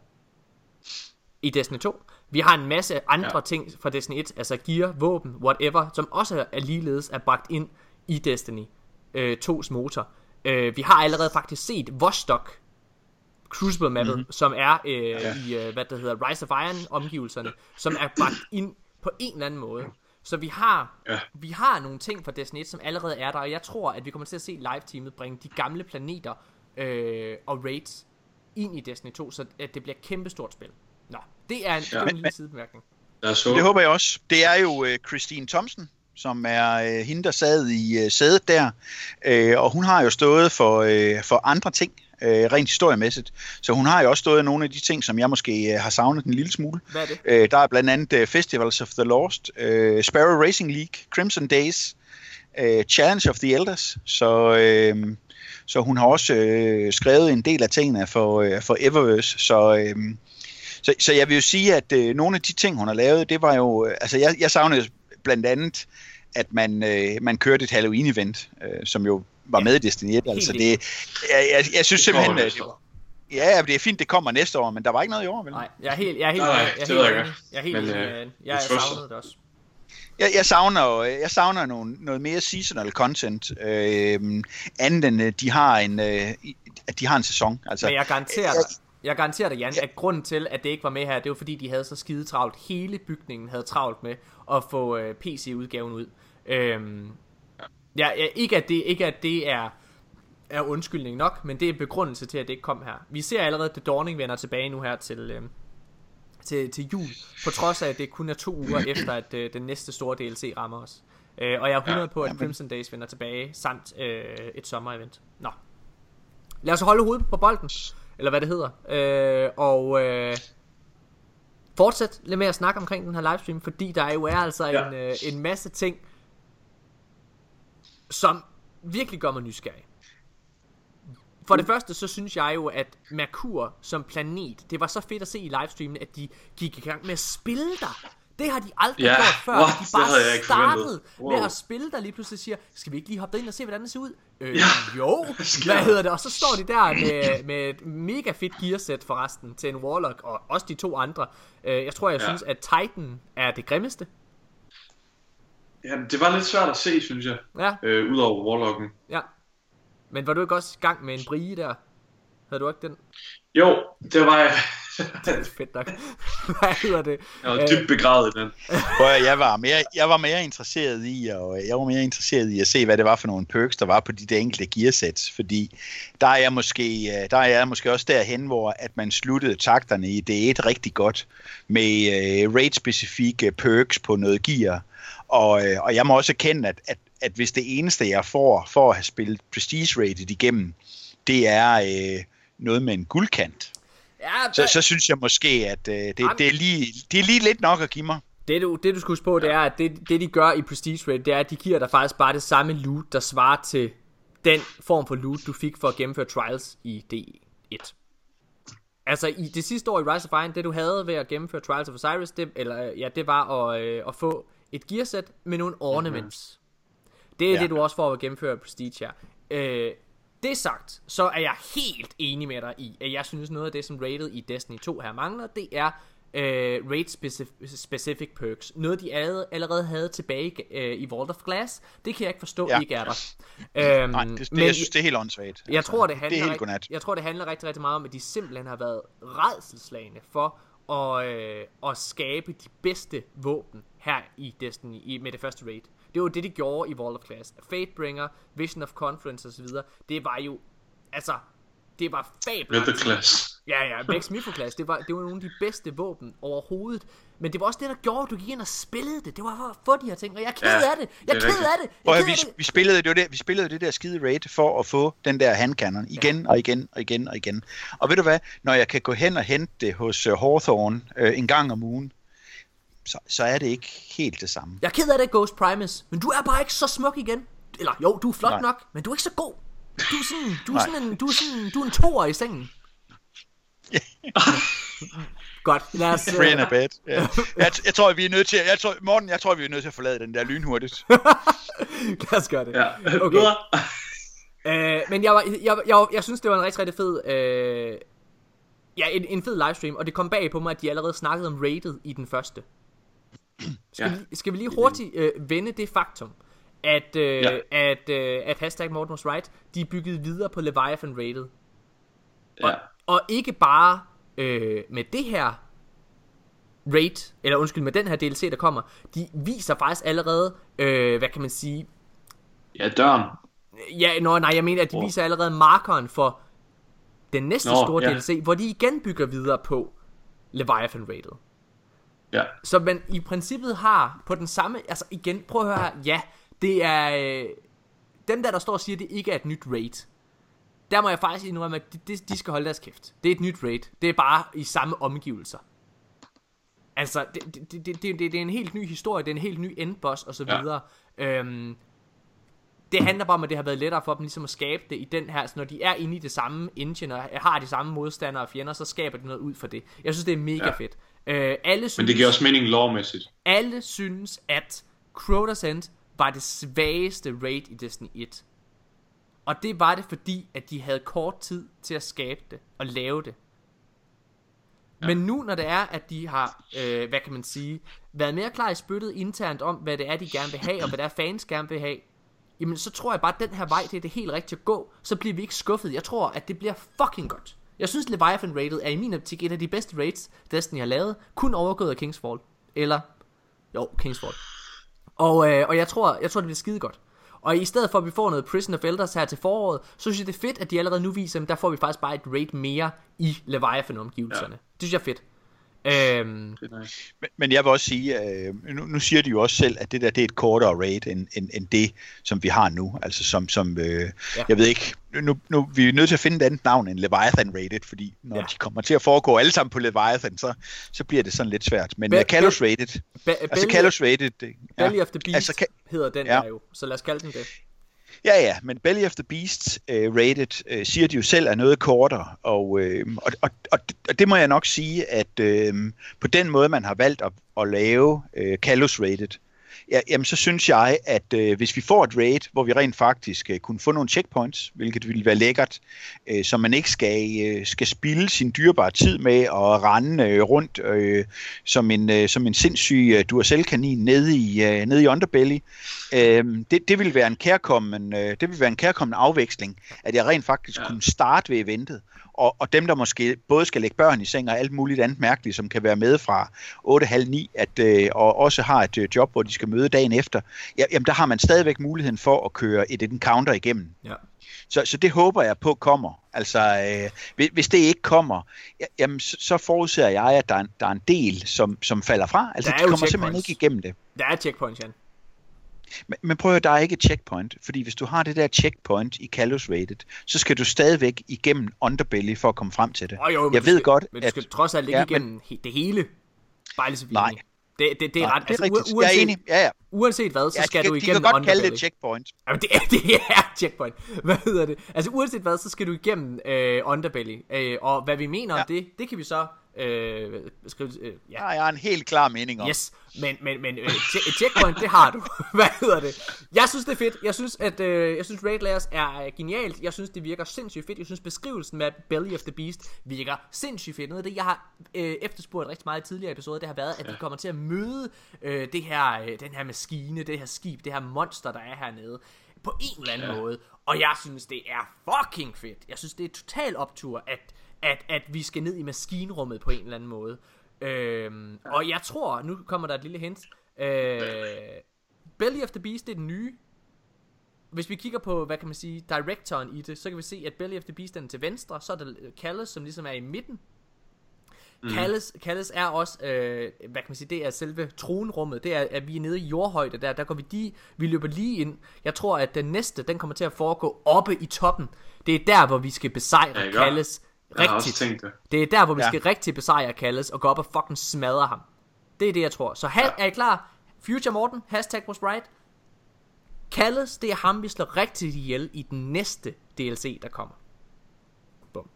Speaker 1: i Destiny to. Vi har en masse andre ja. ting fra Destiny et, altså gear, våben, whatever, som også er ligeledes er bragt ind i Destiny øh, to's motor. Øh, vi har allerede faktisk set Vostok Crucible mappet, mm-hmm. som er øh, ja. i øh, hvad det hedder Rise of Iron omgivelserne, som er bragt ind på en eller anden måde. Så vi har ja. vi har nogle ting fra Destiny et, som allerede er der, og jeg tror, at vi kommer til at se live-teamet bringe de gamle planeter øh, og raids ind i Destiny to, så at det bliver et kæmpestort spil. Nå, det er en, ja. en lille sidebemærkning.
Speaker 3: Det håber jeg også. Det er jo uh, Christine Thompson, som er uh, hende, der sad i uh, sædet der, uh, og hun har jo stået for, uh, for andre ting, uh, rent historiemæssigt. Så hun har jo også stået i nogle af de ting, som jeg måske uh, har savnet en lille smule.
Speaker 1: Hvad er det?
Speaker 3: Uh, der er blandt andet uh, Festivals of the Lost, uh, Sparrow Racing League, Crimson Days, uh, Challenge of the Elders, så... Uh, Så hun har også øh, skrevet en del af tingene for, øh, for Eververse. Så, øh, så, så jeg vil jo sige, at øh, nogle af de ting, hun har lavet, det var jo... Øh, altså, jeg, jeg savnede blandt andet, at man, øh, man kørte et Halloween-event, øh, som jo var ja, med i Destiny et. Altså, det, jeg, jeg, jeg synes det simpelthen... At, ja, det er fint, det kommer næste år, men der var ikke noget i år, vel?
Speaker 1: Nej, jeg er helt... Jeg er helt,
Speaker 2: Nej,
Speaker 1: jeg er helt,
Speaker 2: det ved jeg
Speaker 1: enig.
Speaker 2: godt.
Speaker 1: Jeg er helt
Speaker 2: Men,
Speaker 1: enig.
Speaker 2: øh,
Speaker 1: Jeg, jeg savnede det også.
Speaker 3: Jeg, jeg savner, jeg savner nogle, noget mere seasonal content, øh, andet end de har en, øh, at de har en sæson. Altså,
Speaker 1: Men jeg garanterer dig, jeg garanterer dig, Jan, at grunden til, at det ikke var med her, det var fordi, de havde så skide travlt. Hele bygningen havde travlt med at få øh, P C-udgaven ud. Øhm, ja, ja, ikke at det, ikke at det er, er undskyldning nok, men det er begrundelse til, at det ikke kom her. Vi ser allerede, at The Dawning vender tilbage nu her til... Øh, Til, til jul, på trods af at det kun er to uger efter at øh, den næste store D L C rammer os, øh, og jeg er hundrede ja, på at Crimson Days vender tilbage samt øh, et sommerevent. Nå, lad os holde hovedet på bolden, eller hvad det hedder, øh, og øh, fortsæt lidt med at snakke omkring den her livestream, fordi der jo er altså ja. en, øh, en masse ting, som virkelig gør mig nysgerrig. For det første, så synes jeg jo, at Merkur som planet, det var så fedt at se i livestreamen, at de gik i gang med at spille der. Det har de aldrig
Speaker 2: yeah.
Speaker 1: gjort før.
Speaker 2: What?
Speaker 1: De bare startede
Speaker 2: wow.
Speaker 1: med at spille der lige pludselig siger, skal vi ikke lige hoppe ind og se, hvordan det ser ud? Øh,
Speaker 2: ja.
Speaker 1: Jo, hvad hedder det? Og så står de der med, med et mega fedt gearsæt forresten til en Warlock, og også de to andre. Øh, jeg tror, jeg ja. synes, at Titan er det grimmeste.
Speaker 2: Ja, det var lidt svært at se, synes jeg.
Speaker 1: Ja.
Speaker 2: Øh, Udover Warlocken.
Speaker 1: Ja. Men var du ikke også i gang med en brie der? Havde du ikke den?
Speaker 2: Jo, det var jeg.
Speaker 1: Det er fedt nok. Hvad hedder det?
Speaker 2: Jeg var dybt begravet i den.
Speaker 3: Jeg var mere, jeg var mere interesseret i, og jeg var mere interesseret i at se, hvad det var for nogle perks, der var på de der enkelte gearsets, fordi der er jeg måske, der er jeg måske også derhen, hvor at man sluttede takterne i D et rigtig godt med uh, raid-specifikke perks på noget gear, og, uh, og jeg må også erkende, at, at, at hvis det eneste, jeg får for at have spillet Prestige Rated igennem, det er uh, noget med en guldkant,
Speaker 1: ja,
Speaker 3: så, så synes jeg måske, at uh, det, det, er lige, det er lige lidt nok at give mig.
Speaker 1: Det du, det du skal huske på, det er, at det, det de gør i Prestige Raid, det er, at de giver dig faktisk bare det samme loot, der svarer til den form for loot, du fik for at gennemføre Trials i D et. Altså i det sidste år i Rise of Iron, det du havde ved at gennemføre Trials of Osiris, det, eller, ja, det var at, øh, at få et gearset med nogle ornaments. Mm-hmm. Det er ja. det, du også får at gennemføre Prestige her. Øh, det sagt, så er jeg helt enig med dig i, at jeg synes noget af det, som rated i Destiny to her mangler, det er Uh, raid specific, specific perks. Noget de allerede havde tilbage uh, i Vault of Glass. Det kan jeg ikke forstå ja. ikke er der. um,
Speaker 3: Nej, det, det,
Speaker 1: men
Speaker 3: jeg synes det er helt åndssvagt.
Speaker 1: Jeg altså, tror det handler
Speaker 3: det er helt
Speaker 1: rigt, Jeg tror det handler rigtig rigtig meget om, at de simpelthen har været rædselslagende for at, uh, at skabe de bedste våben her i Destiny i, med det første raid. Det var det de gjorde i Vault of Glass. Fatebringer, Vision of Conference og så videre. Det var jo altså det var fabelagtigt.
Speaker 2: Class.
Speaker 1: Ja, ja, Vex Mifo-Class, det var, det var nogle af de bedste våben overhovedet. Men det var også det, der gjorde, at du gik ind og spillede det. Det var for at få de her ting, og jeg er ked
Speaker 2: ja,
Speaker 1: af det. Jeg er ked af det.
Speaker 3: Jeg er ked af det. Vi, vi, spillede det, vi spillede det der skide raid for at få den der handcannon igen ja. og igen og igen og igen. Og ved du hvad, når jeg kan gå hen og hente det hos uh, Hawthorne uh, en gang om ugen, så, så er det ikke helt det samme.
Speaker 1: Jeg er ked af det, Ghost Primus, men du er bare ikke så smuk igen. Eller jo, du er flot Nej. nok, men du er ikke så god. Du er sådan, du er sådan en, du er sådan, du er en toer i sengen. Godt, lad os...
Speaker 3: Uh... Friend bed. Yeah. jeg, jeg tror, vi er nødt til... Jeg tror, Morten, jeg tror, vi er nødt til at forlade den der lynhurtigt.
Speaker 1: Lad os gøre det.
Speaker 2: Ja.
Speaker 1: Okay. uh, men jeg, var, jeg, jeg, jeg synes, det var en rigtig, rigtig fed... Uh... Ja, en, en fed livestream, og det kom bag på mig, at de allerede snakkede om rated i den første. Skal, ja. vi, skal vi lige hurtigt uh, vende det faktum, at, uh, ja. at, uh, at hashtag Morten was right, de byggede videre på Leviathan rated. Og, ja. og ikke bare øh, med det her raid, eller undskyld, med den her D L C, der kommer, de viser faktisk allerede, øh, hvad kan man sige?
Speaker 2: Ja, døren.
Speaker 1: Ja, nå, nej, jeg mener, at de oh. viser allerede markeren for den næste nå, store ja. D L C, hvor de igen bygger videre på Leviathan rated.
Speaker 2: Ja.
Speaker 1: Så man i princippet har på den samme, altså igen, prøv at høre her, ja, det er, øh, dem der, der står og siger, at det ikke er et nyt raid. Der må jeg faktisk indrømme, at de, de skal holde deres kæft. Det er et nyt raid. Det er bare i samme omgivelser. Altså, det, det, det, det, det, det er en helt ny historie. Det er en helt ny endboss og så videre. Ja. Øhm, det handler bare om, at det har været lettere for dem ligesom at skabe det i den her. Så når de er inde i det samme engine og har de samme modstandere og fjender, så skaber de noget ud for det. Jeg synes, det er mega ja. fedt. Øh, alle synes,
Speaker 2: Men det giver også mening lovmæssigt.
Speaker 1: Alle synes, at Crota's End var det svageste raid i Destiny et. Og det var det, fordi at de havde kort tid til at skabe det og lave det. Ja. Men nu, når det er, at de har, øh, hvad kan man sige, været mere klar i spyttet internt om, hvad det er, de gerne vil have, og hvad der er fans gerne vil have, jamen så tror jeg bare, at den her vej, det er det helt rigtigt at gå. Så bliver vi ikke skuffet. Jeg tror, at det bliver fucking godt. Jeg synes, Leviathan rated er i min optik et af de bedste raids, Destiny har lavet. Kun overgået af Kingsfall. Eller, jo, Kingsfall. Og, øh, og jeg tror, jeg tror, det bliver skide godt. Og i stedet for at vi får noget Prison of Elders her til foråret, så synes jeg det er fedt, at de allerede nu viser, at der får vi faktisk bare et raid mere i Leviathan-omgivelserne. Ja. Det synes jeg er fedt. Øhm...
Speaker 3: men, men jeg vil også sige, øh, nu, nu siger de jo også selv, at det der det er et kortere raid end, end, end det, som vi har nu. Altså som, som øh, ja. jeg ved ikke, nu, nu vi er nødt til at finde et andet navn end Leviathan rated, fordi når ja. de kommer til at foregå alle sammen på Leviathan, så, så bliver det sådan lidt svært. Men Be- Kalos rated, Be- altså Kalos rated,
Speaker 1: det, ja, Belly of the Beast altså, ka- hedder den ja. der jo, så lad os kalde den det.
Speaker 3: Ja, ja, men Belly of the Beast uh, rated uh, siger de jo selv er noget kortere, og, uh, og, og, og, og det må jeg nok sige, at uh, på den måde, man har valgt at, at lave uh, Kalos rated, ja, jamen så synes jeg, at øh, hvis vi får et raid, hvor vi rent faktisk øh, kunne få nogle checkpoints, hvilket ville være lækkert, øh, så man ikke skal, øh, skal spilde sin dyrebare tid med at rende øh, rundt øh, som, en, øh, som en sindssyg øh, Duracell-kanin nede i, øh, nede i Underbelly. Øh, det, det ville være en kærkommen, øh, det ville være en kærkommen afveksling, at jeg rent faktisk ja. kunne starte ved eventet. Og, og dem, der måske både skal lægge børn i seng og alt muligt andet mærkeligt, som kan være med fra otte halv ni, at, øh, og også har et øh, job, hvor de skal møde dagen efter, ja, jamen der har man stadigvæk muligheden for at køre et encounter igennem. Ja. Så, så det håber jeg på kommer. Altså, øh, hvis, hvis det ikke kommer, ja, jamen, så, så forudser jeg, at der er en, der er en del, som, som falder fra. Altså, de kommer simpelthen ikke igennem det.
Speaker 1: Der er checkpoints, Jan.
Speaker 3: Men, men prøv at høre, der er ikke et checkpoint, fordi hvis du har det der checkpoint i Kalos Rated, så skal du stadigvæk igennem Underbelly for at komme frem til det.
Speaker 1: Oh, jo,
Speaker 3: jeg ved
Speaker 1: skal,
Speaker 3: godt,
Speaker 1: men du skal at, trods alt ikke ja, igennem men, det hele. Bare lige så
Speaker 3: nej.
Speaker 1: Det, det, det er
Speaker 3: nej,
Speaker 1: ret.
Speaker 3: Det er
Speaker 1: altså,
Speaker 3: rigtigt. Uanset, jeg er enig. Ja, ja.
Speaker 1: Uanset hvad, så
Speaker 3: ja,
Speaker 1: skal
Speaker 3: de,
Speaker 1: du igennem
Speaker 3: Underbelly. De kan godt
Speaker 1: Underbelly.
Speaker 3: kalde det checkpoint.
Speaker 1: Jamen, det er, det er checkpoint. Hvad hedder det? Altså uanset hvad, så skal du igennem øh, Underbelly. Øh, og hvad vi mener ja. om det, det kan vi så øh, skrive. Øh, ja.
Speaker 3: Nej, jeg har en helt klar mening om.
Speaker 1: Yes, men, men, men øh, checkpoint, det har du. Hvad hedder det? Jeg synes, det er fedt. Jeg synes, at øh, jeg synes Raid Layers er genialt. Jeg synes, det virker sindssygt fedt. Jeg synes, beskrivelsen med Belly of the Beast virker sindssygt fedt. Noget af det, jeg har øh, efterspurgt rigtig meget i tidligere episoder, det har været, at vi kommer til at møde øh, det her, øh, den her maskine, det her skib, det her monster, der er hernede, på en eller anden ja. måde. Og jeg synes, det er fucking fedt. Jeg synes, det er total optur, at, at, at vi skal ned i maskinrummet på en eller anden måde. Øhm, og jeg tror, nu kommer der et lille hint. øh, Belly of the Beast, det er den nye. Hvis vi kigger på, hvad kan man sige, directoren i det, så kan vi se, at Belly of the Beast er til venstre. Så er der Calus, som ligesom er i midten. mm. Calus, Calus er også øh, hvad kan man sige, det er selve tronrummet. Det er, at vi er nede i jordhøjde der. Der går vi de, vi løber lige ind. Jeg tror, at den næste, den kommer til at foregå oppe i toppen. Det er der, hvor vi skal besejre ja, Calus rigtigt. Det. det er der, hvor vi ja. skal rigtig besejre Calus og gå op og fucking smadre ham. Det er det, jeg tror. Så ha- ja. er I klar? Future Morten, hashtag was right. Calus, det er ham, vi slår rigtig ihjel i den næste D L C, der kommer. Bum.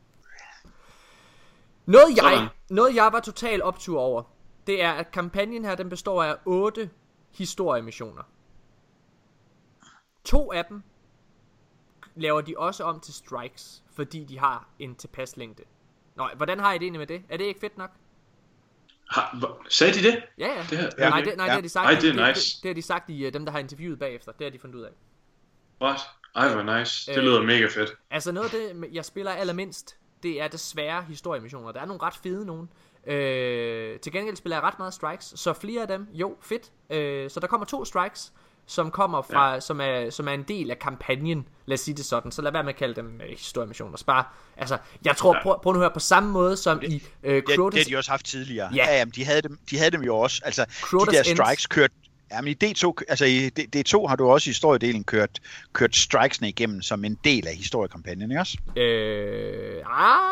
Speaker 1: Noget jeg, noget jeg var total optur over, det er, at kampagnen her, den består af otte historiemissioner. To af dem laver de også om til strikes, fordi de har en tilpas længde. Nå, hvordan har I det egentlig med det? Er det ikke fedt nok?
Speaker 2: Har, sagde de det?
Speaker 1: Ja, ja.
Speaker 2: Det her,
Speaker 1: ja. Nej, det, nej, ja. det har de sagt.
Speaker 2: Ej, det er nice.
Speaker 1: Det, det, det har de sagt i uh, dem, der har interviewet bagefter. Det har de fundet ud af.
Speaker 2: What? Ej, hvor nice. Det øh, lyder mega fedt.
Speaker 1: Altså noget af det, jeg spiller allermindst, det er desværre historiemissioner. Der er nogle ret fede nogen. Øh, til gengæld spiller jeg ret meget strikes, så flere af dem, jo, fedt. Øh, så der kommer to strikes, som kommer fra, ja. som, er, som er en del af kampagnen, lad os sige det sådan. Så lad være med at kalde dem øh, historiemissioner. Bare, altså, jeg tror, ja. prøv, prøv nu at høre, på samme måde som det, i øh, Crotus.
Speaker 3: Det, det har de også haft tidligere.
Speaker 1: Ja,
Speaker 3: ja jamen, de havde dem, de havde dem jo også. Altså,
Speaker 1: Crotus
Speaker 3: de der strikes kørte. Jamen i D to, altså i D to har du også i historiedelen kørt, kørt strikesene igennem som en del af historiekampagnen, ikke også?
Speaker 1: Øh, ej,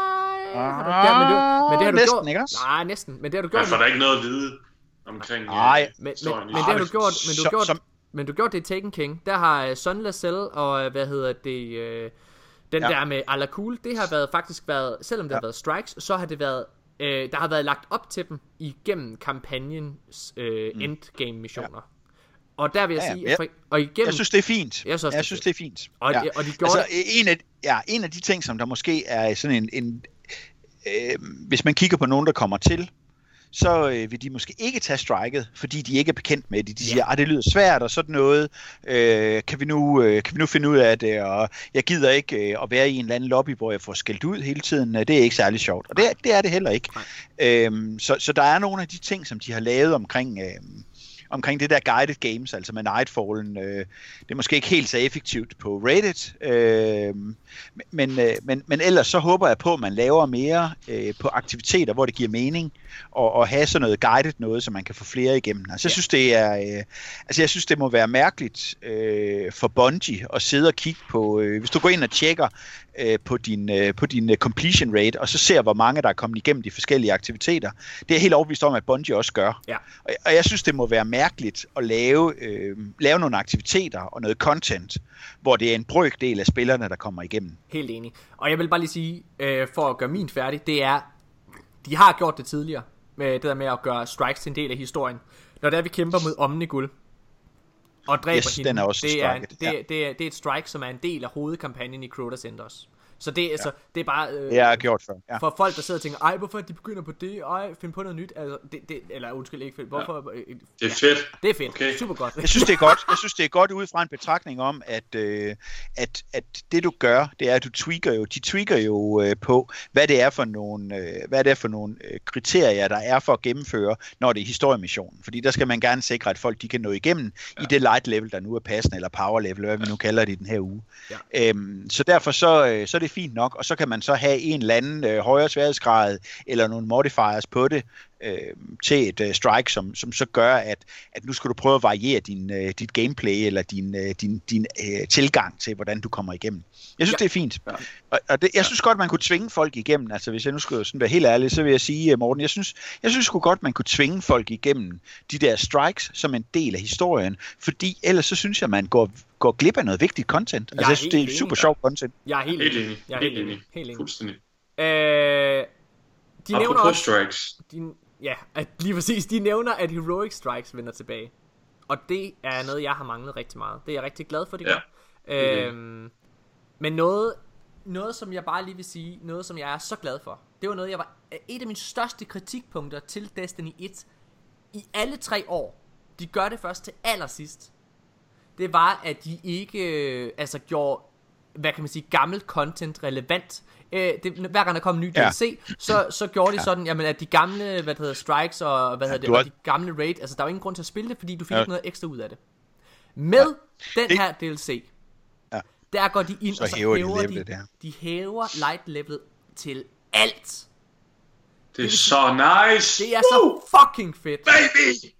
Speaker 1: har du, der, men, du, men det har du
Speaker 3: næsten,
Speaker 1: gjort.
Speaker 3: Ikke også?
Speaker 1: Nej, næsten, men det har du gjort.
Speaker 2: Jeg får da ikke noget at vide omkring
Speaker 3: nej,
Speaker 1: men, men, men, men det har du gjort, men du har gjort, som, men du gjort det i Taken King. Der har Son Lacelle og hvad hedder det, øh, den ja. der med Ala Cool, det har været faktisk været, selvom det ja. har været strikes, så har det været Øh, der har været lagt op til dem igennem kampagnens øh, mm. endgame missioner. Ja. Og der vil jeg ja, sige,
Speaker 3: ja.
Speaker 1: For, og igennem,
Speaker 3: jeg synes det er fint.
Speaker 1: Jeg synes,
Speaker 3: jeg synes det er fint.
Speaker 1: Og,
Speaker 3: ja.
Speaker 1: og de gjorde
Speaker 3: altså, en af ja, en af de ting, som der måske er sådan en, en øh, hvis man kigger på nogen, der kommer til, så øh, vil de måske ikke tage striket, fordi de ikke er bekendt med det. De siger, at det lyder svært og sådan noget. Øh, kan, vi nu, øh, kan vi nu finde ud af det? Og jeg gider ikke øh, at være i en eller anden lobby, hvor jeg får skældt ud hele tiden. Det er ikke særlig sjovt. Og det, det er det heller ikke. Øh, så, så der er nogle af de ting, som de har lavet omkring... Øh, omkring det der guided games, altså med Nightfallen. Øh, det er måske ikke helt så effektivt på Reddit, øh, men, øh, men, men ellers så håber jeg på, at man laver mere øh, på aktiviteter, hvor det giver mening, og, og have sådan noget guided noget, så man kan få flere igennem. Altså jeg synes, det er, øh, altså jeg synes, det må være mærkeligt øh, for Bungie at sidde og kigge på, øh, hvis du går ind og tjekker øh, på din, øh, på din completion rate, og så ser, hvor mange der er kommet igennem de forskellige aktiviteter. Det er helt overbevist om, at Bungie også gør.
Speaker 1: Ja.
Speaker 3: Og, og jeg synes, det må være mærkeligt at lave, øh, lave nogle aktiviteter og noget content, hvor det er en brøkdel af spillerne, der kommer igennem.
Speaker 1: Helt enig. Og jeg vil bare lige sige, øh, for at gøre min færdig, det er, de har gjort det tidligere, med det der med at gøre strikes til en del af historien. Når der vi kæmper mod Omnigul, og dræber
Speaker 3: yes,
Speaker 1: hende.
Speaker 3: Den er også
Speaker 1: det, er,
Speaker 3: striket,
Speaker 1: det,
Speaker 3: ja.
Speaker 1: det, det, er, det er et strike, som er en del af hovedkampagnen i Crota Centers. Så det, ja. altså, det er bare... Øh,
Speaker 3: det er gjort før, ja.
Speaker 1: For folk, der sidder og tænker, ej, hvorfor de begynder på det? Ej, find på noget nyt. Altså, det, det, eller undskyld, ikke fedt. Hvorfor?
Speaker 2: Ja. Det er fedt.
Speaker 1: Ja, det er fedt.
Speaker 2: Okay.
Speaker 1: Super godt.
Speaker 3: Jeg synes, det er godt. Jeg synes, det er godt ud fra en betragtning om, at, øh, at, at det du gør, det er, at du tweaker jo, de tweaker jo øh, på, hvad det er for nogle, øh, hvad det er for nogle øh, kriterier, der er for at gennemføre, når det er historiemissionen. Fordi der skal man gerne sikre, at folk de kan nå igennem ja. i det light level, der nu er passende, eller power level, hvad vi nu kalder det i den her uge. Ja. Øhm, så derfor så, øh, så er det fint nok, og så kan man så have en eller anden øh, højere sværhedsgrad, eller nogle modifiers på det, øh, til et øh, strike, som, som så gør, at, at nu skal du prøve at variere din, øh, dit gameplay, eller din, øh, din, din øh, tilgang til, hvordan du kommer igennem. Jeg synes, ja. det er fint. Ja. Og, og det, jeg synes godt, man kunne tvinge folk igennem, altså hvis jeg nu skulle sådan være helt ærlig, så vil jeg sige, Morten, jeg synes, jeg synes sgu godt, man kunne tvinge folk igennem de der strikes, som en del af historien, fordi ellers så synes jeg, man går, går glip af noget vigtigt content. Altså jeg synes, det er super sjovt content.
Speaker 1: Jeg er helt
Speaker 2: Helt
Speaker 1: enig.
Speaker 2: enig.
Speaker 1: Jeg er
Speaker 2: Helt
Speaker 1: helt
Speaker 2: enig.
Speaker 1: enig. Helt enig.
Speaker 2: Fuldstændig.
Speaker 1: Øh, de nævner
Speaker 2: Apropos
Speaker 1: også,
Speaker 2: strikes.
Speaker 1: de, ja, at lige præcis, de nævner, at Heroic Strikes vender tilbage. Og det er noget, jeg har manglet rigtig meget. Det er jeg rigtig glad for, de
Speaker 2: Ja.
Speaker 1: gør. Øhm, men noget, noget, som jeg bare lige vil sige, noget, som jeg er så glad for, det var noget, jeg var et af mine største kritikpunkter til Destiny et i alle tre år. De gør det først til allersidst. Det var, at de ikke øh, altså gjorde, hvad kan man sige, gammelt content relevant. Øh, det, hver gang der kom en ny D L C, ja. så, så gjorde de ja. sådan, jamen, at de gamle, hvad det hedder, strikes og, hvad ja, hedder det, og de gamle raid, altså der var ingen grund til at spille det, fordi du fik ja. ikke noget ekstra ud af det. Med ja. den det... her D L C, ja. der går de ind, så og så hæver, hæver de, levelet, de, de hæver light levelet til alt.
Speaker 2: Det er det, så nice.
Speaker 1: Det er Woo! Så fucking fedt.
Speaker 2: Baby!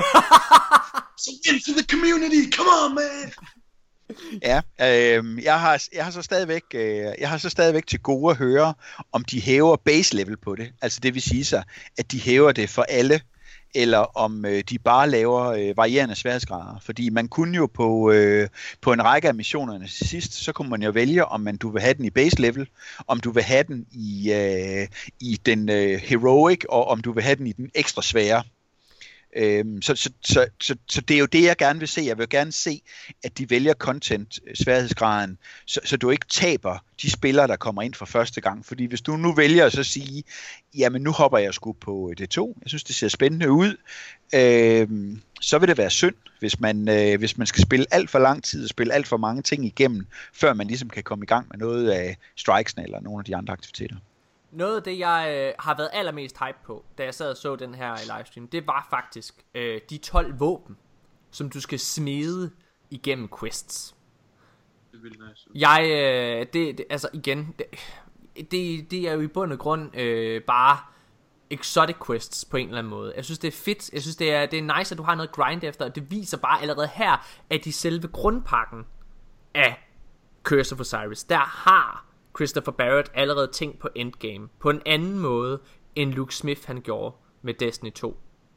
Speaker 2: So into the community, come on man!
Speaker 3: Ja, øh, jeg har jeg har så stadigvæk øh, jeg har så stadigvæk til gode at høre, om de hæver base level på det. Altså det vil sige sig, at de hæver det for alle, eller om øh, de bare laver øh, varierende sværhedsgrader. Fordi man kunne jo på øh, på en række af missionerne til sidst, så kunne man jo vælge, om man du vil have den i base level, om du vil have den i øh, i den øh, heroic, og om du vil have den i den ekstra svære. Øhm, så, så, så, så, så det er jo det, jeg gerne vil se. Jeg vil gerne se, at de vælger content sværhedsgraden, så, så du ikke taber de spillere, der kommer ind for første gang. Fordi hvis du nu vælger at så sige, jamen nu hopper jeg sgu på D to, jeg synes det ser spændende ud, øhm, så vil det være synd, hvis man, øh, hvis man skal spille alt for lang tid og spille alt for mange ting igennem, før man ligesom kan komme i gang med noget af strikesene eller nogle af de andre aktiviteter.
Speaker 1: Noget af det, jeg øh, har været allermest hype på, da jeg sad og så den her livestream, det var faktisk øh, de tolv våben, som du skal smede igennem quests.
Speaker 2: Det er nice.
Speaker 1: Jeg, øh, det, det, altså igen, det, det, det er jo i bund og grund øh, bare exotic quests på en eller anden måde. Jeg synes, det er fedt. Jeg synes, det er, det er nice, at du har noget grind efter, og det viser bare allerede her, at i selve grundpakken af Curse of Osiris, der har Christopher Barrett allerede tænkt på endgame på en anden måde end Luke Smith han gjorde med Destiny to.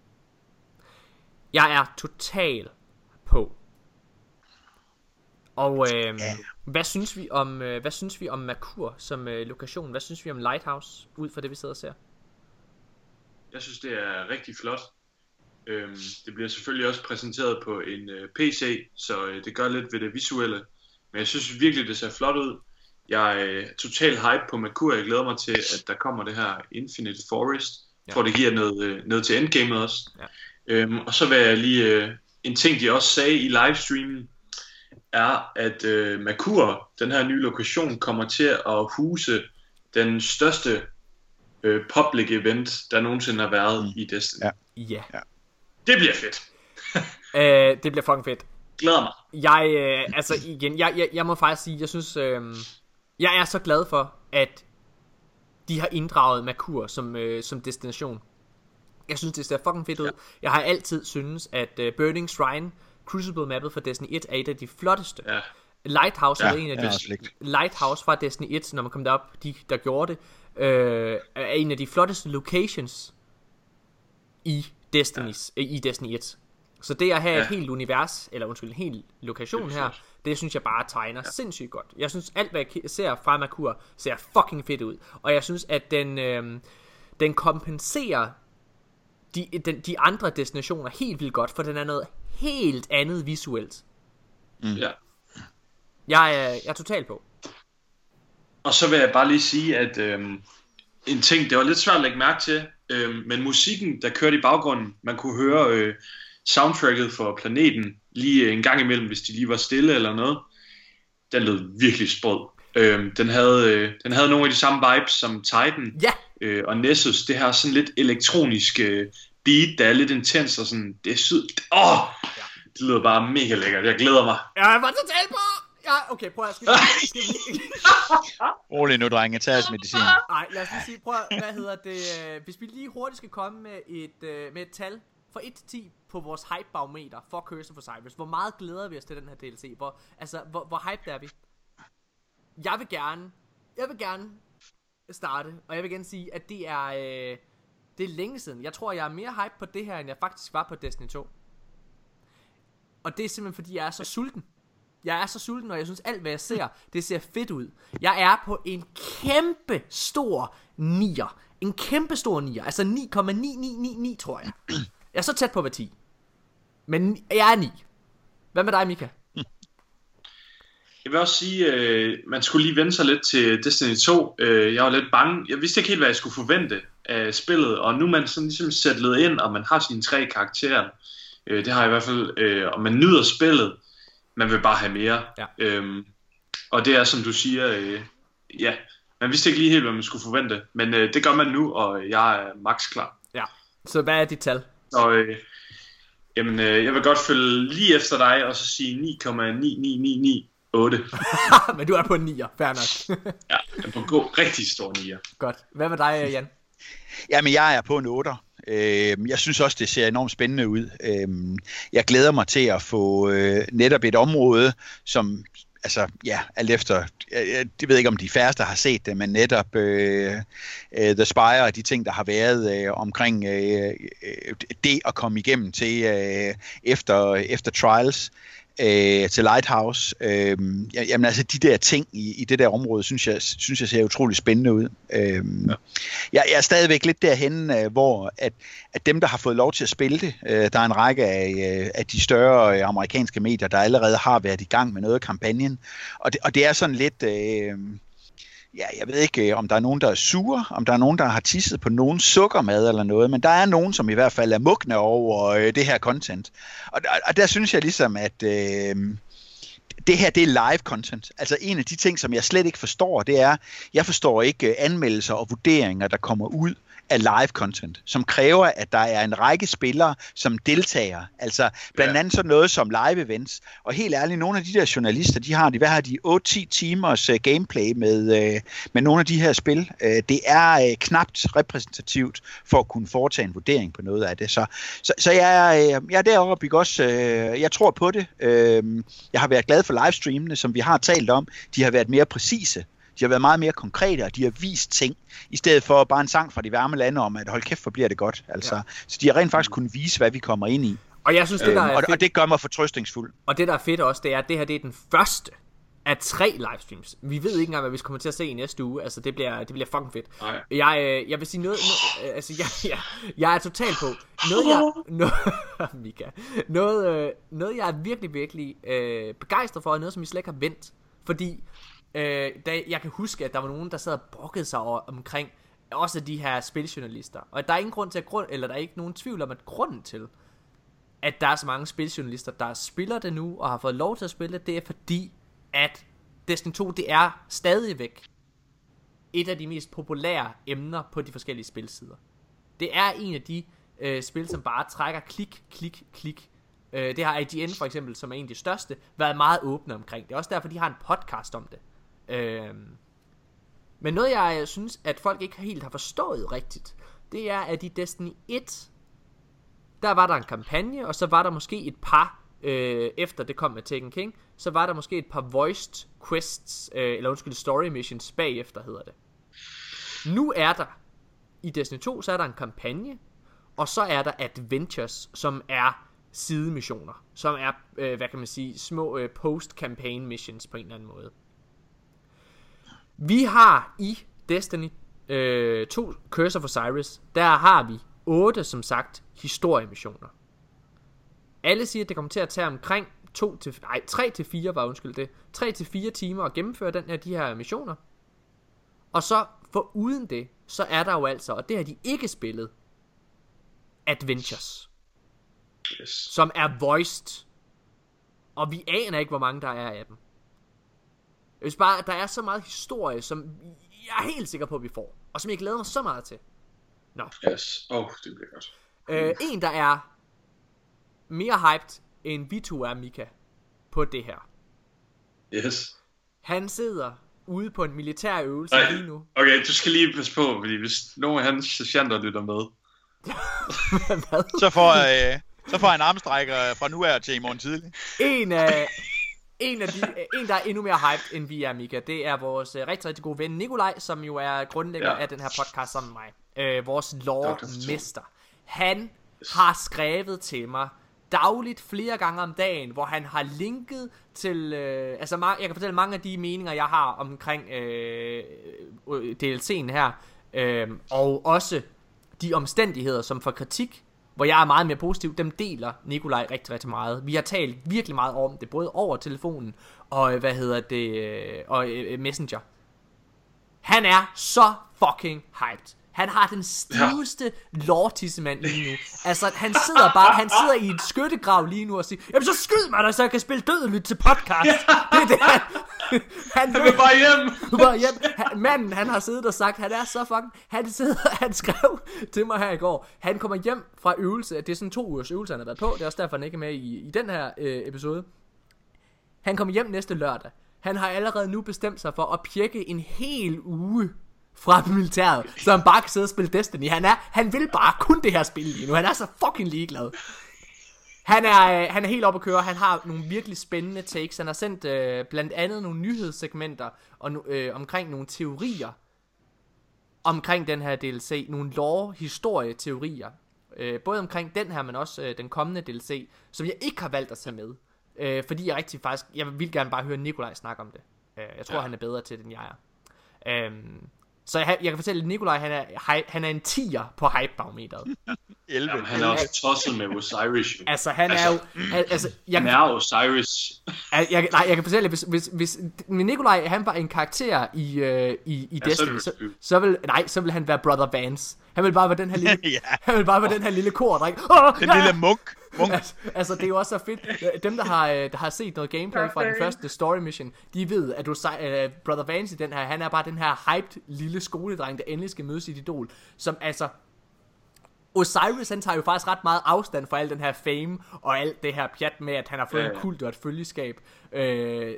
Speaker 1: Jeg er total på. Og øh, hvad synes vi om øh, hvad synes vi om Merkur som øh, lokation? Hvad synes vi om Lighthouse ud fra det vi sidder og ser?
Speaker 2: Jeg synes det er rigtig flot. Øhm, det bliver selvfølgelig også præsenteret på en øh, P C, så øh, det gør lidt ved det visuelle. Men jeg synes virkelig det ser flot ud. Jeg er total hype på Merkur. Jeg glæder mig til, at der kommer det her Infinite Forest. Jeg tror, det giver noget, noget til endgamet også. Ja. Øhm, og så vil jeg lige... Øh, en ting, de også sagde i livestreamen, er, at øh, Merkur, den her nye lokation, kommer til at huse den største øh, public event, der nogensinde har været mm. i Destiny.
Speaker 3: Ja.
Speaker 1: Ja.
Speaker 2: ja. Det bliver fedt.
Speaker 1: øh, det bliver fucking fedt.
Speaker 2: Glæder mig.
Speaker 1: Jeg, øh, altså igen, jeg, jeg, jeg må faktisk sige, jeg synes... Øh, Jeg er så glad for, at de har inddraget Merkur som, øh, som destination. Jeg synes, det ser fucking fedt ud. Ja. Jeg har altid synes, at uh, Burning Shrine, Crucible-mappet for Destiny et, er et af de flotteste. Ja. Lighthouse ja, er en af de... Ja, Lighthouse fra Destiny et, når man kom derop, de der gjorde det, øh, er en af de flotteste locations i, Destiny's, ja. i Destiny et. Så det at have ja. et helt univers, eller undskyld, en hel lokation her, det synes jeg bare tegner ja. sindssygt godt. Jeg synes alt hvad jeg ser fra Merkur ser fucking fedt ud. Og jeg synes at den øh, den kompenserer de, den, de andre destinationer helt vildt godt, for den er noget helt andet visuelt.
Speaker 2: Mm. Ja.
Speaker 1: Jeg er, jeg er totalt på.
Speaker 2: Og så vil jeg bare lige sige, at øhm, en ting, det var lidt svært at lægge mærke til, øhm, men musikken, der kørte i baggrunden, man kunne høre øh, soundtracket for Planeten lige en gang imellem, hvis de lige var stille eller noget, den lød virkelig sprød. Øhm, den, havde, øh, den havde nogle af de samme vibes som Titan
Speaker 1: ja.
Speaker 2: øh, og Nessus. Det her sådan lidt elektronisk øh, beat, der er lidt intens og sådan, det er sygt. Åh, ja. Det lyder bare mega lækkert, jeg glæder mig.
Speaker 1: Jeg var totalt på! Ja, okay, prøv at skal vi, skal vi...
Speaker 3: Rolig nu, drenge, tag os medicin.
Speaker 1: Nej, lad os lige sige, prøv at, hvad hedder det, hvis vi lige hurtigt skal komme med et, med et tal fra et til ti på vores hype-barometer for Curse of Osiris. Hvor meget glæder vi os til den her D L C? Hvor, altså, hvor, hvor hype er vi? Jeg vil gerne, jeg vil gerne starte, og jeg vil gerne sige, at det er, øh, det er længe siden. Jeg tror, jeg er mere hype på det her, end jeg faktisk var på Destiny to. Og det er simpelthen, fordi jeg er så sulten. Jeg er så sulten, og jeg synes alt hvad jeg ser, det ser fedt ud. Jeg er på en kæmpe stor nier. En kæmpe stor nier. Altså ni komma ni ni ni ni, tror jeg. Jeg er så tæt på at være ti. Men jeg er ni. Hvad med dig, Mika?
Speaker 2: Jeg vil også sige, øh, man skulle lige vende sig lidt til Destiny to. Øh, jeg var lidt bange. Jeg vidste ikke helt, hvad jeg skulle forvente af spillet. Og nu er man sådan ligesom sætlet ind, og man har sine tre karakterer. Øh, det har jeg i hvert fald. Øh, og man nyder spillet. Man vil bare have mere.
Speaker 1: Ja.
Speaker 2: Øhm, og det er, som du siger, øh, ja, man vidste ikke lige helt, hvad man skulle forvente. Men øh, det gør man nu, og jeg er max klar.
Speaker 1: Ja, så hvad er dit tal?
Speaker 2: Så, øh, jamen, øh, jeg vil godt følge lige efter dig, og så sige ni komma ni ni ni ni otte.
Speaker 1: Men du er på en nier, fair nok.
Speaker 2: Ja, jeg er på en god, rigtig stor nier.
Speaker 1: Godt. Hvad med dig, Jan?
Speaker 3: Jamen, jeg er på en otter. Jeg synes også, det ser enormt spændende ud. Jeg glæder mig til at få netop et område, som, altså, ja, alt efter, jeg ved ikke, om de færreste har set det, men netop uh, The Spire og de ting, der har været uh, omkring uh, det at komme igennem til uh, efter, efter Trials. Øh, til Lighthouse. Øh, jamen altså de der ting i, i det der område, synes jeg, synes jeg ser utrolig spændende ud. Øh, ja. jeg, jeg er stadigvæk lidt derhen, øh, hvor at, at dem, der har fået lov til at spille det, øh, der er en række af, øh, af de større øh, amerikanske medier, der allerede har været i gang med noget af kampagnen. Og det, og det er sådan lidt... Øh, Ja, jeg ved ikke, om der er nogen, der er sure, om der er nogen, der har tisset på nogen sukkermad eller noget, men der er nogen, som i hvert fald er mugne over øh, det her content. Og, og der synes jeg ligesom, at øh, det her, det er live content. Altså en af de ting, som jeg slet ikke forstår, det er, jeg forstår ikke øh, anmeldelser og vurderinger, der kommer ud af live content, som kræver, at der er en række spillere, som deltager. Altså blandt andet sådan noget som live events. Og helt ærligt, nogle af de der journalister, de har de, hvad har de, otte til ti timers uh, gameplay med, uh, med nogle af de her spil. Uh, det er uh, knapt repræsentativt for at kunne foretage en vurdering på noget af det. Så, så, så jeg, uh, jeg er deroppe ikke også, uh, jeg tror på det. Uh, jeg har været glad for livestreamene, som vi har talt om. De har været mere præcise. De har været meget mere konkrete, og de har vist ting, i stedet for bare en sang fra de varme lande om, at hold kæft, hvor bliver det godt. Altså, ja. Så de har rent faktisk kunnet vise, hvad vi kommer ind i.
Speaker 1: Og jeg synes, det der er
Speaker 3: og,
Speaker 1: fedt,
Speaker 3: og det gør mig fortrøstningsfuld.
Speaker 1: Og det der er fedt også, det er, at det her det er den første af tre livestreams. Vi ved ikke engang, hvad vi kommer til at se i næste uge. Altså, det bliver, det bliver fucking fedt.
Speaker 2: Nej.
Speaker 1: Jeg, jeg vil sige noget... noget altså, jeg, jeg, jeg er totalt på. Noget, jeg... Noget, Mika. Noget, noget, jeg er virkelig, virkelig øh, begejstret for, og noget, som vi slet ikke har vendt. Fordi... Øh, da, jeg kan huske, at der var nogen, der sad og brokkede sig over, omkring også de her spiljournalister. Og der er ingen grund til at grund, eller der er ikke nogen tvivl om, at grunden til, at der er så mange spiljournalister, der spiller det nu og har fået lov til at spille det, det er fordi, at Destiny to, det er stadigvæk et af de mest populære emner på de forskellige spilsider. Det er en af de øh, spil, som bare trækker klik, klik, klik. Øh, det har I G N for eksempel, som er en af de største, været meget åbne omkring. Det er også derfor, de har en podcast om det. Øhm. Men noget jeg synes at folk ikke helt har forstået rigtigt, det er at i Destiny et, der var der en kampagne, og så var der måske et par øh, efter det kom med Taken King, så var der måske et par voiced quests, øh, eller undskyld, story missions bagefter hedder det. Nu er der i Destiny to, så er der en kampagne, og så er der adventures, som er sidemissioner, som er øh, hvad kan man sige, små øh, post-campaign missions på en eller anden måde. Vi har i Destiny øh, to Curse of Osiris, der har vi otte, som sagt, historiemissioner. Alle siger, at det kommer til at tage omkring to til, nej, tre til fire, var undskyld det, tre til fire timer at gennemføre den her, de her missioner. Og så, for uden det, så er der jo altså, og det har de ikke spillet, Adventures.
Speaker 2: Yes.
Speaker 1: Som er voiced. Og vi aner ikke, hvor mange der er af dem. Hvis bare, der er så meget historie, som jeg er helt sikker på, at vi får. Og som jeg glæder mig så meget til. Nå.
Speaker 2: Yes. Åh, oh, det bliver godt.
Speaker 1: Øh, en, der er mere hyped, end vi to er, Mika, på det her.
Speaker 2: Yes.
Speaker 1: Han sidder ude på en militær øvelse
Speaker 2: Nej,
Speaker 1: lige nu.
Speaker 2: Okay, du skal lige passe på, fordi hvis nogen af hans sergeanter lytter med.
Speaker 3: så, får, øh, så får han armstrækker fra nu af til i morgen tidlig.
Speaker 1: En af... En, af de, en, der er endnu mere hyped, end vi er, Mika, det er vores uh, rigtig, rigtig gode ven, Nikolaj, som jo er grundlægger ja. af den her podcast sammen med mig. Uh, vores lore-mester. Han yes. har skrevet til mig dagligt flere gange om dagen, hvor han har linket til... Uh, altså, jeg kan fortælle mange af de meninger, jeg har omkring uh, D L C'en her, uh, og også de omstændigheder, som får kritik, hvor jeg er meget mere positiv, dem deler Nikolaj rigtig, rigtig meget. Vi har talt virkelig meget om det, både over telefonen og, hvad hedder det, og Messenger. Han er så fucking hyped. Han har den stiveste ja. lortissemand lige nu. Altså, han sidder bare, han sidder i et skyttegrav lige nu og siger, jamen så skyd mig da, så jeg kan spille død og lytte til podcast. Det er det, han, han,
Speaker 2: han vil bare hjem.
Speaker 1: bare hjem. Han, manden, han har siddet og sagt, han er så fucking, han sidder, han skrev til mig her i går, han kommer hjem fra øvelse, det er sådan to ugers øvelse, han har været på, det er også derfor, han ikke er med i, i den her øh, episode. Han kommer hjem næste lørdag. Han har allerede nu bestemt sig for at pjekke en hel uge fra militæret, så han bare kan sidde og spille Destiny. Han er, han vil bare kun det her spil lige nu. Han er så fucking ligeglad. Han er, han er helt oppe at køre. Han har nogle virkelig spændende takes. Han har sendt øh, blandt andet nogle nyhedssegmenter og, øh, omkring nogle teorier omkring den her D L C. Nogle lore-historie-teorier. Øh, både omkring den her, men også øh, den kommende D L C, som jeg ikke har valgt at tage med. Øh, fordi jeg rigtig faktisk, jeg vil gerne bare høre Nikolaj snakke om det. Øh, jeg tror, ja. han er bedre til det, end jeg er. Øh, Så jeg, jeg kan fortælle, at Nikolaj, han er, han er en tier på hype-barometeret.
Speaker 2: Jamen, han er også tosset med Osiris. Jo.
Speaker 1: Altså, han
Speaker 2: altså,
Speaker 1: er jo... Altså, jeg,
Speaker 2: han er Osiris.
Speaker 1: Jeg, nej, jeg kan fortælle, hvis, hvis, hvis Nikolaj, han var en karakter i, uh, i, i ja, Destiny, så, så, så, vil, nej, så vil han være Brother Vance. Han vil bare være den her lille, ja. han vil bare være den her lille kordreng. Oh,
Speaker 3: den
Speaker 1: ja.
Speaker 3: lille munk. munk.
Speaker 1: Altså, altså, det er jo også så fedt. Dem, der har, der har set noget gameplay fra den første story mission, de ved, at du, uh, Brother Vance i den her, han er bare den her hyped lille skoledreng, der endelig skal møde sit idol. Som altså... Osiris, han tager jo faktisk ret meget afstand fra al den her fame og alt det her pjat med, at han har fået ja, ja. en kult og et følgeskab. Øh,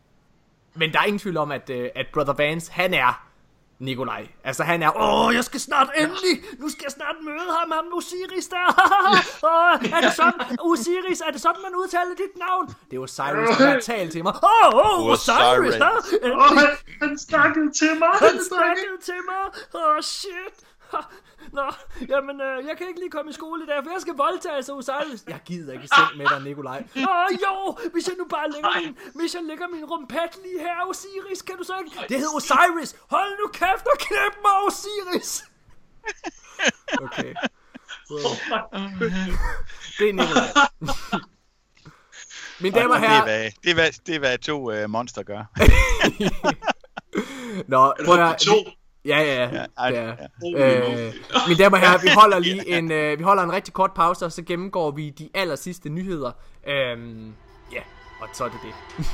Speaker 1: men der er ingen tvivl om, at, uh, at Brother Vance, han er Nikolaj. Altså han er, åh, jeg skal snart endelig, nu skal jeg snart møde ham, ham Osiris der. Åh, er det sådan, Osiris, er det sådan, man udtaler dit navn? Det er Osiris, der har talt til mig. Åh, åh, Osiris, der.
Speaker 2: Åh, han snakkede til mig.
Speaker 1: Han snakkede til mig. Åh, shit. Nå, jamen, øh, jeg kan ikke lige komme i skole i dag, for jeg skal voldtages af Osiris. Jeg gider ikke seng med dig, Nikolaj. Åh, jo, hvis jeg nu bare lægger min, hvis jeg lægger min rumpet lige her, Osiris, kan du så ikke? Det hedder Osiris. Hold nu kæft og knæp mig, Osiris. Okay. Wow. Det er Nikolaj. Mine damer og herrer.
Speaker 3: Det er, det er, hvad, det er, hvad to uh, monster gør.
Speaker 1: Nå, prøv at Ja, ja, ja. ja, ja. Øh, mine damer og herrer, vi holder lige en, øh, vi holder en rigtig kort pause, og så gennemgår vi de aller sidste nyheder. Øhm, ja, og så er det det.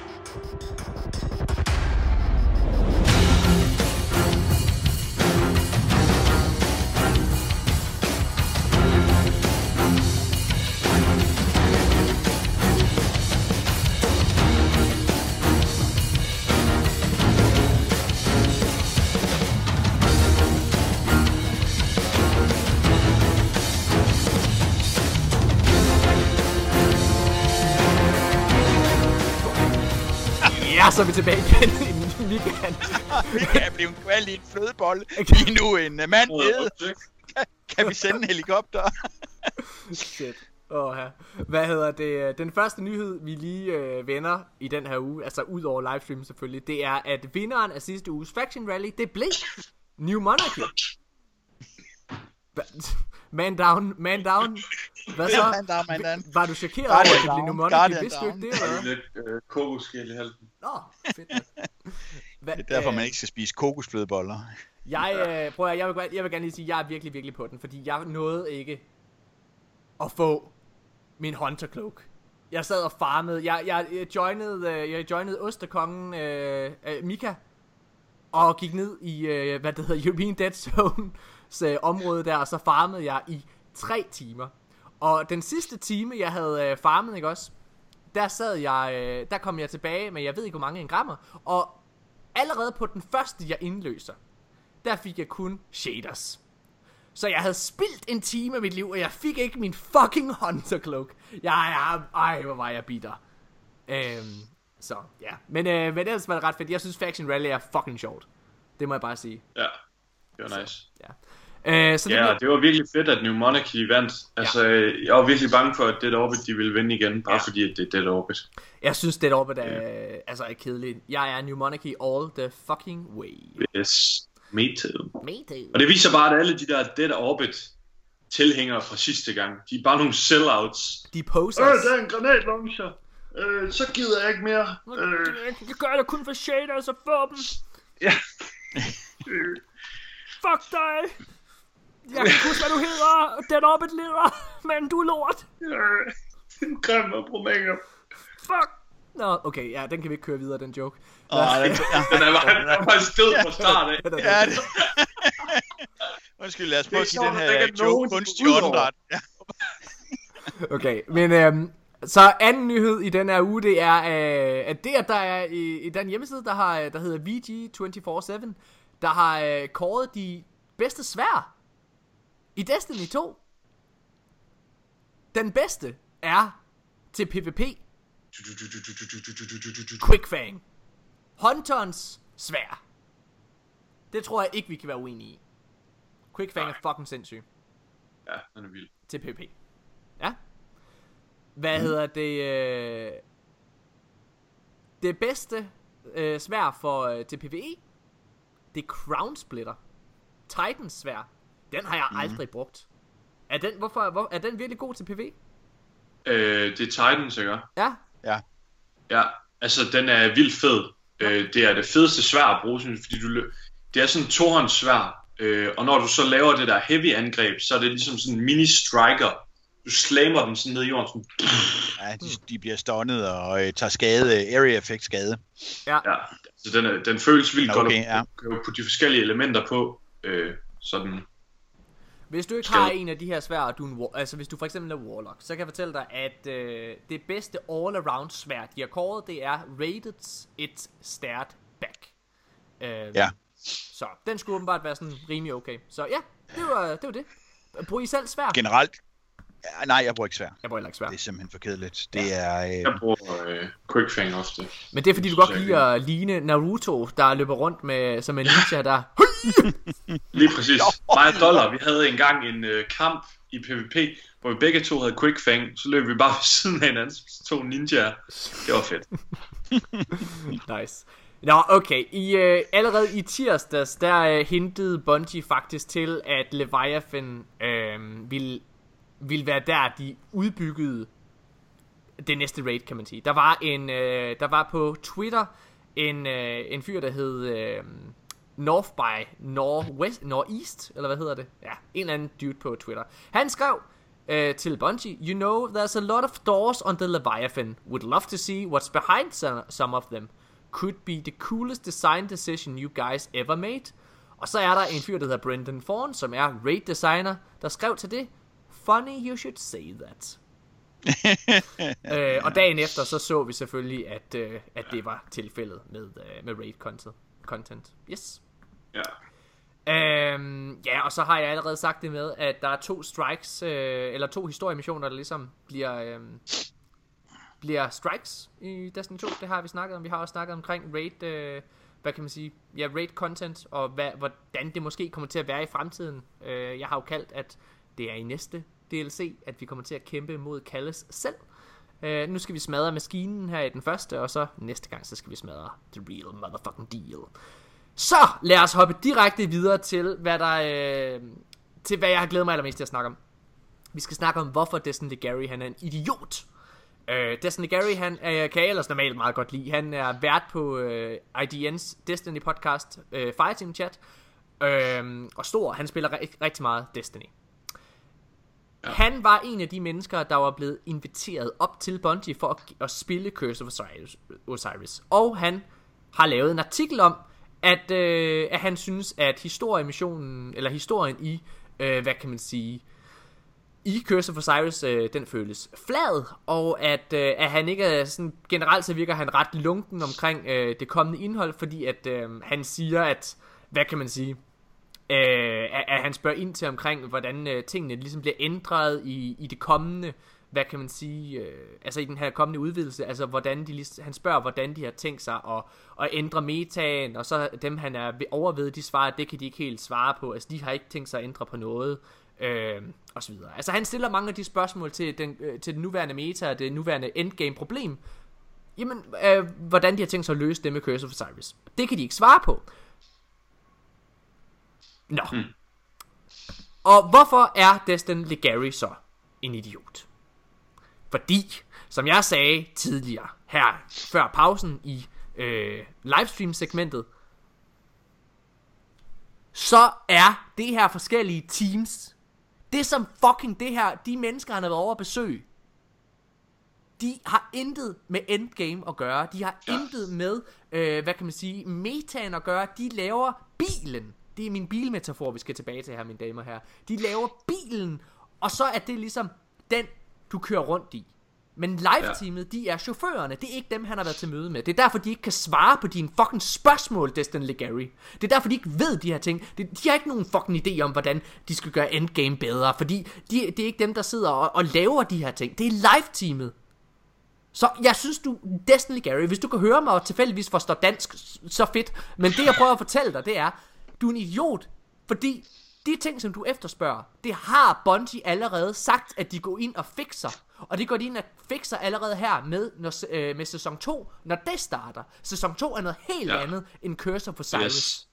Speaker 1: Ja, så er vi tilbage igen i Michael.
Speaker 3: Michael blev en kval i en flødebolle. Lige nu en uh, mand nede. Kan, kan vi sende en helikopter?
Speaker 1: Shit. Åh, ja. Hvad hedder det? Den første nyhed, vi lige øh, vender i den her uge, altså ud over livestream selvfølgelig, det er, at vinderen af sidste uges Faction Rally, det blev New Monarchy. Man down, man down. Hvad så?
Speaker 3: Man down, man down.
Speaker 1: Var du chokeret
Speaker 3: Guardian
Speaker 1: over, at det blev
Speaker 3: down,
Speaker 1: New Monarchy?
Speaker 3: Guardian
Speaker 1: Vidste du ikke
Speaker 3: down.
Speaker 1: det, eller hvad?
Speaker 2: Lidt øh, kokosskæl i halsen.
Speaker 1: Nå, fedt nok. Hvad,
Speaker 3: Det er derfor,
Speaker 1: øh,
Speaker 3: man ikke skal spise kokosflødeboller.
Speaker 1: Jeg, øh, prøv at, jeg, vil, godt- jeg vil gerne lige sige, at jeg er virkelig, virkelig på den, fordi jeg nåede ikke at få min Hunter Cloak. Jeg sad og farmede. Jeg, jeg, jeg joinede, øh, jeg joinede Osterkongen øh, øh, Mika og gik ned i, øh, hvad det hedder, European Dead Zones øh, område der, og så farmede jeg i tre timer. Og den sidste time, jeg havde øh, farmet, ikke også, der sad jeg, øh, der kom jeg tilbage med, jeg ved ikke hvor mange engrammer, og allerede på den første, jeg indløser, der fik jeg kun shaders. Så jeg havde spildt en time af mit liv, og jeg fik ikke min fucking Hunter Cloak. Jeg er, ej, hvor var jeg bitter. Øhm, så, ja. Men, øh, men ellers var det ret fedt. Jeg synes Faction Rally er fucking sjovt. Det må jeg bare sige.
Speaker 2: Ja, det var nice.
Speaker 1: Ja, øh, så det,
Speaker 2: Ja,
Speaker 1: bliver,
Speaker 2: det var virkelig fedt, at New Monarchy vandt. Altså, ja. Jeg var virkelig bange for, at Dead Orbit, de ville vinde igen, bare
Speaker 1: Ja.
Speaker 2: ja. fordi, at det er Dead Orbit.
Speaker 1: jeg synes, det oppe er, øh, altså, er kedeligt. Jeg er New Monarchy all the fucking way.
Speaker 2: Yes, me too.
Speaker 1: Me too.
Speaker 2: Og det viser bare, at alle de der Dead Orbit tilhængere fra sidste gang, de er bare nogle sellouts.
Speaker 1: De posers.
Speaker 2: Øh, der er en granatlauncher. Øh, så gider jeg ikke mere. Øh,
Speaker 1: Jeg gør det kun for shaders og få dem.
Speaker 2: ja.
Speaker 1: Fuck dig. Jeg kan ikke huske, hvad du hedder. Den oppe et leder. Men du er lort.
Speaker 2: Øh, den grimme problemer.
Speaker 1: Fuck. Nå, okay, ja, den kan vi ikke køre videre, den joke.
Speaker 3: Åh, den, ja.
Speaker 2: Den er bare, den er bare sted fra start af.
Speaker 1: Den er-
Speaker 3: Ja, det. Undskyld, lad os prøve at
Speaker 2: Det er
Speaker 3: give den
Speaker 2: sjovt, at der
Speaker 3: her
Speaker 2: ikke er nogen,
Speaker 3: joke
Speaker 2: der
Speaker 3: kunstig
Speaker 2: går ud over.
Speaker 3: åndedræt. Ja.
Speaker 1: Okay, men øhm, så anden nyhed i den her uge, det er, øh, at det, at der er i, i den hjemmeside, der, har, der hedder V G to fire syv, der har øh, kåret de bedste svær i Destiny to. Den bedste er til PvP. Quickfang. Hunterens svær. Det tror jeg ikke, vi kan være uenige i. Quickfang er fucking sindssyg
Speaker 2: Ja, den er vild.
Speaker 1: til PvP. Ja. Hvad mm. hedder det? Øh... Det bedste øh, svær for øh, til PvE, det er Crown Splitter. Titans svær. Den har jeg mm. aldrig brugt. Er den, hvorfor, hvor, er den virkelig god til PvE?
Speaker 2: Øh, det er Titans, ikke?
Speaker 1: Ja.
Speaker 3: Ja.
Speaker 2: Ja, altså den er vildt fed. Øh, det er det fedeste svær at bruge, synes jeg, fordi du lø- det er sådan en tohånds svær, øh, og når du så laver det der heavy angreb, så er det ligesom sådan en mini striker. Du slammer den sådan ned i jorden, sådan.
Speaker 3: Ja, de, de bliver stunnet og øh, tager skade, area effect skade.
Speaker 1: Ja.
Speaker 2: Ja, så den, er, den føles vildt
Speaker 3: Ja,
Speaker 2: godt
Speaker 3: okay,
Speaker 2: at
Speaker 3: ja.
Speaker 2: putte på de forskellige elementer på. Øh, sådan.
Speaker 1: Hvis du ikke
Speaker 2: Skal-
Speaker 1: har en af de her svær, og du er en war- altså hvis du for eksempel er Warlock, så kan jeg fortælle dig, at øh, det bedste all-around sværd, de har kåret, det er Rated It Start Back. Øh,
Speaker 3: Ja.
Speaker 1: Så den skulle åbenbart være sådan rimelig okay. Så ja, det var det. Var det. Bruger I selv svær?
Speaker 3: Generelt, ja, nej, jeg bruger ikke svær.
Speaker 1: Jeg bruger heller ikke svær.
Speaker 3: Det er simpelthen for kedeligt. Det er... Øh,
Speaker 2: Jeg bruger øh, Quickfang ofte.
Speaker 1: Men det er fordi, du godt kan lide at ligne Naruto, der løber rundt med som en ninja der.
Speaker 2: Lige præcis. Mig og Dollar, vi havde engang en øh, kamp i PvP, hvor vi begge to havde Quickfang, så løb vi bare ved siden af hinanden, to ninjaer. Det var fedt.
Speaker 1: Nice. Nå, okay. I, øh, allerede i tirsdags, der øh, hintede Bungie faktisk til, at Leviathan øh, ville, ville være der, de udbyggede det næste raid, kan man sige. Der var en, øh, der var på Twitter en, øh, en fyr, der hed øh, North by Northwest, Northeast, eller hvad hedder det? Ja, en eller anden dude på Twitter. Han skrev øh, til Bungie, you know, there's a lot of doors on the Leviathan. Would love to see what's behind some, some of them. Could be the coolest design decision you guys ever made. Og så er der en fyr, der hedder Brendan Thorne, som er raid designer, der skrev til det, funny you should say that. øh, og dagen efter, så så vi selvfølgelig, at, øh, at det var tilfældet med, øh, med raid content. content. Yes.
Speaker 2: Ja.
Speaker 1: Øhm, ja, og så har jeg allerede sagt det med, at der er to strikes, øh, eller to historiemissioner, der ligesom bliver... Øh, bliver strikes i Destiny to. Det har vi snakket om. Vi har også snakket omkring raid, øh, hvad kan man sige, ja, raid content, og hvad, hvordan det måske kommer til at være i fremtiden. Øh, jeg har jo kaldt, at det er i næste D L C, at vi kommer til at kæmpe mod Callis selv. Øh, nu skal vi smadre maskinen her i den første, og så næste gang, så skal vi smadre the real motherfucking deal. Så lad os hoppe direkte videre til, hvad der, øh, til hvad jeg har glædet mig allermest til at snakke om. Vi skal snakke om, hvorfor Destin Legarie, han er en idiot. Uh, Destin Legarie, han uh, kan jeg ellers normalt meget godt lide. Han er vært på uh, I D N's Destiny podcast, uh, Fireteam Chat, uh, og stor. Han spiller ri- rigtig meget Destiny. Ja. Han var en af de mennesker, der var blevet inviteret op til Bungie for at, at spille Curse of Osiris, Osiris. Og han har lavet en artikel om, at, uh, at han synes, at historiemissionen, eller historien i, uh, hvad kan man sige, i Curse of Osiris, øh, den føles flad, og at, øh, at han ikke er sådan, generelt så virker han ret lunken omkring øh, det kommende indhold, fordi at øh, han siger, at, hvad kan man sige, øh, at, at han spørger ind til omkring, hvordan øh, tingene ligesom bliver ændret i, i det kommende, hvad kan man sige, øh, altså i den her kommende udvidelse, altså hvordan de, han spørger, hvordan de har tænkt sig at, at ændre metaen, og så dem han er overved, de svarer, at det kan de ikke helt svare på, altså de har ikke tænkt sig at ændre på noget, Øh, og så videre. Altså han stiller mange af de spørgsmål til den, øh, til den nuværende meta og det nuværende endgame problem. Jamen, øh, hvordan de har tænkt sig at løse det med Curse of Osiris. Det kan de ikke svare på. Nå. Hmm. Og hvorfor er Destin Legarie så en idiot? Fordi, som jeg sagde tidligere, her før pausen i øh, livestream-segmentet, så er det her forskellige teams, det som fucking det her, de mennesker han har været over at besøge, de har intet med endgame at gøre. De har ja. intet med, øh, hvad kan man sige, metaen at gøre. De laver bilen. Det er min bilmetafor, vi skal tilbage til her, mine damer her. De laver bilen, og så er det ligesom den, du kører rundt i. Men live-teamet, de er chaufførerne. Det er ikke dem, han har været til møde med. Det er derfor, de ikke kan svare på dine fucking spørgsmål, Destin Legarie. Det er derfor, de ikke ved de her ting. De, de har ikke nogen fucking idé om, hvordan de skal gøre endgame bedre. Fordi de, det er ikke dem, der sidder og, og laver de her ting. Det er live-teamet. Så jeg synes, du, Destin Legarie, hvis du kan høre mig og tilfældigvis forstår dansk, så fedt. Men det, jeg prøver at fortælle dig, det er, du er en idiot. Fordi de ting, som du efterspørger, det har Bungie allerede sagt, at de går ind og fikser. Og det går de ind og fikser allerede her med, når, øh, med sæson to, når det starter. Sæson to er noget helt ja. andet end Curse of Osiris. Yes.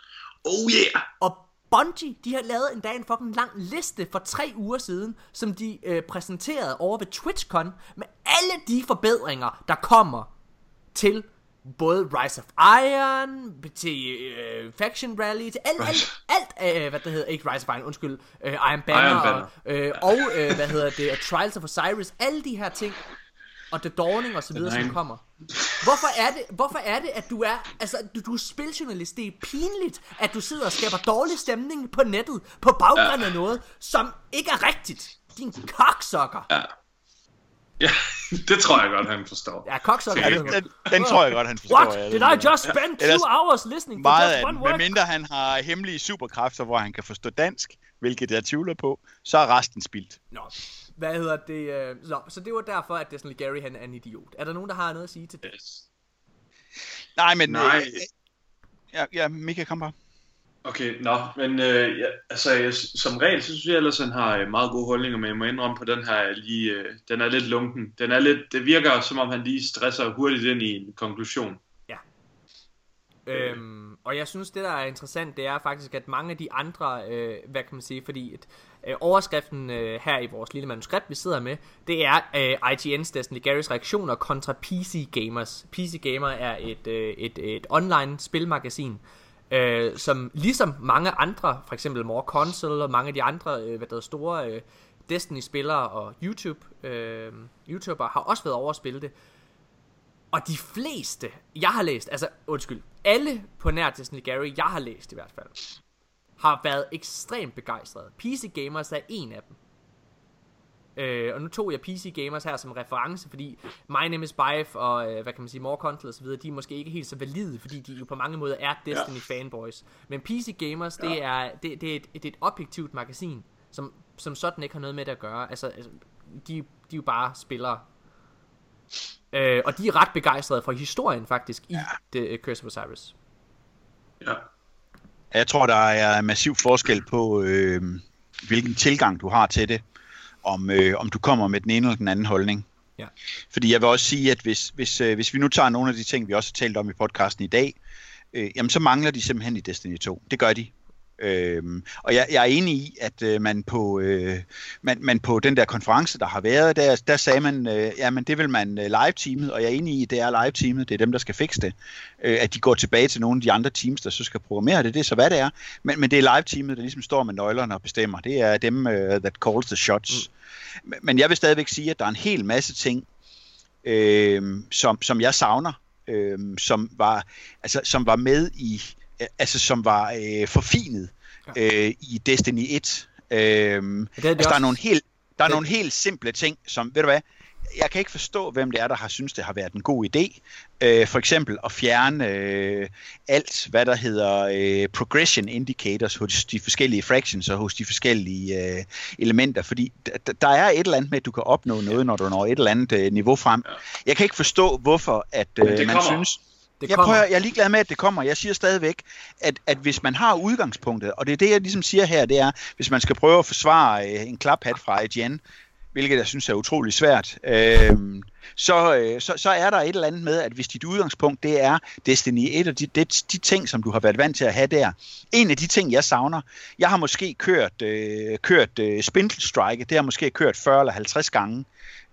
Speaker 2: Oh yeah!
Speaker 1: Og Bungie, de har lavet en dag en fucking lang liste for tre uger siden, som de øh, præsenterede over ved TwitchCon, med alle de forbedringer, der kommer til både Rise of Iron, til øh, Faction Rally, til alt, alt, alt øh, hvad det hedder, ikke Rise of Iron, undskyld, øh, Iron Banner, Iron Banner. Og, øh, og øh, hvad hedder det, Trials of Osiris, alle de her ting, og The Dawning og så videre, som kommer. Hvorfor er det, hvorfor er det, at du er, altså, du, du er spiljournalist, det er pinligt, at du sidder og skaber dårlig stemning på nettet, på baggrund af ja. noget, som ikke er rigtigt. Din cocksucker.
Speaker 2: Ja. Ja, det tror jeg godt, han forstår.
Speaker 1: Ja, cocksucker.
Speaker 3: Ja, den, den, den tror jeg godt, han forstår.
Speaker 1: What? Did I just spend two Ellers, hours listening to just one word?
Speaker 3: Medmindre han har hemmelige superkræfter, hvor han kan forstå dansk, hvilket jeg tvivler på, så er resten spildt.
Speaker 1: Nå, hvad hedder det? Så, så det var derfor, at Destin Legarie, han er en idiot. Er der nogen, der har noget at sige til det?
Speaker 2: Yes.
Speaker 3: Nej, men...
Speaker 2: Nej.
Speaker 3: Øh, ja, ja, Mika, kom bare.
Speaker 2: Okay, nå, men øh, ja, altså, jeg, som regel, så synes jeg ellers, han har meget gode holdninger, men jeg må indrømme på den her, lige, øh, den er lidt lunken. Den er lidt, det virker, som om han lige stresser hurtigt ind i en konklusion.
Speaker 1: Ja. Øhm, og jeg synes, det der er interessant, det er faktisk, at mange af de andre, øh, hvad kan man sige, fordi et, øh, overskriften øh, her i vores lille manuskript, vi sidder med, det er øh, I G N's Destin Legaries reaktioner kontra P C Gamers. P C Gamer er et, øh, et, et online spilmagasin, Øh, som ligesom mange andre, for eksempel More Console og mange af de andre øh, hvad der er store øh, Destiny-spillere og YouTube, øh, YouTubere har også været over at spille det. Og de fleste, jeg har læst, altså undskyld, alle på nær Destin Legarie, jeg har læst i hvert fald, har været ekstremt begejstrede. P C Gamers er en af dem. Øh, og nu tog jeg P C Gamers her som reference, fordi My Name is Bife og øh, hvad kan man sige, More Console og så videre, de er måske ikke helt så valide, fordi de jo på mange måder er Destiny ja. fanboys. Men P C Gamers, ja. det er det, det er et, det er et objektivt magasin, som som sådan ikke har noget med det at gøre. Altså, altså de de er jo bare spillere. Øh, og de er ret begejstrede for historien faktisk i ja. The Curse of Osiris.
Speaker 2: Ja.
Speaker 3: Jeg tror der er massiv forskel på øh, hvilken tilgang du har til det. Om, øh, om du kommer med den ene eller den anden holdning. Ja. Fordi jeg vil også sige, at hvis, hvis, øh, hvis vi nu tager nogle af de ting, vi også har talt om i podcasten i dag, øh, jamen så mangler de simpelthen i Destiny to. Det gør de. Øhm, og jeg, jeg er enig i, at øh, man, på, øh, man, man på den der konference, der har været, der, der sagde man, øh, jamen det vil man øh, live-teamet, og jeg er enig i, at det er live-teamet, det er dem, der skal fikse det. Øh, at de går tilbage til nogle af de andre teams, der så skal programmere det, det er så hvad det er. Men, men det er live-teamet, der ligesom står med nøglerne og bestemmer. Det er dem, uh, that calls the shots. Mm. Men jeg vil stadigvæk sige, at der er en hel masse ting, øh, som, som jeg savner, øh, som, var, altså, som var med i... altså som var øh, forfinet øh, i Destiny et. Øh, det det altså, der er nogle helt der er det... nogle helt simple ting, som, ved du hvad, jeg kan ikke forstå, hvem det er, der har synes det har været en god idé. Øh, for eksempel at fjerne øh, alt, hvad der hedder øh, progression indicators hos de forskellige fractions og hos de forskellige øh, elementer, fordi d- der er et eller andet med, at du kan opnå noget, når du når et eller andet øh, niveau frem. Jeg kan ikke forstå, hvorfor at øh, man kommer. synes... Jeg, prøver, jeg er ligeglad med, at det kommer. Jeg siger stadigvæk, at, at hvis man har udgangspunktet, og det er det, jeg ligesom siger her, det er, hvis man skal prøve at forsvare øh, en klaphat fra I G N, hvilket jeg synes er utrolig svært, øh, så, øh, så, så er der et eller andet med, at hvis dit udgangspunkt, det er Destiny et, og de, de, de ting, som du har været vant til at have der. En af de ting, jeg savner, jeg har måske kørt, øh, kørt øh, Spindle Strike, det har måske kørt fyrre eller halvtreds gange,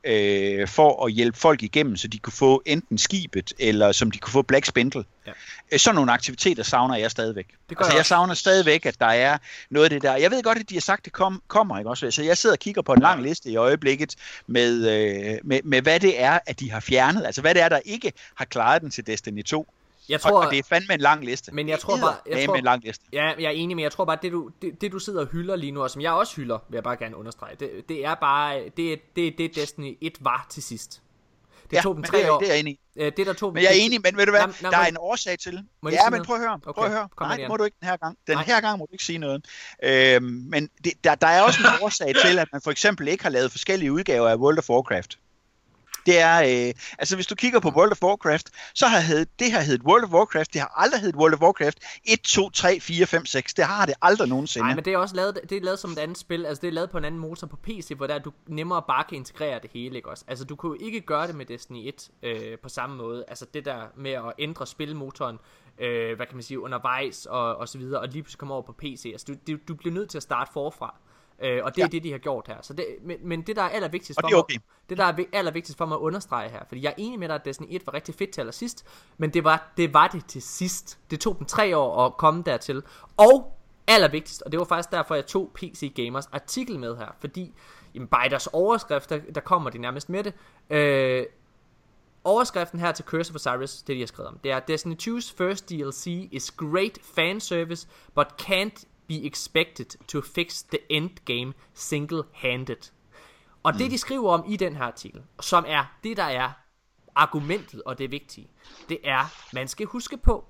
Speaker 3: Øh, for at hjælpe folk igennem, så de kunne få enten skibet, eller som de kunne få Black Spindle. Ja. Øh, sådan nogle aktiviteter savner jeg stadigvæk. Altså, jeg, jeg savner stadigvæk, at der er noget af det der. Jeg ved godt, at de har sagt, at det kom, kommer, ikke også? Så jeg sidder og kigger på en lang liste i øjeblikket, med, øh, med, med hvad det er, at de har fjernet. Altså, hvad det er, der ikke har klaret den til Destiny to.
Speaker 1: Jeg tror,
Speaker 3: og, og det er fandme en lang liste.
Speaker 1: Men jeg tror bare, jeg tror,
Speaker 3: en lang liste.
Speaker 1: Ja, jeg er enig, men jeg tror bare, det du, det, det du sidder og hylder lige nu, og som jeg også hylder, vil jeg bare gerne understrege, det, det er bare, det er det, det Destiny et var til sidst. Det
Speaker 3: ja,
Speaker 1: tog dem
Speaker 3: tre
Speaker 1: tre år.
Speaker 3: Det er jeg enig i.
Speaker 1: Det der tog
Speaker 3: men jeg er enig, men ved du hvad, nam, nam, der er en årsag til. Ja, men prøv at høre.
Speaker 1: Okay,
Speaker 3: prøv at høre. Nej, det må du ikke den her gang. Den
Speaker 1: Nej.
Speaker 3: her gang må du ikke sige noget. Øhm, men det, der, der er også en årsag til, at man for eksempel ikke har lavet forskellige udgaver af World of Warcraft. Det er, øh, altså hvis du kigger på World of Warcraft, så har hed, det her heddet World of Warcraft, det har aldrig heddet World of Warcraft et, to, tre, fire, fem, seks, det har det aldrig nogensinde.
Speaker 1: Nej, men det er også lavet, det er lavet som et andet spil, altså det er lavet på en anden motor på P C, hvor der du nemmere bare kan integrere det hele, ikke også? Altså du kunne jo ikke gøre det med Destiny et øh, på samme måde, altså det der med at ændre spilmotoren, øh, hvad kan man sige, undervejs og, og så videre, og lige pludselig komme over på P C, altså du, du, du bliver nødt til at starte forfra. Øh, og det ja. er det, de har gjort her. Så det, men, men det, der er allervigtigst for,
Speaker 3: okay.
Speaker 1: mig, det, der er allervigtigst for mig at understrege her, fordi jeg er enig med dig, at Destiny et var rigtig fedt til allersidst, men det var, det var det til sidst. Det tog dem tre år at komme dertil. Og allervigtigst, og det var faktisk derfor, jeg tog P C Gamers artikel med her, fordi jamen, bare i deres overskrift, der, der kommer de nærmest med det. Øh, overskriften her til Curse of Osiris, det de har skrevet om, det er Destiny to's first D L C is great fanservice, but can't be expected to fix the endgame single-handed. Og mm. det de skriver om i den her artikel, som er det der er argumentet og det vigtige, det er, man skal huske på,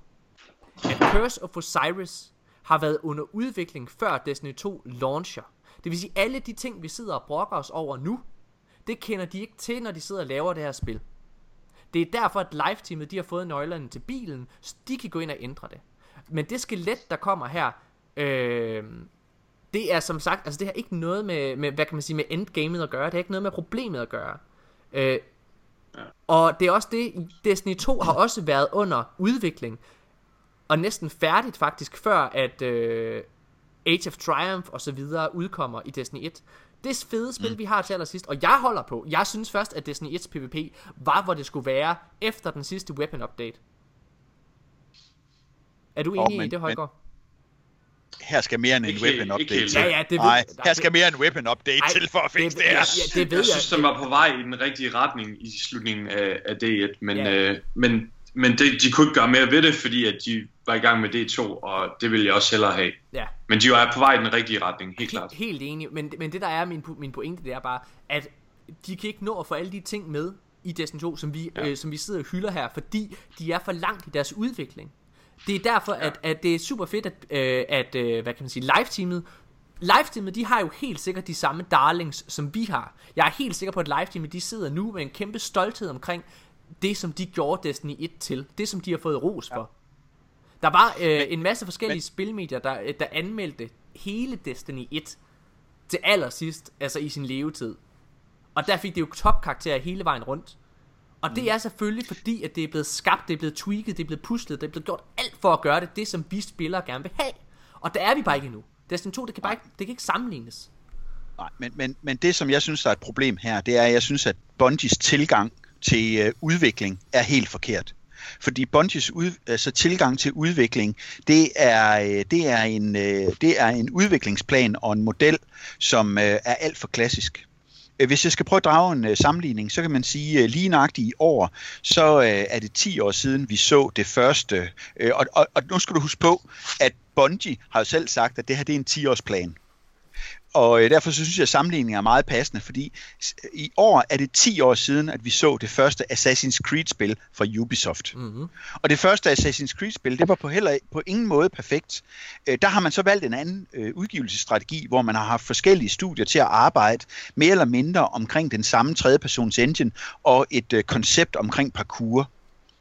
Speaker 1: at Curse of Osiris har været under udvikling før Destiny to launcher. Det vil sige, alle de ting vi sidder og brokker os over nu, det kender de ikke til, når de sidder og laver det her spil. Det er derfor, at live-teamet de har fået nøglerne til bilen, så de kan gå ind og ændre det. Men det skelet der kommer her, Øh, det er som sagt, altså det har ikke noget med, med, hvad kan man sige, med endgamet at gøre. Det har ikke noget med problemet at gøre. øh, ja. Og det er også det, Destiny to har også været under udvikling, og næsten færdigt faktisk, før at øh, Age of Triumph og så videre udkommer i Destiny et. Det fede spil mm. vi har til allersidst, og jeg holder på, jeg synes først at Destiny et's PvP var hvor det skulle være efter den sidste weapon update. Er du enig oh, men, i det, Holger? Men...
Speaker 3: Her skal mere end en
Speaker 2: ikke,
Speaker 3: weapon update til.
Speaker 1: Ja, ja, det ved,
Speaker 3: nej, her skal mere end en weapon update
Speaker 1: ej,
Speaker 3: til for at fikse det, det her.
Speaker 1: Ja, det ved
Speaker 2: jeg. Jeg synes, den var på vej i den rigtige retning i slutningen af, af D et, men, ja. øh, men, men det, de kunne ikke gøre mere ved det, fordi at de var i gang med D to, og det ville jeg også hellere have. Ja. Men de var på vej i den rigtige retning, helt klart.
Speaker 1: Helt enig, men, men det der er min, min pointe, det er bare, at de kan ikke nå at få alle de ting med i Destiny to, som vi, ja. øh, som vi sidder og hylder her, fordi de er for langt i deres udvikling. Det er derfor, ja. at, at det er super fedt, at, øh, at øh, hvad kan man sige, live-teamet, live-teamet, de har jo helt sikkert de samme darlings, som vi har. Jeg er helt sikker på, at live-teamet, de sidder nu med en kæmpe stolthed omkring det, som de gjorde Destiny et til. Det, som de har fået ros for. Ja. Der var øh, en masse forskellige men, spilmedier, der, der anmeldte hele Destiny et til allersidst, altså i sin levetid. Og der fik det jo topkarakterer hele vejen rundt. Og det er selvfølgelig fordi, at det er blevet skabt, det er blevet tweaked, det er blevet puslet, det er blevet gjort alt for at gøre det, det som vi spillere gerne vil have. Og der er vi bare ikke endnu. Destiny to, det kan bare ikke, det kan ikke sammenlignes.
Speaker 3: Nej, men, men, men det som jeg synes der er et problem her, det er at jeg synes at Bungies tilgang til øh, udvikling er helt forkert. Fordi Bungies ud, altså tilgang til udvikling, det er, øh, det, er en, øh, det er en udviklingsplan og en model, som øh, er alt for klassisk. Hvis jeg skal prøve at drage en uh, sammenligning, så kan man sige, uh, lige nøjagtigt i år, så uh, er det ti år siden, vi så det første. Uh, og, og, og nu skal du huske på, at Bungie har jo selv sagt, at det her det er en ti-årsplan. Og øh, derfor så synes jeg, at sammenligningen er meget passende, fordi i år er det ti år siden, at vi så det første Assassin's Creed-spil fra Ubisoft. Mm-hmm. Og det første Assassin's Creed-spil, det var på heller på ingen måde perfekt. Øh, der har man så valgt en anden øh, udgivelsesstrategi, hvor man har haft forskellige studier til at arbejde mere eller mindre omkring den samme tredjepersons engine og et øh, koncept omkring parkour.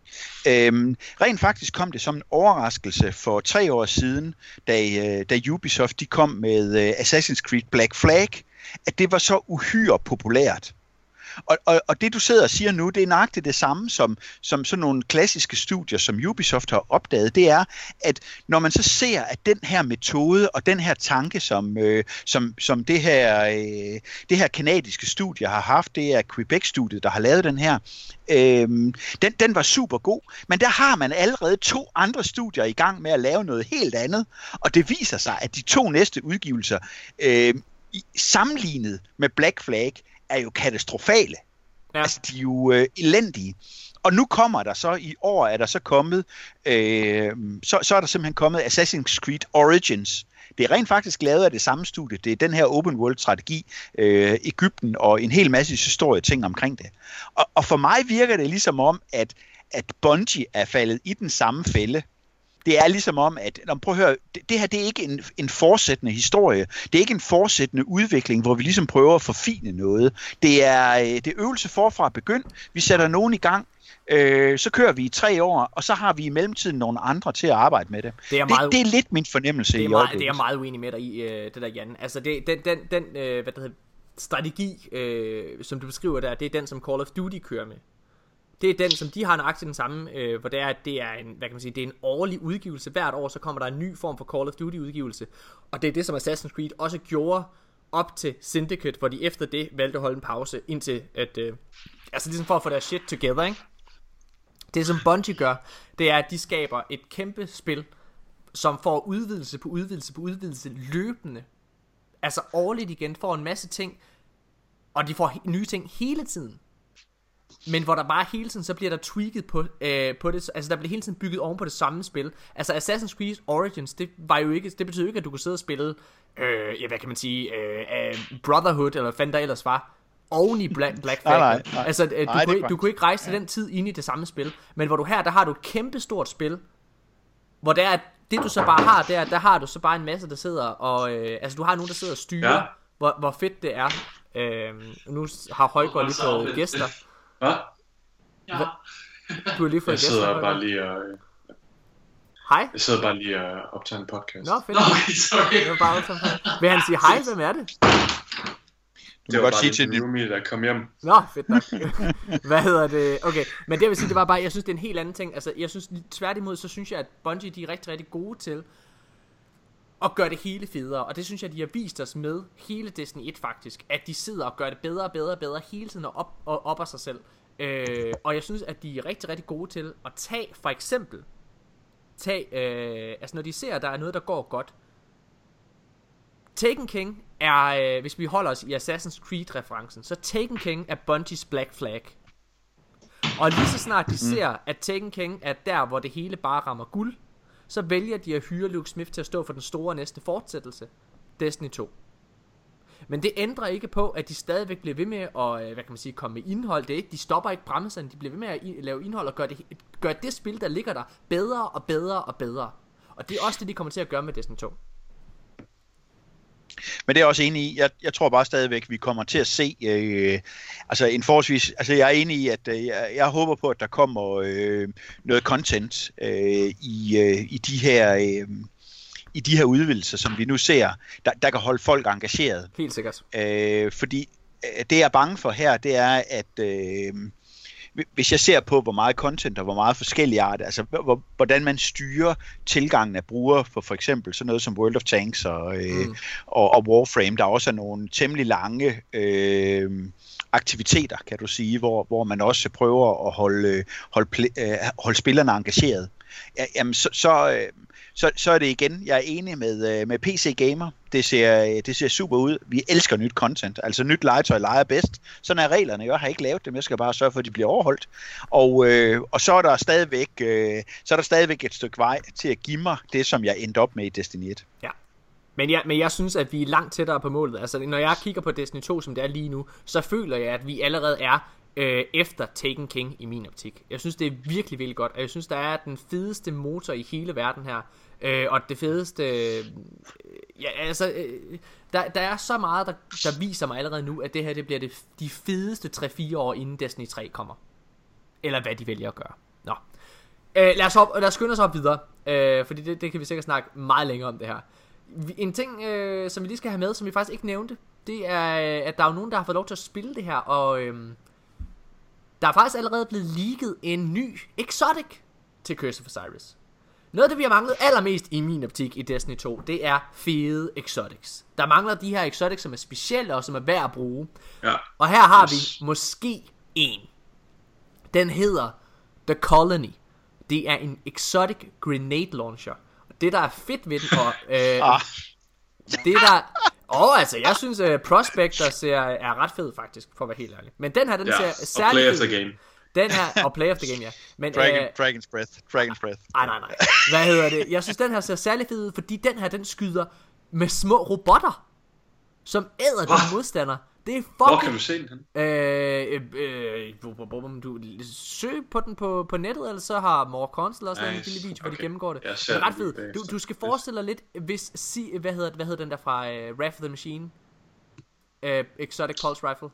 Speaker 3: Øhm, rent faktisk kom det som en overraskelse for tre år siden, da, da Ubisoft de kom med uh, Assassin's Creed Black Flag, at det var så uhyre populært. Og, og, og det du sidder og siger nu, det er nøjagtigt det samme som, som sådan nogle klassiske studier, som Ubisoft har opdaget, det er, at når man så ser, at den her metode og den her tanke, som, øh, som, som det her, øh, det her kanadiske studie har haft, det er Quebec-studiet, der har lavet den her, øh, den, den var super god, men der har man allerede to andre studier i gang med at lave noget helt andet, og det viser sig, at de to næste udgivelser, øh, sammenlignet med Black Flag, er jo katastrofale. Ja. Altså, de er jo øh, elendige. Og nu kommer der så, i år er der så kommet, øh, så, så er der simpelthen kommet Assassin's Creed Origins. Det er rent faktisk lavet af det samme studie. Det er den her open world strategi, øh, Egypten og en hel masse historie ting omkring det. Og, og for mig virker det ligesom om, at, at Bungie er faldet i den samme fælde. Det er ligesom om, at prøv at høre, det, det her det er ikke en, en fortsættende historie. Det er ikke en fortsættende udvikling, hvor vi ligesom prøver at forfine noget. Det er, det er øvelse forfra at begynde. Vi sætter nogen i gang, øh, så kører vi i tre år, og så har vi i mellemtiden nogle andre til at arbejde med det. Det er, meget, det, det er lidt min fornemmelse
Speaker 1: det er
Speaker 3: i
Speaker 1: meget, det er meget uenig med dig i, øh, det der, Jan. Altså, det, den, den, den øh, hvad det hedder, strategi, øh, som du beskriver der, det er den, som Call of Duty kører med. Det er den, som de har nøjagtigt den samme, øh, hvor det er, at det er en, hvad kan man sige, det er en årlig udgivelse. Hvert år, så kommer der en ny form for Call of Duty udgivelse. Og det er det, som Assassin's Creed også gjorde op til Syndicate, hvor de efter det valgte at holde en pause, indtil at, øh, altså ligesom for at få deres shit together, ikke? Det som Bungie gør, det er, at de skaber et kæmpe spil, som får udvidelse på udvidelse på udvidelse løbende. Altså årligt igen, får en masse ting, og de får nye ting hele tiden. Men hvor der bare hele tiden, så bliver der tweaked på, øh, på det. Altså der bliver hele tiden bygget oven på det samme spil. Altså Assassin's Creed Origins, det var jo ikke, det betød jo ikke, at du kunne sidde og spille, øh, ja hvad kan man sige, øh, uh, Brotherhood, eller hvad fanden der ellers var, oven i Black, Black Flag. Nej, nej, nej. Altså øh, du, nej, kunne, du kunne ikke rejse til den tid inde i det samme spil. Men hvor du her, der har du et kæmpe stort spil, hvor der er, det du så bare har, der, der har du så bare en masse, der sidder og, øh, altså du har nogen, der sidder og styrer, ja. hvor, hvor fedt det er. Øh, nu har Højgaard lige fået gæster.
Speaker 2: Hvad?
Speaker 1: Ja. Du har lige fået
Speaker 2: jeg sidder gæster, bare lige og...
Speaker 1: Hej.
Speaker 2: Jeg sidder bare lige og optager en podcast.
Speaker 1: Nå, fedt.
Speaker 2: Nå, okay, sorry.
Speaker 1: Det var bare optaget. Vil han sige hej? Hvem er det?
Speaker 2: Du det var godt sige til din roomie, der kom hjem.
Speaker 1: Nå, fedt nok. Hvad hedder det? Okay, men det vil sige, det var bare, jeg synes, det er en helt anden ting. Altså, jeg synes, tværtimod, så synes jeg, at Bungie, de er rigtig, rigtig gode til at gøre det hele federe. Og det synes jeg, de har vist os med hele Destiny et faktisk. At de sidder og gør det bedre og bedre og bedre hele tiden og op, og op af sig selv. Øh, og jeg synes, at de er rigtig, rigtig gode til at tage, for eksempel, tage, øh, altså når de ser, at der er noget, der går godt. Taken King er, øh, hvis vi holder os i Assassin's Creed-referencen, så Taken King er Bungies Black Flag. Og lige så snart de ser, at Taken King er der, hvor det hele bare rammer guld, så vælger de at hyre Luke Smith til at stå for den store næste fortsættelse, Destiny to. Men det ændrer ikke på, at de stadigvæk bliver ved med at, hvad kan man sige, komme med indhold. Det er ikke, de stopper ikke bremserne, de bliver ved med at lave indhold og gøre det, gøre det spil, der ligger der, bedre og bedre og bedre. Og det er også det, de kommer til at gøre med Destiny to.
Speaker 3: Men det er jeg også enig i. Jeg, jeg tror bare stadigvæk, vi kommer til at se øh, altså en forholdsvis, altså jeg er enig i, at øh, jeg, jeg håber på, at der kommer øh, noget content øh, i, øh, i de her øh, i de her udvidelser, som vi nu ser, der, der kan holde folk engageret.
Speaker 1: Helt sikkert.
Speaker 3: Øh, fordi øh, det jeg er bange for her, det er, at øh, hvis jeg ser på, hvor meget content og hvor meget forskellige art, altså hvor, hvordan man styrer tilgangen af brugere for for eksempel sådan noget som World of Tanks og, øh, mm. og, og Warframe, der også er nogle temmelig lange øh, aktiviteter, kan du sige, hvor, hvor man også prøver at holde, holde, holde spillerne engageret. Ja, jamen, så, så, øh, så, så er det igen, jeg er enig med, med P C Gamer. Det ser, det ser super ud. Vi elsker nyt content. Altså nyt legetøj leger bedst. Sådan er reglerne. Jeg har ikke lavet dem. Jeg skal bare sørge for, at de bliver overholdt. Og, øh, og så er der stadigvæk øh, så er der stadigvæk et stykke vej til at give mig det, som jeg endte op med i Destiny et.
Speaker 1: Ja. Men jeg, men jeg synes, at vi er langt tættere på målet. Altså, når jeg kigger på Destiny to, som det er lige nu, så føler jeg, at vi allerede er øh, efter Taken King i min optik. Jeg synes, det er virkelig, virkelig godt. Og jeg synes, der er den fedeste motor i hele verden her. Øh, og det fedeste øh, ja, altså øh, der, der er så meget der, der viser mig allerede nu, at det her det bliver det, de fedeste tre fire år inden Destiny tre kommer. Eller hvad de vælger at gøre. Nå. øh, Lad os, op, lad os skynde os op videre, øh, fordi det, det kan vi sikkert snakke meget længere om det her. En ting øh, som vi lige skal have med, som vi faktisk ikke nævnte, det er at der er jo nogen der har fået lov til at spille det her. Og øh, der er faktisk allerede blevet leaget en ny exotic til Curse of Osiris. Noget af det vi har manglet allermest i min optik i Destiny to, det er fede exotics. Der mangler de her exotics, som er specielle og som er værd at bruge.
Speaker 2: Ja.
Speaker 1: Og her har vi måske en. Den hedder The Colony. Det er en exotic grenade launcher. Og det der er fedt ved den, og øh, ah. det der... Åh, oh, altså, jeg synes, uh, Prospector ser, er ret fed faktisk, for at være helt ærlig. Men den her, den
Speaker 2: ja,
Speaker 1: ser særlig
Speaker 2: play of the game.
Speaker 1: Den her, og Play of the Game, ja. Men,
Speaker 3: Dragon,
Speaker 1: øh,
Speaker 3: Dragon's Breath, Dragon's Breath.
Speaker 1: Ej, nej, nej. Hvad hedder det? Jeg synes, den her ser særlig fed ud, fordi den her, den skyder med små robotter, som æder dine modstandere. Det er fucking...
Speaker 2: Hvor kan du se den?
Speaker 1: Øh, øh, øh, du søg på den på, på nettet, eller så har More Console også lavet en lille video, hvor okay. de gennemgår det. Det er ret fedt. Du, du skal forestille dig lidt, hvis... Si, hvad, hedder, hvad hedder den der fra uh, Wrath of the Machine? Uh, Exotic Pulse Rifle.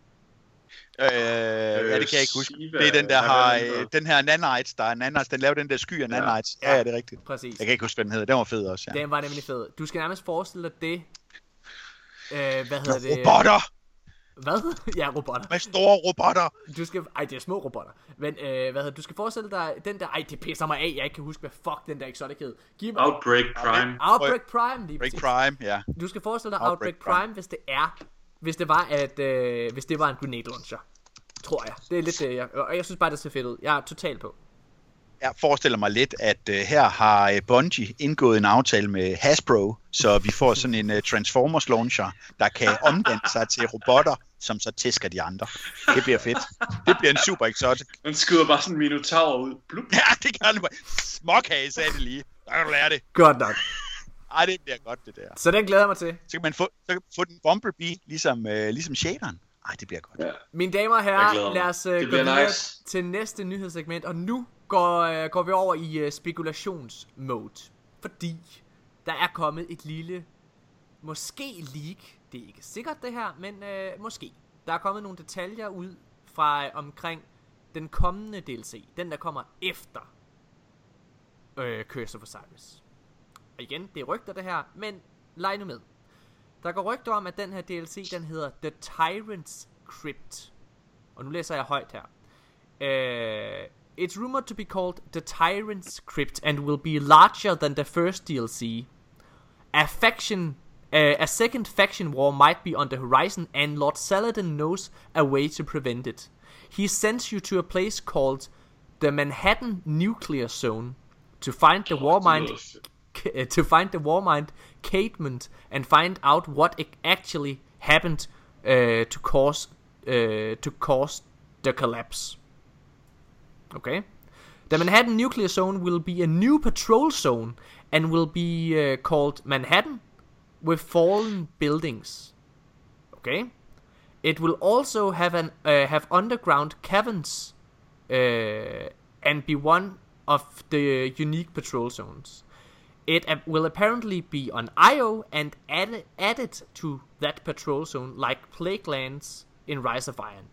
Speaker 3: Øh, ja, det kan jeg ikke huske. Det er den der har øh, den her nanites, der er nanites, den laver den der sky af nanites. Ja, ja, det er rigtigt.
Speaker 1: Præcis.
Speaker 3: Jeg kan ikke huske, hvad den hedder. Den var fed også, ja.
Speaker 1: Den var nemlig fed. Du skal nærmest forestille dig det. Øh, hvad hedder det?
Speaker 3: Robotter!
Speaker 1: Hvad? Ja, robotter.
Speaker 3: Med store robotter.
Speaker 1: Du skal, ej, det er små robotter. Men øh, hvad hedder, du skal forestille dig den der, ej, det pisser mig af, jeg ikke kan huske, hvad fuck den der exotic hed. Giv mig...
Speaker 2: Outbreak Prime.
Speaker 1: Outbreak Prime, lige
Speaker 3: præcis. Prime, ja.
Speaker 1: Du skal forestille dig Outbreak, Outbreak Prime, Prime, hvis det er, hvis det var, at, øh, hvis det var en grenade launcher. Tror jeg. Det er lidt det, jeg, og jeg synes bare, det ser fedt ud. Jeg er totalt på.
Speaker 3: Jeg forestiller mig lidt, at uh, her har uh, Bungie indgået en aftale med Hasbro, så vi får sådan en uh, Transformers launcher, der kan omdanne sig til robotter, som så tæsker de andre. Det bliver fedt. Det bliver en super exotic.
Speaker 2: Den skyder bare sådan en minotaur ud. Blup.
Speaker 3: Ja, det gør den bare. Småkage, sagde det lige. Der kan du lære det.
Speaker 1: Godt nok.
Speaker 3: Ej, det bliver godt, det der.
Speaker 1: Så den glæder jeg mig til.
Speaker 3: Så kan man få, så kan få den Bumblebee, ligesom, uh, ligesom shaderen. Ej, det bliver godt. Ja.
Speaker 1: Mine damer og herrer, lad os uh, gå videre
Speaker 2: nice.
Speaker 1: til næste nyhedssegment. Og nu går, uh, går vi over i uh, spekulationsmode. Fordi der er kommet et lille, måske leak. Det er ikke sikkert det her, men uh, måske. Der er kommet nogle detaljer ud fra uh, omkring den kommende D L C. Den der kommer efter uh, Curse of Osiris. Og igen, det er rygter det her, men leg nu med. Der går rygter om, at den her D L C, den hedder The Tyrant's Crypt. Og nu læser jeg højt her. Uh, it's rumored to be called The Tyrant's Crypt and will be larger than the first D L C. A faction, uh, a second faction war might be on the horizon, and Lord Saladin knows a way to prevent it. He sends you to a place called the Manhattan Nuclear Zone to find the Warmind... to find the Warmind Catement and find out what actually happened uh, to cause uh, to cause the collapse. Okay. The Manhattan Nuclear Zone will be a new patrol zone and will be uh, called Manhattan with fallen buildings. Okay. It will also have an uh, have underground caverns uh, and be one of the unique patrol zones. It will apparently be on Io and added, added to that patrol zone like Plaguelands in Rise of Iron.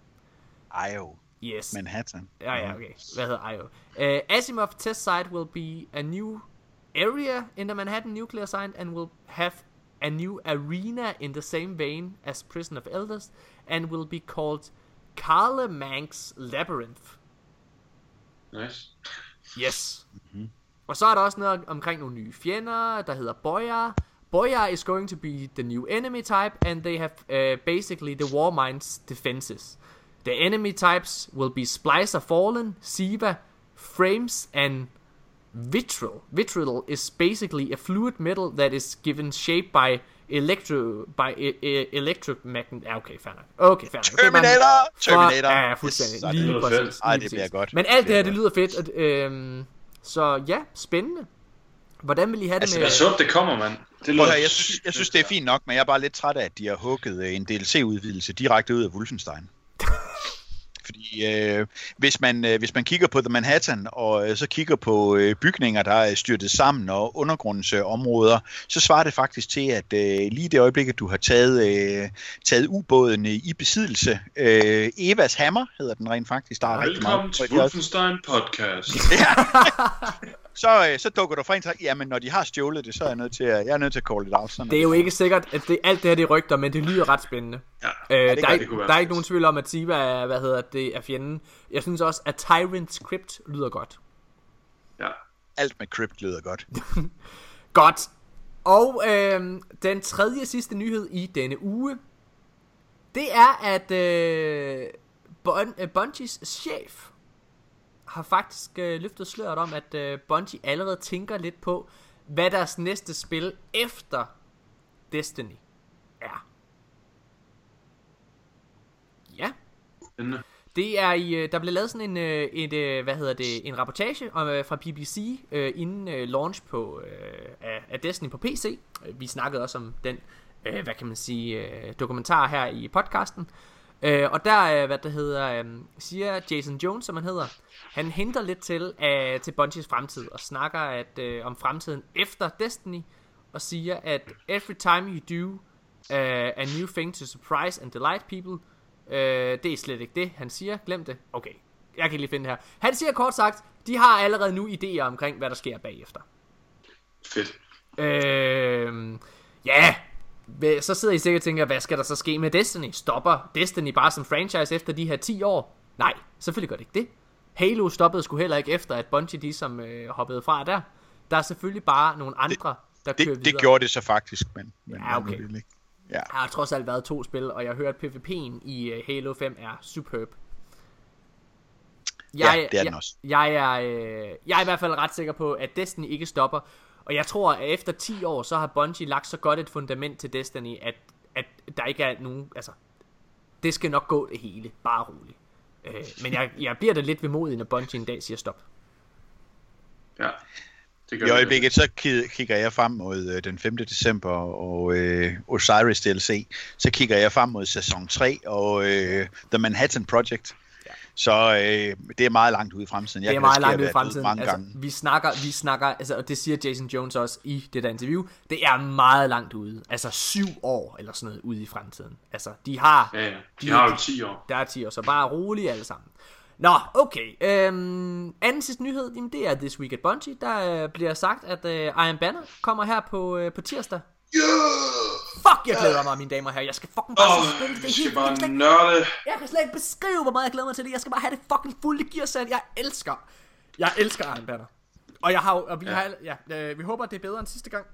Speaker 3: Io.
Speaker 1: Yes.
Speaker 3: Manhattan.
Speaker 1: Ja, ja, okay. Hvad hedder Io? Uh, Asimov test site will be a new area in the Manhattan nuclear site and will have a new arena in the same vein as Prison of Elders and will be called Karla Manx Labyrinth.
Speaker 2: Nice.
Speaker 1: Yes. Mm-hmm. Og så er der også noget omkring nogle nye fjender, der hedder Boyar. Boyar is going to be the new enemy type, and they have uh, basically the Warmind's defenses. The enemy types will be Splicer Fallen, Siva, Frames, and Vitriol. Vitriol is basically a fluid metal that is given shape by electro by e- e- electromagnet. Ja, okay, fair nok. Okay, fair nok.
Speaker 3: Terminator! Terminator!
Speaker 1: Ja, fuldstændig.
Speaker 2: Yes.
Speaker 1: Lige
Speaker 2: Det lyder
Speaker 1: præcis.
Speaker 2: fedt.
Speaker 3: Ej,
Speaker 1: Lige
Speaker 3: det bliver
Speaker 1: præcis.
Speaker 3: godt.
Speaker 1: Men alt det her, det
Speaker 3: bliver
Speaker 1: lyder fedt. At, øhm, så ja, spændende. Hvordan vil I have det
Speaker 3: Altså,
Speaker 1: med...
Speaker 2: Jeg så, det kommer, mand. Det
Speaker 3: Prøv
Speaker 2: lyder
Speaker 3: at høre, jeg, synes, jeg synes, det er fint nok, men jeg er bare lidt træt af, at de har hugget øh, en D L C-udvidelse direkte ud af Wolfenstein. Fordi øh, hvis, man, øh, hvis man kigger på The Manhattan, og øh, så kigger på øh, bygninger, der er styrtet sammen, og undergrundsområder, øh, så svarer det faktisk til, at øh, lige det øjeblik, at du har taget, øh, taget ubåden øh, i besiddelse, øh, Evas Hammer hedder den rent faktisk, der er rigtig meget.
Speaker 2: Velkommen til Wolfenstein Podcast.
Speaker 3: Så, øh, så dukker du fra en til, jamen når de har stjålet det, så er jeg nødt til at, jeg er nødt til at call it out. Sådan
Speaker 1: Det er jo ikke sikkert, at det, alt det her det er rygter, men det lyder ret spændende.
Speaker 2: Ja,
Speaker 1: øh,
Speaker 2: det
Speaker 1: der,
Speaker 2: kan,
Speaker 1: er,
Speaker 2: det kunne være
Speaker 1: der er
Speaker 2: fedt.
Speaker 1: ikke nogen tvivl om, at Siva er, hvad hedder det, er fjenden. Jeg synes også, at Tyrant's Crypt lyder godt.
Speaker 2: Ja.
Speaker 3: Alt med Crypt lyder godt.
Speaker 1: Godt. Og øh, den tredje sidste nyhed i denne uge, det er, at øh, Bun- uh, Bungies chef har faktisk øh, løftet sløret om, at øh, Bungie allerede tænker lidt på, hvad deres næste spil efter Destiny er. Ja.
Speaker 2: Spændende.
Speaker 1: Det er i, øh, der blev lavet sådan en, øh, et, øh, hvad hedder det, en rapportage om, øh, fra B B C øh, inden øh, launch på, øh, af, af Destiny på P C. Vi snakkede også om den, øh, hvad kan man sige, øh, dokumentar her i podcasten. Øh, og der, øh, hvad det hedder, øh, siger Jason Jones, som han hedder, han henter lidt til, øh, til Bungies fremtid, og snakker at, øh, om fremtiden efter Destiny, og siger, at every time you do uh, a new thing to surprise and delight people, uh, det er slet ikke det, han siger, glem det. Okay, jeg kan ikke lige finde det her. Han siger kort sagt, de har allerede nu idéer omkring, hvad der sker bagefter.
Speaker 2: Fedt.
Speaker 1: Øh, ja, så sidder I sikkert og tænker, hvad skal der så ske med Destiny? Stopper Destiny bare som franchise efter de her ti år? Nej, selvfølgelig gør det ikke det. Halo stoppede sgu heller ikke efter, at Bungie de som øh, hoppede fra der. Der er selvfølgelig bare nogle andre, der
Speaker 3: Det,
Speaker 1: kører videre.
Speaker 3: det gjorde det så faktisk, men... men
Speaker 1: Ja, okay.
Speaker 3: men ikke. Ja.
Speaker 1: Der har trods alt været to spil, og jeg har hørt, at PvP'en i uh, Halo fem er superb. Jeg,
Speaker 3: Ja, det er den
Speaker 1: jeg,
Speaker 3: også.
Speaker 1: Jeg er, øh, jeg er i hvert fald ret sikker på, at Destiny ikke stopper. Og jeg tror, at efter ti år, så har Bungie lagt så godt et fundament til Destiny, at, at der ikke er nogen... Altså, det skal nok gå det hele. Bare roligt. Øh, men jeg, jeg bliver da lidt vemodig, når Bungie en dag siger stop.
Speaker 2: Ja. Det gør
Speaker 3: I
Speaker 2: det.
Speaker 3: øjeblikket så ki- kigger jeg frem mod øh, den femte december og øh, Osiris D L C. Så kigger jeg frem mod sæson tre og øh, The Manhattan Project. Ja. Så øh, det er meget langt ude i fremtiden. Jeg
Speaker 1: Det er
Speaker 3: kan
Speaker 1: meget
Speaker 3: risikere
Speaker 1: langt
Speaker 3: at
Speaker 1: ude i
Speaker 3: være død
Speaker 1: fremtiden.
Speaker 3: mange
Speaker 1: Altså,
Speaker 3: gange.
Speaker 1: vi snakker, vi snakker, altså, og det siger Jason Jones også i det der interview, det er meget langt ude. Altså syv år eller sådan noget ude i fremtiden. Altså, de har...
Speaker 2: Ja, ja. De har jo ti år.
Speaker 1: Der er ti år, så bare roligt alle sammen. Nå, okay. Øhm, anden sidste nyhed, jamen, det er This Week at Bungie. Der øh, bliver sagt, at øh, Iron Banner kommer her på, øh, på tirsdag.
Speaker 2: Yeah!
Speaker 1: Fuck, jeg glæder mig, mine damer og herrer. Jeg skal fucking bare
Speaker 2: Åh,
Speaker 1: oh, spille det
Speaker 2: vi skal
Speaker 1: helt.
Speaker 2: bare
Speaker 1: Jeg kan, slet ikke,
Speaker 2: nørde.
Speaker 1: jeg kan slet ikke beskrive, hvor meget jeg glæder mig til det. Jeg skal bare have det fucking fulde gearsæt. Jeg elsker. Jeg elsker Iron Banner. Og jeg har jo, og vi
Speaker 2: Ja.
Speaker 1: har, ja, øh, vi håber, at det er bedre end sidste gang.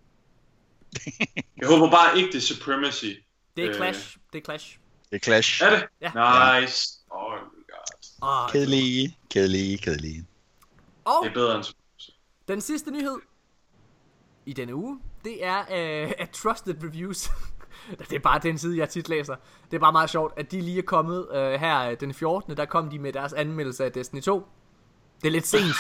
Speaker 2: Jeg håber bare ikke, det er Supremacy.
Speaker 1: Det er
Speaker 2: Øh,
Speaker 1: Clash. Det er Clash.
Speaker 3: Det er Clash.
Speaker 2: Er det?
Speaker 1: Ja.
Speaker 2: Nice. Oh my god.
Speaker 1: Og,
Speaker 3: Kedelige, kedelige, kedelige.
Speaker 1: og
Speaker 2: Det er bedre end Supremacy.
Speaker 1: den sidste nyhed i denne uge, det er uh, at Trusted Reviews. Det er bare den side, jeg tit læser. Det er bare meget sjovt, at de lige er kommet uh, her den fjortende Der kom de med deres anmeldelse af Destiny to. Det er lidt sent.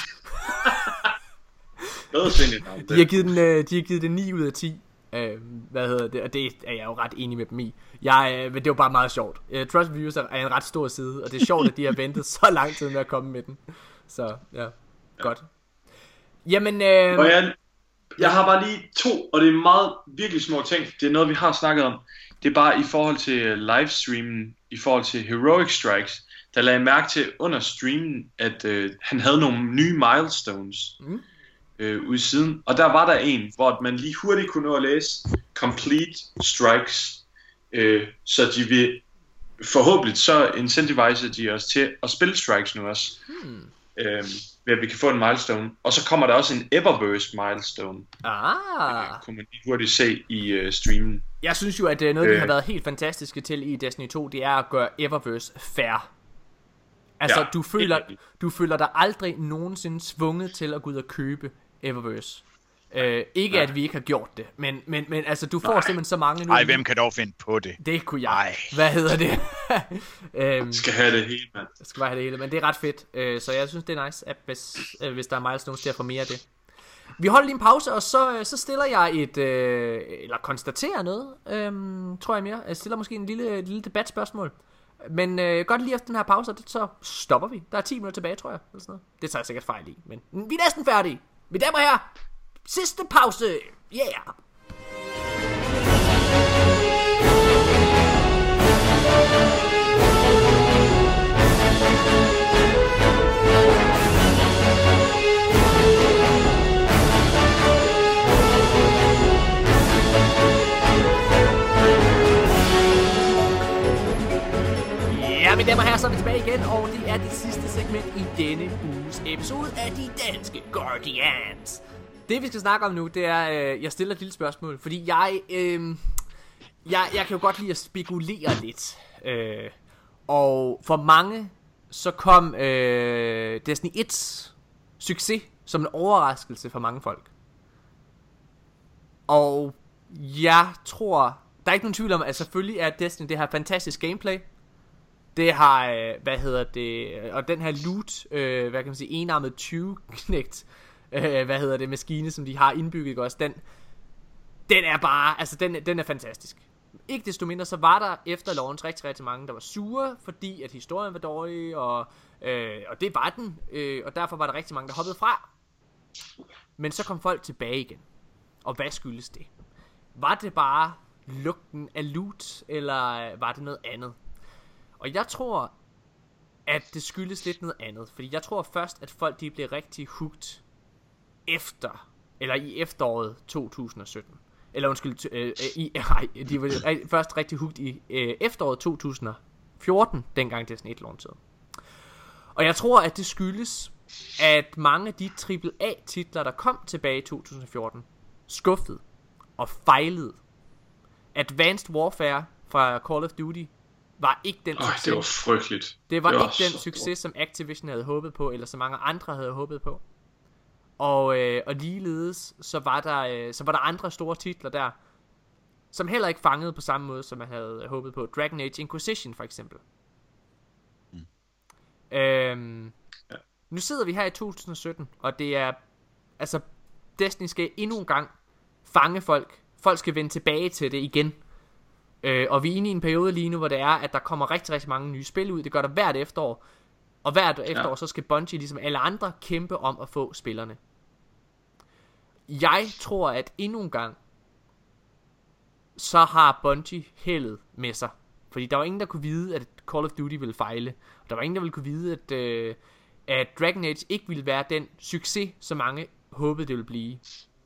Speaker 2: Bedre sent
Speaker 1: De har givet den, uh, de har givet den ni ud af ti. Uh, hvad hedder det? Og det er jeg jo ret enig med dem i. Jeg, uh, men det var bare meget sjovt. uh, Trusted Reviews er en ret stor side, og det er sjovt, at de har ventet så lang tid med at komme med den. Så ja, ja. Godt. Jamen uh,
Speaker 2: Og jeg, jeg har bare lige to, og det er meget virkelig små ting. Det er noget, vi har snakket om. Det er bare i forhold til livestreamen, i forhold til Heroic Strikes. Der lagde jeg mærke til under streamen, at øh, han havde nogle nye milestones
Speaker 1: Mm.
Speaker 2: øh, ude i siden. Og der var der en, hvor man lige hurtigt kunne nå at læse Complete Strikes. Øh, så de vil forhåbentlig så incentiviser de os til at spille Strikes nu også. Hmm. Øhm, ved at vi kan få en milestone. Og så kommer der også en Eververse milestone.
Speaker 1: Ah.
Speaker 2: Det kunne man lige hurtigt se i uh, streamen.
Speaker 1: Jeg synes jo, at uh, noget, øh. de har været helt fantastiske til i Destiny to, det er at gøre Eververse fair. Altså, ja, du, føler, du føler dig aldrig nogensinde tvunget til at gå ud og købe Eververse. Øh, ikke Nej. At vi ikke har gjort det, men, men, men altså, du får Nej. Simpelthen så mange nu.
Speaker 3: Nej, hvem kan dog finde på det?
Speaker 1: Det kunne jeg. Ej. Hvad hedder det? øhm,
Speaker 2: skal have det hele, mand.
Speaker 1: Skal bare have det hele, men det er ret fedt. Øh, så jeg synes, det er nice, at hvis, øh, hvis der er milestones til at få mere af det. Vi holder lige en pause, og så, så stiller jeg et, øh, eller konstaterer noget, øh, tror jeg mere. Jeg stiller måske en lille, lille debatspørgsmål. Men øh, godt lige efter den her pause, så stopper vi. Der er ti minutter tilbage, tror jeg. Eller sådan noget. Det tager jeg sikkert fejl i, men vi er næsten færdige. Mine damer og herrer, sidste pause. Yeah! Ja, mine damer og herrer, så er vi tilbage igen, og det er det sidste segment i denne uges episode af De Danske Guardians. Det vi skal snakke om nu, det er, øh, jeg stiller et lille spørgsmål, fordi jeg, øh, jeg, jeg kan jo godt lide at spekulere lidt. Øh, og for mange, så kom øh, Destiny et's succes som en overraskelse for mange folk. Og jeg tror, der er ikke nogen tvivl om, at selvfølgelig er Destiny det her fantastisk gameplay. Det har, øh, hvad hedder det, og den her loot, øh, hvad kan man sige, enarmet tyveknægt, øh, hvad hedder det, maskine, som de har indbygget også, den, den er bare, altså den, den er fantastisk. Ikke desto mindre, så var der efter launch rigtig, rigtig mange, der var sure, fordi at historien var dårlig, og, øh, og det var den, øh, og derfor var der rigtig mange, der hoppede fra. Men så kom folk tilbage igen. Og hvad skyldes det? Var det bare lugten af loot, eller var det noget andet? Og jeg tror, at det skyldes lidt noget andet. Fordi jeg tror først, at folk de blev rigtig hooked efter, eller i efteråret to tusind og sytten. Eller undskyld, øh, i, nej, de var først rigtig hooked i øh, efteråret to tusind og fjorten, dengang Destiny et launchede. Og jeg tror, at det skyldes, at mange af de triple A titler, der kom tilbage i to tusind og fjorten, skuffede og fejlede. Advanced Warfare fra Call of Duty var ikke den
Speaker 2: Øj,
Speaker 1: succes.
Speaker 2: det var frygteligt.
Speaker 1: Det var,
Speaker 2: det var
Speaker 1: ikke den succes, som Activision havde håbet på, eller så mange andre havde håbet på. Og, øh, og ligeledes, så var, der, øh, så var der andre store titler der, som heller ikke fangede på samme måde, som man havde håbet på. Dragon Age Inquisition for eksempel. Mm. Øhm, ja. Nu sidder vi her i to tusind og sytten, og det er, altså, Destiny skal endnu en gang fange folk. Folk skal vende tilbage til det igen. Øh, og vi er inde i en periode lige nu, hvor det er, at der kommer rigtig, rigtig mange nye spil ud. Det gør der hvert efterår. Og hvert efterår, ja. Så skal Bungie, ligesom alle andre, kæmpe om at få spillerne. Jeg tror, at endnu en gang, så har Bungie heldet med sig. Fordi der var ingen, der kunne vide, at Call of Duty ville fejle. Og der var ingen, der ville kunne vide, at, øh, at Dragon Age ikke ville være den succes, som mange håbede, det ville blive.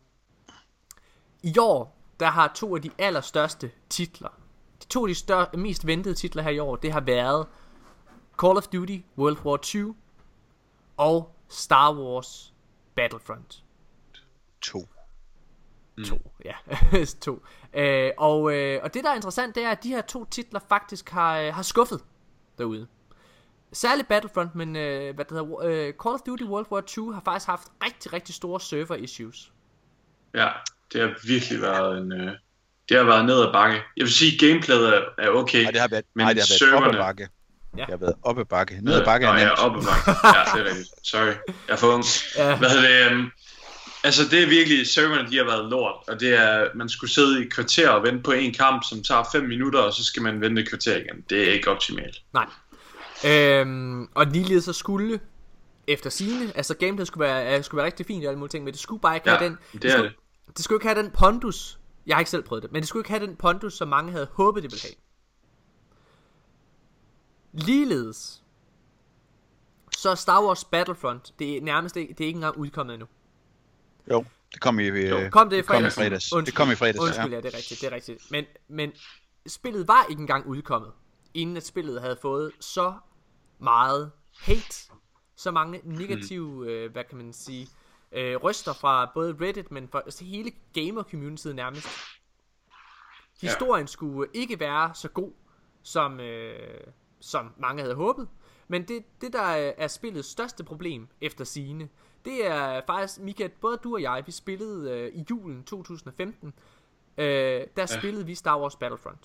Speaker 1: I år, der har to af de allerstørste titler, de to af de større, mest ventede titler her i år, det har været Call of Duty World War to og Star Wars Battlefront.
Speaker 3: To.
Speaker 1: Mm. To, ja. to. Øh, og, øh, og det der er interessant, det er, at de her to titler faktisk har, øh, har skuffet derude. Særligt Battlefront, men øh, hvad det hedder, øh, Call of Duty World War to har faktisk haft rigtig, rigtig store server issues.
Speaker 2: Ja, det har virkelig været en... Øh, det har været ned ad bakke. Jeg vil sige, gameplayet er, er okay,
Speaker 3: nej, det har været,
Speaker 2: men
Speaker 3: nej, det har været
Speaker 2: serverne...
Speaker 3: op ad bakke. Ja. Det har været op ad bakke. Ned ad bakke
Speaker 2: er
Speaker 3: nemt.
Speaker 2: Ja, op ad bakke. Ja, det er rigtigt. Sorry. Jeg er for ung. Ja. Hvad hedder det? Um, altså, det er virkelig... Serverne, de har været lort. Og det er... Man skulle sidde i kvarter og vente på en kamp, som tager fem minutter, og så skal man vente et kvarter igen. Det er ikke optimalt.
Speaker 1: Nej. Øhm, og ligeledes så skulle... Efter sigende, altså gameplayet skulle være, skulle være rigtig fint og alle mulige ting, men det skulle bare ikke
Speaker 2: ja,
Speaker 1: have den...
Speaker 2: det,
Speaker 1: det,
Speaker 2: er
Speaker 1: skulle,
Speaker 2: det.
Speaker 1: det skulle ikke have den pondus... Jeg har ikke selv prøvet det, men det skulle ikke have den pondus, som mange havde håbet, det ville have. Ligeledes, så Star Wars Battlefront, det er nærmest det, det er ikke engang udkommet endnu.
Speaker 3: Jo, det kom i, øh,
Speaker 1: kom det i
Speaker 3: fredags.
Speaker 1: fredags.
Speaker 3: Undskyld, det kom i fredags.
Speaker 1: Undskyld, ja, det er rigtigt, det er rigtigt. Men, men spillet var ikke engang udkommet inden at spillet havde fået så meget hate, så mange negative, øh, hvad kan man sige, øh, røster fra både Reddit, men fra altså hele gamer-communityet nærmest. Historien ja. skulle ikke være så god, som, øh, som mange havde håbet. Men det, det der er spillets største problem efter sigende, det er faktisk, Mika, både du og jeg, vi spillede øh, i julen to tusind og femten, øh, der ja. spillede vi Star Wars Battlefront.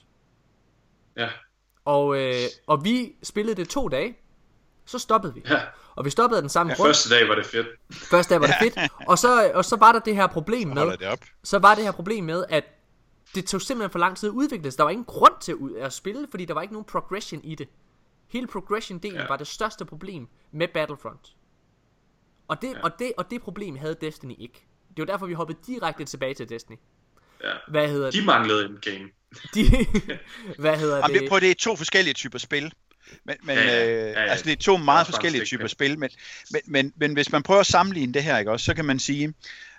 Speaker 2: Ja.
Speaker 1: Og, øh, og vi spillede det to dage, så stoppede vi.
Speaker 2: Ja.
Speaker 1: Og vi stoppede den samme
Speaker 2: ja,
Speaker 1: grund.
Speaker 2: Første dag var det fedt.
Speaker 1: Første dag var det fedt. Og så, og så var der det her problem med,
Speaker 3: det
Speaker 1: så var det her problem med, at det tog simpelthen for lang tid at udvikle sig. Der var ingen grund til at, at spille, fordi der var ikke nogen progression i det. Hele progression-delen ja. var det største problem med Battlefront. Og det, ja. og, det, og det problem havde Destiny ikke. Det var derfor, vi hoppede direkte tilbage til Destiny.
Speaker 2: Ja.
Speaker 1: Hvad hedder
Speaker 2: De
Speaker 1: det?
Speaker 2: manglede en game.
Speaker 1: De, hvad hedder
Speaker 3: Jamen,
Speaker 1: det?
Speaker 3: Prøv, det er to forskellige typer spil. Men, men
Speaker 2: ja, ja, ja, ja.
Speaker 3: Øh, altså det er to meget forskellige typer med. spil. Men, men, men, men hvis man prøver at sammenligne det her, ikke også, så kan man sige,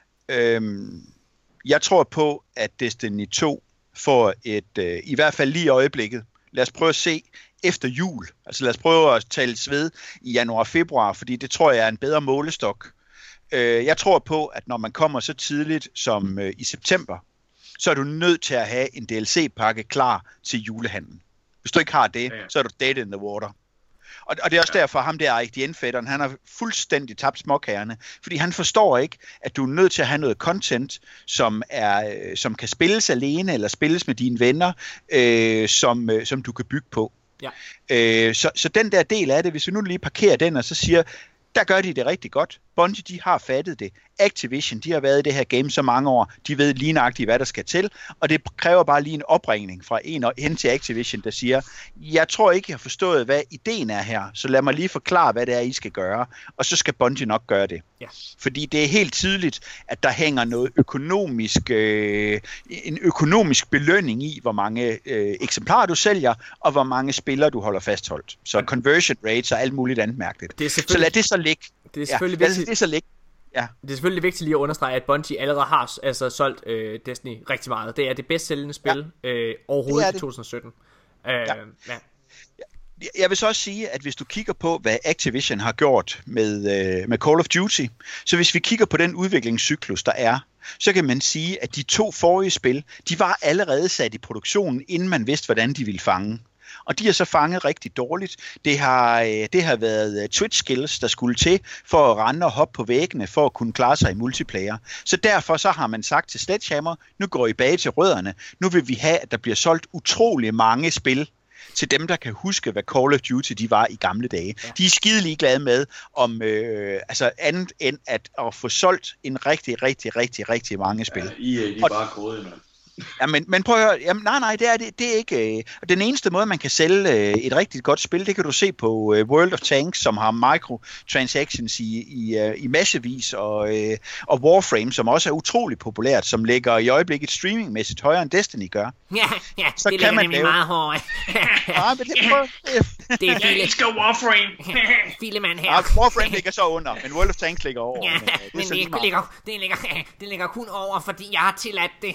Speaker 3: øhm, jeg tror på, at Destiny to får et, øh, i hvert fald lige i øjeblikket, lad os prøve at se efter jul, altså lad os prøve at tale sved i januar og februar, fordi det tror jeg er en bedre målestok. Øh, jeg tror på, at når man kommer så tidligt som øh, i september, så er du nødt til at have en D L C-pakke klar til julehandlen. Hvis du ikke har det, ja, ja. så er du dead in the water. Og, og det er også ja. derfor, ham der Erik Dienfætteren, han har fuldstændig tabt småkagerne, fordi han forstår ikke, at du er nødt til at have noget content, som, er, som kan spilles alene, eller spilles med dine venner, øh, som, øh, som du kan bygge på. Ja. Øh, så, så den der del af det, hvis vi nu lige parkerer den, og så siger, der gør de det rigtig godt. Bungie, de har fattet det. Activision, de har været i det her game så mange år, de ved lige nøjagtigt, hvad der skal til, og det kræver bare lige en opringning fra en og hen til Activision, der siger, jeg tror ikke, jeg har forstået, hvad ideen er her, så lad mig lige forklare, hvad det er, I skal gøre, og så skal Bungie nok gøre det. Ja. Fordi det er helt tydeligt, at der hænger noget økonomisk, øh, en økonomisk belønning i, hvor mange øh, eksemplarer du sælger, og hvor mange spillere du holder fastholdt. Så conversion rates og alt muligt andet mærkeligt. Så lad det så ligge.
Speaker 1: Det er selvfølgelig
Speaker 3: ja,
Speaker 1: vigtigt.
Speaker 3: Det er så ligge. Ja.
Speaker 1: Det er selvfølgelig vigtigt lige at understrege, at Bungie allerede har altså solgt øh, Destiny rigtig meget. Det er det bedst sælgende spil ja. øh, overhovedet i to tusind og sytten. Øh, ja. Ja.
Speaker 3: Jeg vil så også sige, at hvis du kigger på, hvad Activision har gjort med, øh, med Call of Duty, så hvis vi kigger på den udviklingscyklus, der er, så kan man sige, at de to forrige spil, de var allerede sat i produktionen, inden man vidste, hvordan de ville fange. Og de har så fanget rigtig dårligt. Det har, det har været Twitch skills, der skulle til for at rende og hoppe på væggene, for at kunne klare sig i multiplayer. Så derfor så har man sagt til Sledgehammer, nu går I bag til rødderne. Nu vil vi have, at der bliver solgt utrolig mange spil til dem, der kan huske, hvad Call of Duty de var i gamle dage. Ja. De er skide ligeglade med, om øh, altså andet end at, at få solgt en rigtig, rigtig, rigtig, rigtig mange spil. Ja,
Speaker 2: I er, de er bare grådige, mand.
Speaker 3: Ja, men, men prøv at høre, jamen, nej, nej, det er, det, det er ikke, øh, den eneste måde, man kan sælge øh, et rigtig godt spil, det kan du se på øh, World of Tanks, som har microtransactions i, i, øh, i massevis, og, øh, og Warframe, som også er utrolig populært, som ligger i øjeblikket streamingmæssigt højere end Destiny gør.
Speaker 1: Ja, ja,
Speaker 3: så
Speaker 1: det
Speaker 3: kan
Speaker 1: ligger
Speaker 3: man
Speaker 1: nemlig meget hårdt.
Speaker 3: Nej, men det prøver det.
Speaker 1: Det er
Speaker 2: File. Let's go Warframe.
Speaker 1: Filemand her.
Speaker 3: Ja, Warframe ligger så under, men World of Tanks ligger over.
Speaker 1: Ja,
Speaker 3: men, øh, det,
Speaker 1: men det, det, ligger, det, ligger, det ligger kun over, fordi jeg har tilladt det.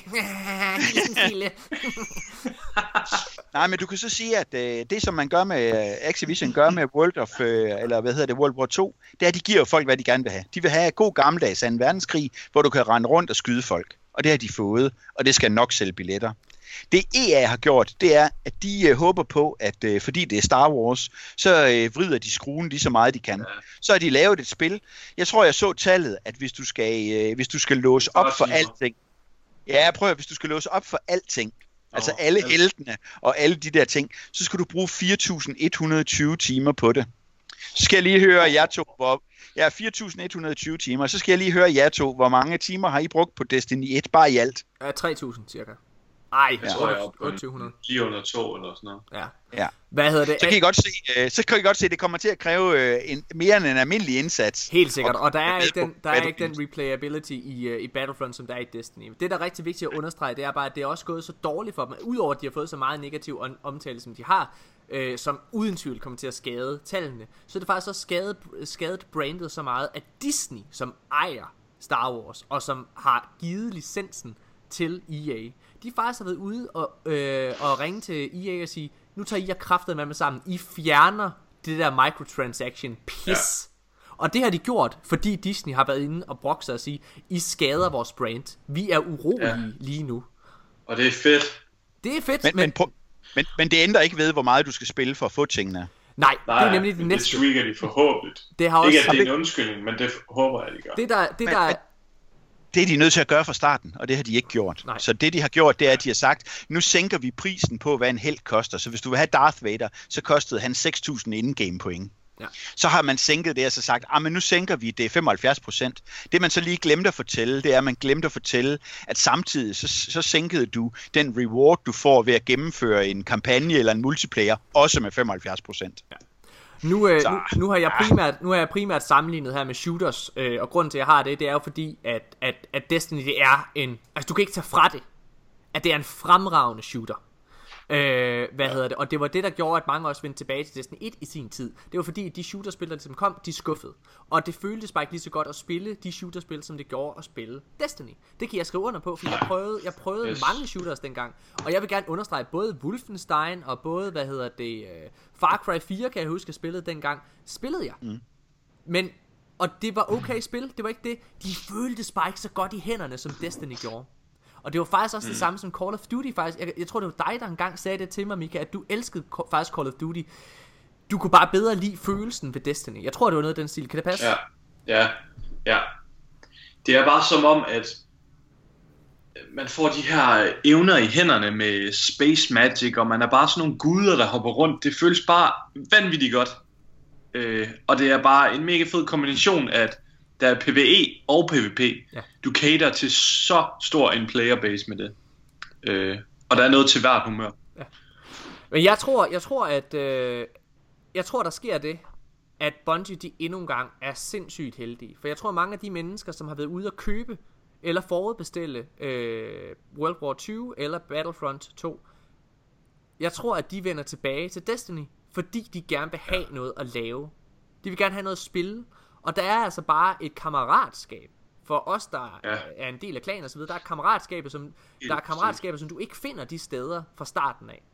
Speaker 3: Nej, men du kan så sige, at øh, det som man gør med øh, Activision gør med World of øh, eller hvad hedder det, World War to, det er, at de giver folk, hvad de gerne vil have. De vil have god gammeldags anden verdenskrig, hvor du kan rende rundt og skyde folk. Og det har de fået, og det skal nok sælge billetter. Det E A har gjort, det er, at de øh, håber på, at øh, fordi det er Star Wars, så øh, vrider de skruen lige så meget de kan. Så har de lavet et spil. Jeg tror, jeg så tallet, at hvis du skal, øh, hvis du skal låse op for alting, ja, prøv at, hvis du skal låse op for alting, oh, altså alle alt. heltene og alle de der ting, så skal du bruge fire tusind et hundrede og tyve timer på det. Så skal jeg lige høre jer to, hvor... Ja, fire tusind et hundrede og tyve timer. Så skal jeg lige høre jer to, hvor mange timer har I brugt på Destiny et bare i alt?
Speaker 1: Ja, tre tusind cirka. Ej,
Speaker 2: jeg tror, jeg er
Speaker 1: otte tusind hundrede.
Speaker 2: Lige under to eller sådan noget.
Speaker 1: Ja.
Speaker 3: Ja.
Speaker 1: Hvad hedder det?
Speaker 3: Så kan I godt se, øh, så kan I godt se, at det kommer til at kræve øh, en, mere end en almindelig indsats.
Speaker 1: Helt sikkert, og, og der er ikke den, der er ikke den replayability i, uh, i Battlefront, som der er i Destiny. Det, der er rigtig vigtigt at understrege, det er bare, at det er også gået så dårligt for dem, udover at de har fået så meget negativ omtale, som de har, øh, som uden tvivl kommer til at skade tallene, så er det faktisk også skadet, skadet brandet så meget, at Disney, som ejer Star Wars, og som har givet licensen til E A, de faktisk har været ude og, øh, og ringe til E A og sige, nu tager I jer kraftet med mig sammen. I fjerner det der microtransaction pis. Ja. Og det har de gjort, fordi Disney har været inde og brokke sig og sige, I skader vores brand. Vi er urolige ja. lige nu.
Speaker 2: Og det er fedt.
Speaker 1: Det er fedt,
Speaker 3: men...
Speaker 1: men,
Speaker 3: men, men, men det ændrer ikke ved, hvor meget du skal spille for at få tingene.
Speaker 1: Nej,
Speaker 2: Nej,
Speaker 1: det er nemlig det næste.
Speaker 2: Det tweaker de forhåbentlig.
Speaker 1: Det har også...
Speaker 2: Ikke at det er en undskyldning, men det håber jeg, de gør.
Speaker 1: Det der, det
Speaker 3: men,
Speaker 1: der...
Speaker 3: Men, det er de nødt til at gøre fra starten, og det har de ikke gjort.
Speaker 1: Nej.
Speaker 3: Så det de har gjort, det er, at de har sagt, nu sænker vi prisen på, hvad en helt koster. Så hvis du vil have Darth Vader, så kostede han seks tusind in-game point. Ja. Så har man sænket det og så sagt, ah, men nu sænker vi det femoghalvfjerds procent. Det man så lige glemte at fortælle, det er, at man glemte at fortælle, at samtidig så, så sænkede du den reward, du får ved at gennemføre en kampagne eller en multiplayer, også med femoghalvfjerds procent. Ja.
Speaker 1: Nu, øh, nu, nu, har jeg primært, nu har jeg primært sammenlignet her med shooters, øh, og grunden til at jeg har det, det er jo fordi, at, at, at Destiny det er en, altså du kan ikke tage fra det, at det er en fremragende shooter. Øh, hvad hedder det? Og det var det der gjorde at mange også vendte tilbage til Destiny et i sin tid. Det var fordi de shooterspillere som kom, de skuffede. Og det føltes bare ikke lige så godt at spille de shooterspil som det gjorde at spille Destiny. Det kan jeg skrive under på, fordi jeg prøvede, jeg prøvede yes. mange shooters dengang. Og jeg vil gerne understrege både Wolfenstein og både hvad hedder det uh, Far Cry fire kan jeg huske jeg spillede dengang. Spillede jeg. Mm. Men og det var okay spil, det var ikke det. De føltes bare ikke så godt i hænderne som Destiny gjorde. Og det var faktisk også mm. det samme som Call of Duty faktisk. Jeg, jeg tror det var dig der engang sagde det til mig, Mika, at du elskede faktisk Call of Duty. Du kunne bare bedre lide følelsen ved Destiny. Jeg tror det var noget af den stil. Kan det passe?
Speaker 2: Ja, ja, ja. Det er bare som om at man får de her evner i hænderne med space magic, og man er bare sådan nogle guder der hopper rundt. Det føles bare vanvittigt godt. øh, Og det er bare en mega fed kombination af at der er PvE og PvP. Ja. Du cater til så stor en playerbase med det. Øh, og der er noget til hvert humør. Ja.
Speaker 1: Men jeg tror, jeg tror at øh, jeg tror der sker det, at Bungie de endnu en gang er sindssygt heldige. For jeg tror mange af de mennesker, som har været ude at købe eller forudbestille øh, World War to eller Battlefront to, jeg tror at de vender tilbage til Destiny, fordi de gerne vil have ja. noget at lave. De vil gerne have noget at spille. Og der er altså bare et kammeratskab for os der ja. er en del af klanen og så videre. Der er kammeratskaber som der er kammeratskaber som du ikke finder de steder fra starten af.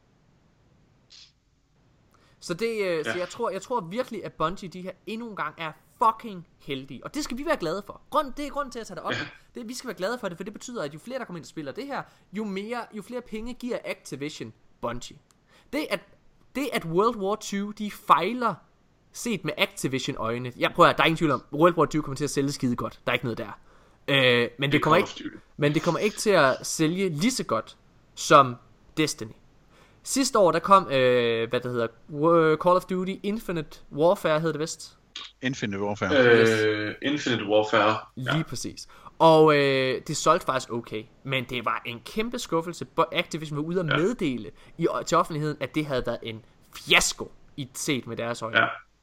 Speaker 1: Så det ja. så jeg tror jeg tror virkelig at Bungie de her endnu en gang er fucking heldige. Og det skal vi være glade for. Grund det er grunden til at tage det op. Ja. Det vi skal være glade for det, for det betyder at jo flere der kommer ind og spiller det her, jo mere jo flere penge giver Activision Bungie. Det at det at World War to de fejler set med Activision øjne. Jeg prøver, der er ingen tvivl om World War to kommer til at sælge skide godt. Der er ikke noget der. Øh, men det kommer ikke men det kommer ikke til at sælge lige så godt som Destiny. Sidste år der kom øh, hvad det hedder Call of Duty Infinite Warfare hed det vist.
Speaker 3: Infinite Warfare.
Speaker 2: Øh, Infinite Warfare.
Speaker 1: Lige ja. præcis. Og øh, det solgte faktisk okay, men det var en kæmpe skuffelse. Activision var ude at meddele i, til offentligheden, at det havde været en fiasko i set med deres øjne.
Speaker 2: Ja.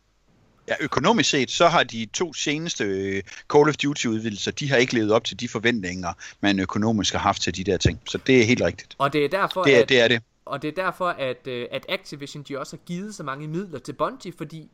Speaker 3: Ja, økonomisk set, så har de to seneste Call of Duty-udvidelser, de har ikke levet op til de forventninger, man økonomisk har haft til de der ting. Så det er helt rigtigt.
Speaker 1: Og det er derfor,
Speaker 3: det er,
Speaker 1: at,
Speaker 3: det er det.
Speaker 1: Og det er derfor, at, at Activision de også har givet så mange midler til Bungie, fordi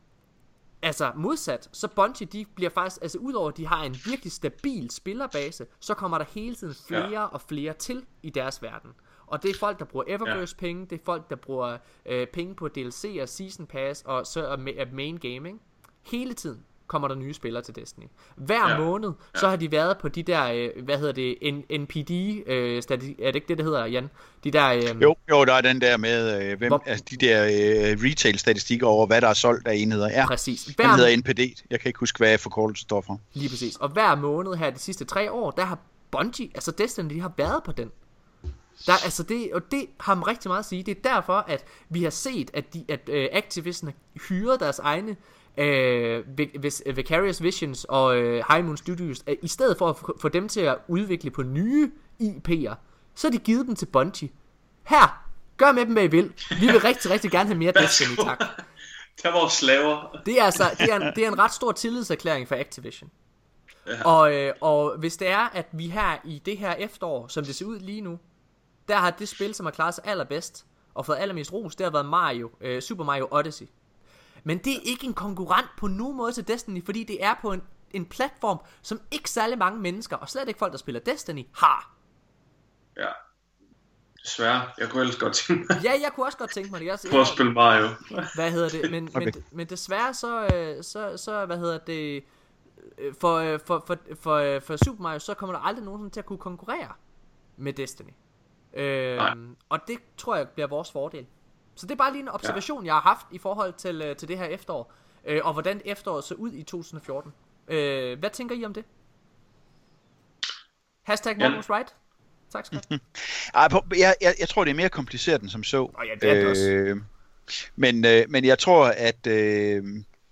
Speaker 1: altså modsat, så Bungie de bliver faktisk, altså udover at de har en virkelig stabil spillerbase, så kommer der hele tiden flere ja. og flere til i deres verden. Og det er folk der bruger Eververse ja. penge, det er folk der bruger øh, penge på D L C og Season Pass og så er main gaming. Hele tiden kommer der nye spillere til Destiny. Hver ja. måned ja. så har de været på de der øh, hvad hedder det N P D øh, stati- er det ikke det det hedder Jan? De der øh,
Speaker 3: Jo, jo, der er den der med øh, hvem hvor, altså de der øh, retail statistikker over hvad der er solgt af enheder. Ja.
Speaker 1: Præcis.
Speaker 3: Hver den hedder N P D. Jeg kan ikke huske hvad forkortelsen står for.
Speaker 1: Lige præcis. Og hver måned her de sidste tre år, der har Bungie, altså Destiny, de har været på den. Der, altså det, og det har man rigtig meget at sige. Det er derfor at vi har set at, de, at uh, Activision har hyret deres egne uh, Vicarious Visions og uh, High Moon Studios uh, i stedet for at få dem til at udvikle på nye I P'er. Så har de givet dem til Bungie. Her, gør med dem hvad I vil. Vi vil rigtig rigtig gerne have mere Destiny, tak.
Speaker 2: Tag vores slaver.
Speaker 1: Det er altså det er en, det er en ret stor tillidserklæring for Activision. Ja. Og, øh, og hvis det er at vi her i det her efterår, som det ser ud lige nu, der har det spil som har klaret sig allerbedst og fået allermest ros, det har været Mario, øh, Super Mario Odyssey. Men det er ikke en konkurrent på nogen måde til Destiny, fordi det er på en, en platform som ikke særlig mange mennesker, og slet ikke folk der spiller Destiny, har.
Speaker 2: Ja. Desværre. Jeg kunne ellers godt tænke mig.
Speaker 1: Ja, jeg kunne også godt tænke mig det. Jeg,
Speaker 2: Prøv at spille Mario.
Speaker 1: Hvad hedder det? Men, okay. men, men desværre så, så, så, hvad hedder det, for, for, for, for, for Super Mario, så kommer der aldrig nogen til at kunne konkurrere med Destiny. Øhm, og det tror jeg bliver vores fordel. Så det er bare lige en observation, ja. jeg har haft i forhold til, til det her efterår, øh, og hvordan efteråret så ud i to tusind og fjorten. Øh, hvad tænker I om det? Hashtag ja. was right. Tak skal du
Speaker 3: have. jeg, jeg, jeg tror, det er mere kompliceret end som så.
Speaker 1: Oh, ja, det er det også.
Speaker 3: Øh, men, øh, men jeg tror, at øh,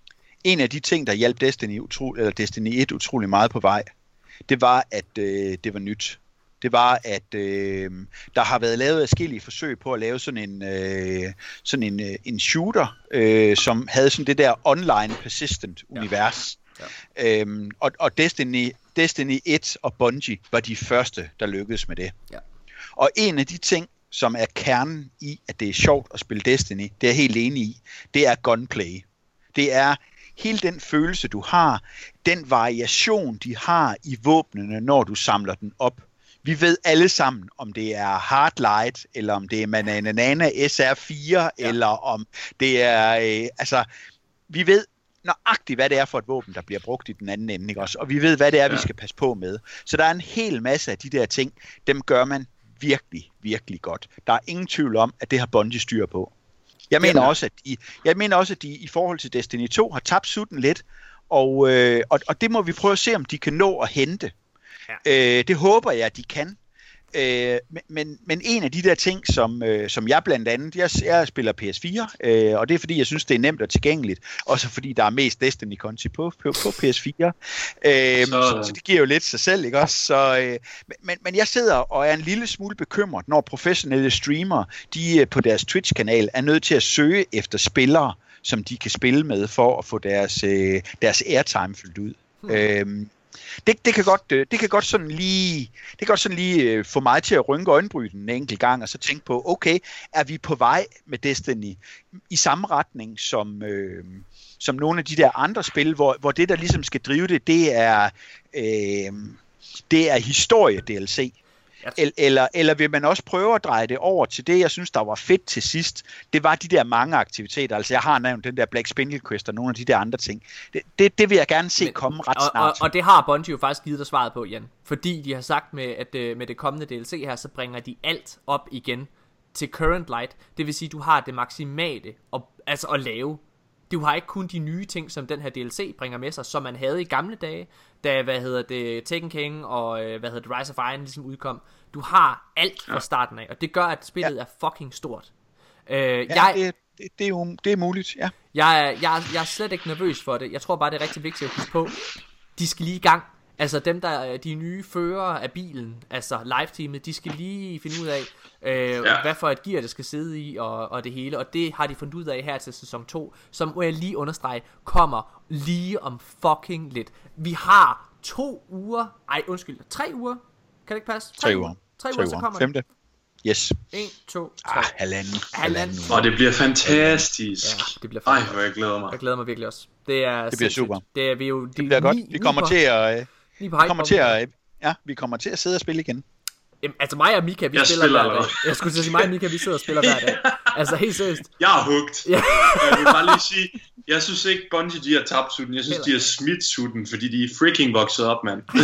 Speaker 3: en af de ting, der hjalp Destiny, utro, eller Destiny et utrolig meget på vej, det var, at øh, det var nyt. Det var, at øh, der har været lavet adskillige forsøg på at lave sådan en, øh, sådan en, øh, en shooter, øh, som havde sådan det der online persistent univers. Ja. Ja. Øhm, og, og Destiny, Destiny et og Bungie var de første, der lykkedes med det. Ja. Og en af de ting, som er kernen i, at det er sjovt at spille Destiny, det er jeg helt enig i, det er gunplay. Det er hele den følelse, du har, den variation, de har i våbnene, når du samler den op. Vi ved alle sammen, om det er Hardlight, eller om det er Mananana S R fire, ja. eller om det er, øh, altså, vi ved nøjagtigt, hvad det er for et våben, der bliver brugt i den anden ende, ikke også? Og vi ved, hvad det er, ja. vi skal passe på med. Så der er en hel masse af de der ting, dem gør man virkelig, virkelig godt. Der er ingen tvivl om, at det har Bungie styr på. Jeg mener, ja. også, at de, jeg mener også, at de i forhold til Destiny to har tabt sutten lidt, og, øh, og, og det må vi prøve at se, om de kan nå at hente. Ja. Øh, det håber jeg, at de kan. Øh, men, men en af de der ting, som, øh, som jeg blandt andet, jeg, jeg spiller P S fire, øh, og det er fordi, jeg synes, det er nemt og tilgængeligt, også fordi der er mest Destiny-konti på, på, på P S fire. Øh, så... Så, så det giver jo lidt sig selv, ikke også? Så, øh, men, men jeg sidder og er en lille smule bekymret, når professionelle streamere, de på deres Twitch-kanal er nødt til at søge efter spillere, som de kan spille med, for at få deres, øh, deres airtime fyldt ud. Hmm. Øh, Det, det kan godt, det kan godt sådan lige, det kan godt sådan lige få mig til at rynke øjenbrynen en enkelt gang og så tænke på, okay, er vi på vej med Destiny i samme retning som øh, som nogle af de der andre spil, hvor hvor det der ligesom skal drive det, det er øh, det er historie D L C. Eller, eller, eller vil man også prøve at dreje det over til det, jeg synes, der var fedt til sidst. Det var de der mange aktiviteter. Altså, jeg har nævnt den der Black Spindle Quest og nogle af de der andre ting. Det, det, det vil jeg gerne se Men, komme ret snart.
Speaker 1: Og, og, og det har Bungie jo faktisk givet dig svaret på, Jan. Fordi de har sagt, med, at med det kommende D L C her, så bringer de alt op igen til current light. Det vil sige, du har det maksimale at, altså at lave. Du har ikke kun de nye ting, som den her D L C bringer med sig, som man havde i gamle dage, da, hvad hedder det, Taken King og, hvad hedder det, Rise of Iron ligesom udkom. Du har alt fra starten af, og det gør, at spillet ja. er fucking stort. Øh,
Speaker 3: ja,
Speaker 1: jeg,
Speaker 3: det, det, det, er jo, det er muligt, ja.
Speaker 1: Jeg, jeg, jeg er slet ikke nervøs for det. Jeg tror bare, det er rigtig vigtigt at huske på, de skal lige i gang. Altså dem, der de nye førere af bilen, altså live-teamet, de skal lige finde ud af, øh, ja. hvad for et gear det skal sidde i, og, og det hele. Og det har de fundet ud af her til sæson to, som må jeg lige understrege, kommer lige om fucking lidt. Vi har to uger, ej undskyld, tre uger, kan det ikke passe?
Speaker 3: Tre, tre uger.
Speaker 1: Tre uger, så kommer
Speaker 3: Femte. Det. Yes.
Speaker 1: en, to, tre.
Speaker 3: Ah, halvanden.
Speaker 1: Halvanden.
Speaker 2: Og det bliver fantastisk.
Speaker 1: Ja, det bliver
Speaker 2: fantastisk. Ej, hvor jeg glæder mig.
Speaker 1: Jeg glæder mig virkelig også. Det er
Speaker 3: Det bliver super.
Speaker 1: Det er vi jo.
Speaker 3: Det bliver godt. Vi kommer til at vi kommer til at ja, vi kommer til at sidde og spille igen.
Speaker 1: Jamen, altså mig og Mika, vi jeg spiller, spiller hver dag. Jeg skulle sige mig og Mika, vi sidder og spiller hver dag. Altså helt seriøst.
Speaker 2: Jeg er hugt. Ja. Jeg vil bare lige sige, jeg synes ikke Bungie de har tabt sutten. Jeg synes Heller. de har smidt sutten, fordi de er freaking vokset op, mand. det,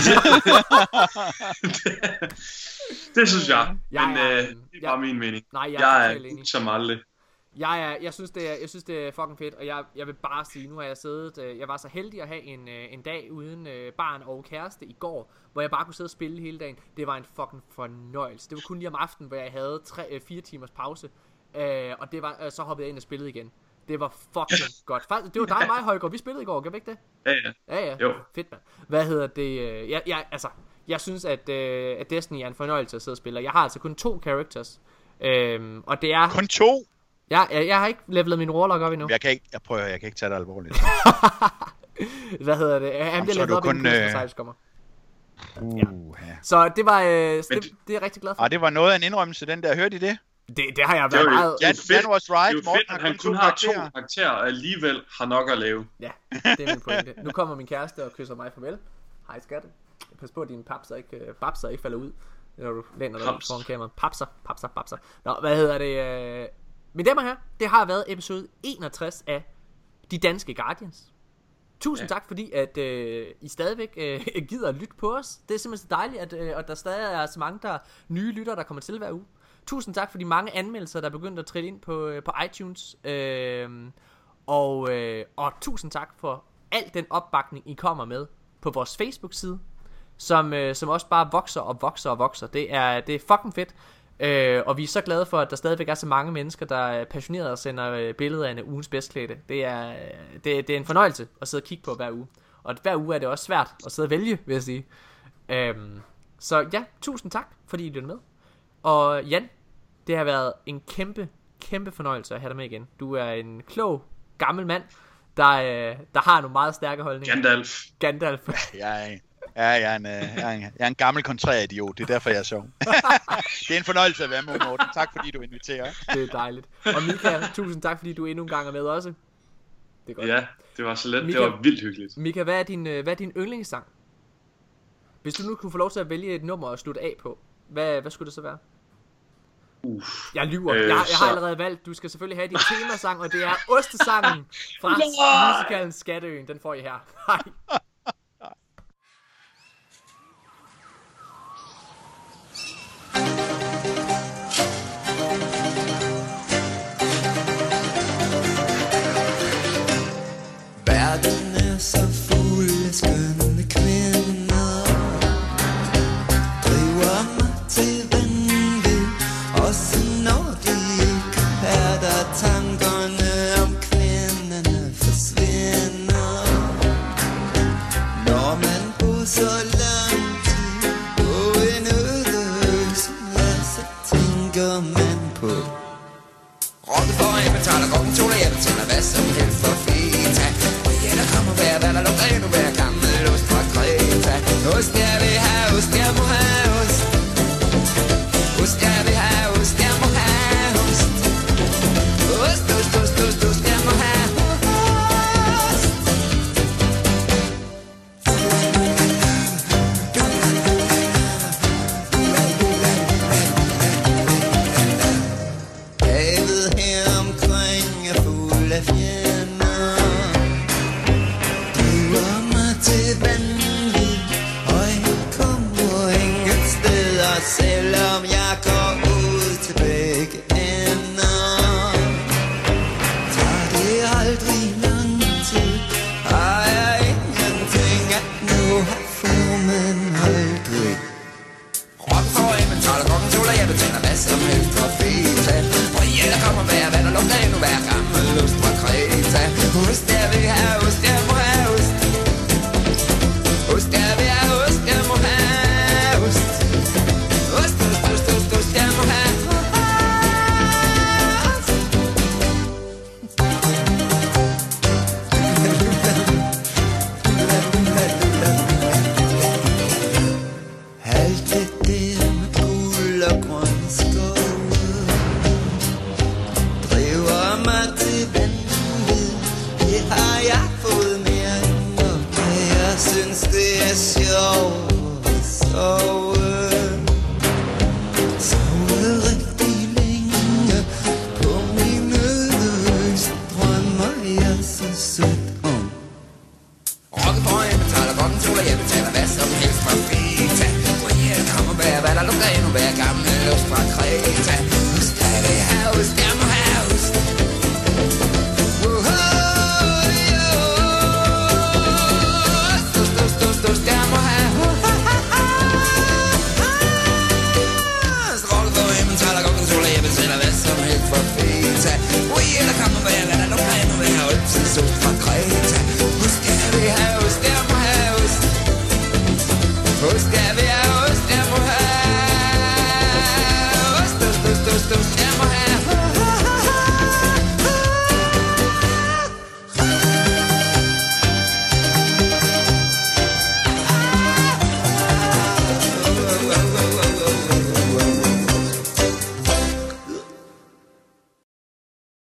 Speaker 2: det synes jeg. jeg Men er, øh, det er bare min mening.
Speaker 1: Nej, jeg, jeg er,
Speaker 2: er som aldrig.
Speaker 1: Jeg, er, jeg, synes, det er, jeg synes, det er fucking fedt, og jeg, jeg vil bare sige, nu har jeg siddet, øh, jeg var så heldig at have en, øh, en dag uden øh, barn og kæreste i går, hvor jeg bare kunne sidde og spille hele dagen. Det var en fucking fornøjelse. Det var kun lige om aftenen, hvor jeg havde tre, øh, fire timers pause, øh, og det var, øh, så hoppede jeg ind og spillede igen. Det var fucking godt. Faktisk, det var dig og mig, Holger. Vi spillede i går, gør vi ikke det?
Speaker 2: Ja, ja.
Speaker 1: Ja, ja.
Speaker 2: Jo.
Speaker 1: Fedt, mand. Hvad hedder det? Øh, jeg, jeg, altså, jeg synes, at, øh, at Destiny er en fornøjelse at sidde og spille. Jeg har altså kun to characters, øh, og det er...
Speaker 3: Kun to?
Speaker 1: Ja, jeg, jeg har ikke levelet min warlock op endnu.
Speaker 3: Jeg kan ikke, jeg prøver, jeg kan ikke tage det alvorligt.
Speaker 1: Hvad hedder det? Han bliver levelet op kun, inden kursen, øh... kommer.
Speaker 3: Uh,
Speaker 1: ja. Så det var, øh, det, det, det er jeg rigtig glad for.
Speaker 3: Ah, det var noget af en indrømmelse, den der. Hørte I det?
Speaker 1: Det, det har jeg været meget...
Speaker 3: Jan, Jan was right.
Speaker 2: Det er jo fedt, at han kun har to karakterer, og alligevel har nok at lave.
Speaker 1: Ja, det er min pointe. Nu kommer min kæreste og kysser mig farvel. Hej skat. Pas på, at dine papser ikke, babser ikke falder ud. når du læner dig foran kameraet. Papser, papser, papser. Nå, hvad hedder det? Øh... Mine damer og herrer, det har været episode enogtres af De Danske Guardians. Tusind ja. tak, fordi at øh, I stadigvæk øh, gider at lytte på os. Det er simpelthen så dejligt, at øh, at der stadig er så mange der nye lyttere, der kommer til hver uge. Tusind tak for de mange anmeldelser, der er begyndt at trille ind på, øh, på iTunes. Øh, og, øh, og tusind tak for al den opbakning, I kommer med på vores Facebook-side, som, øh, som også bare vokser og vokser og vokser. Det er, det er fucking fedt. Øh, og vi er så glade for, at der stadigvæk er så mange mennesker, der er passionerede og sender øh, billeder af en ugens bedstklædte. Det er, det, det er en fornøjelse at sidde og kigge på hver uge. Og hver uge er det også svært at sidde og vælge, vil jeg sige. Øhm, så ja, tusind tak, fordi I lyttede med. Og Jan, det har været en kæmpe, kæmpe fornøjelse at have dig med igen. Du er en klog, gammel mand, der, øh, der har nogle meget stærke holdninger.
Speaker 2: Gandalf.
Speaker 1: Gandalf.
Speaker 3: Ja, ja. Ja, jeg er en, jeg er en, jeg er en gammel kontrær idiot. Det er derfor, jeg er sjov. Det er en fornøjelse at være med, Morten. Tak, fordi du inviterer.
Speaker 1: Det er dejligt. Og Mika, tusind tak, fordi du endnu en gang er med også.
Speaker 2: Det er godt. Ja, det var så let. Mika, det var vildt hyggeligt.
Speaker 1: Mika, hvad er din, hvad er din yndlingssang? Hvis du nu kunne få lov til at vælge et nummer og slutte af på, hvad, hvad skulle det så være?
Speaker 2: Uff.
Speaker 1: Jeg lyver. Øh, jeg, jeg har allerede valgt. Du skal selvfølgelig have din temasang, og det er Ostesangen fra musicalen Skatteøen. Den får I her. Hej.
Speaker 4: Verden er så fuld af skønne kvinder, driver mig til vanvid, også når de ikke er der. Tankerne om kvinderne forsvinder, når man på så lang tid på en ødeløs lasse, tænker man på rokke for en betaler, går den tåler, jeg betaler hvad som helst for feta. Der kommer hver, hvad der lugter endnu hver gammel ost fra Kreta. Ost jeg vil have, ost jeg må have, ost. Ost jeg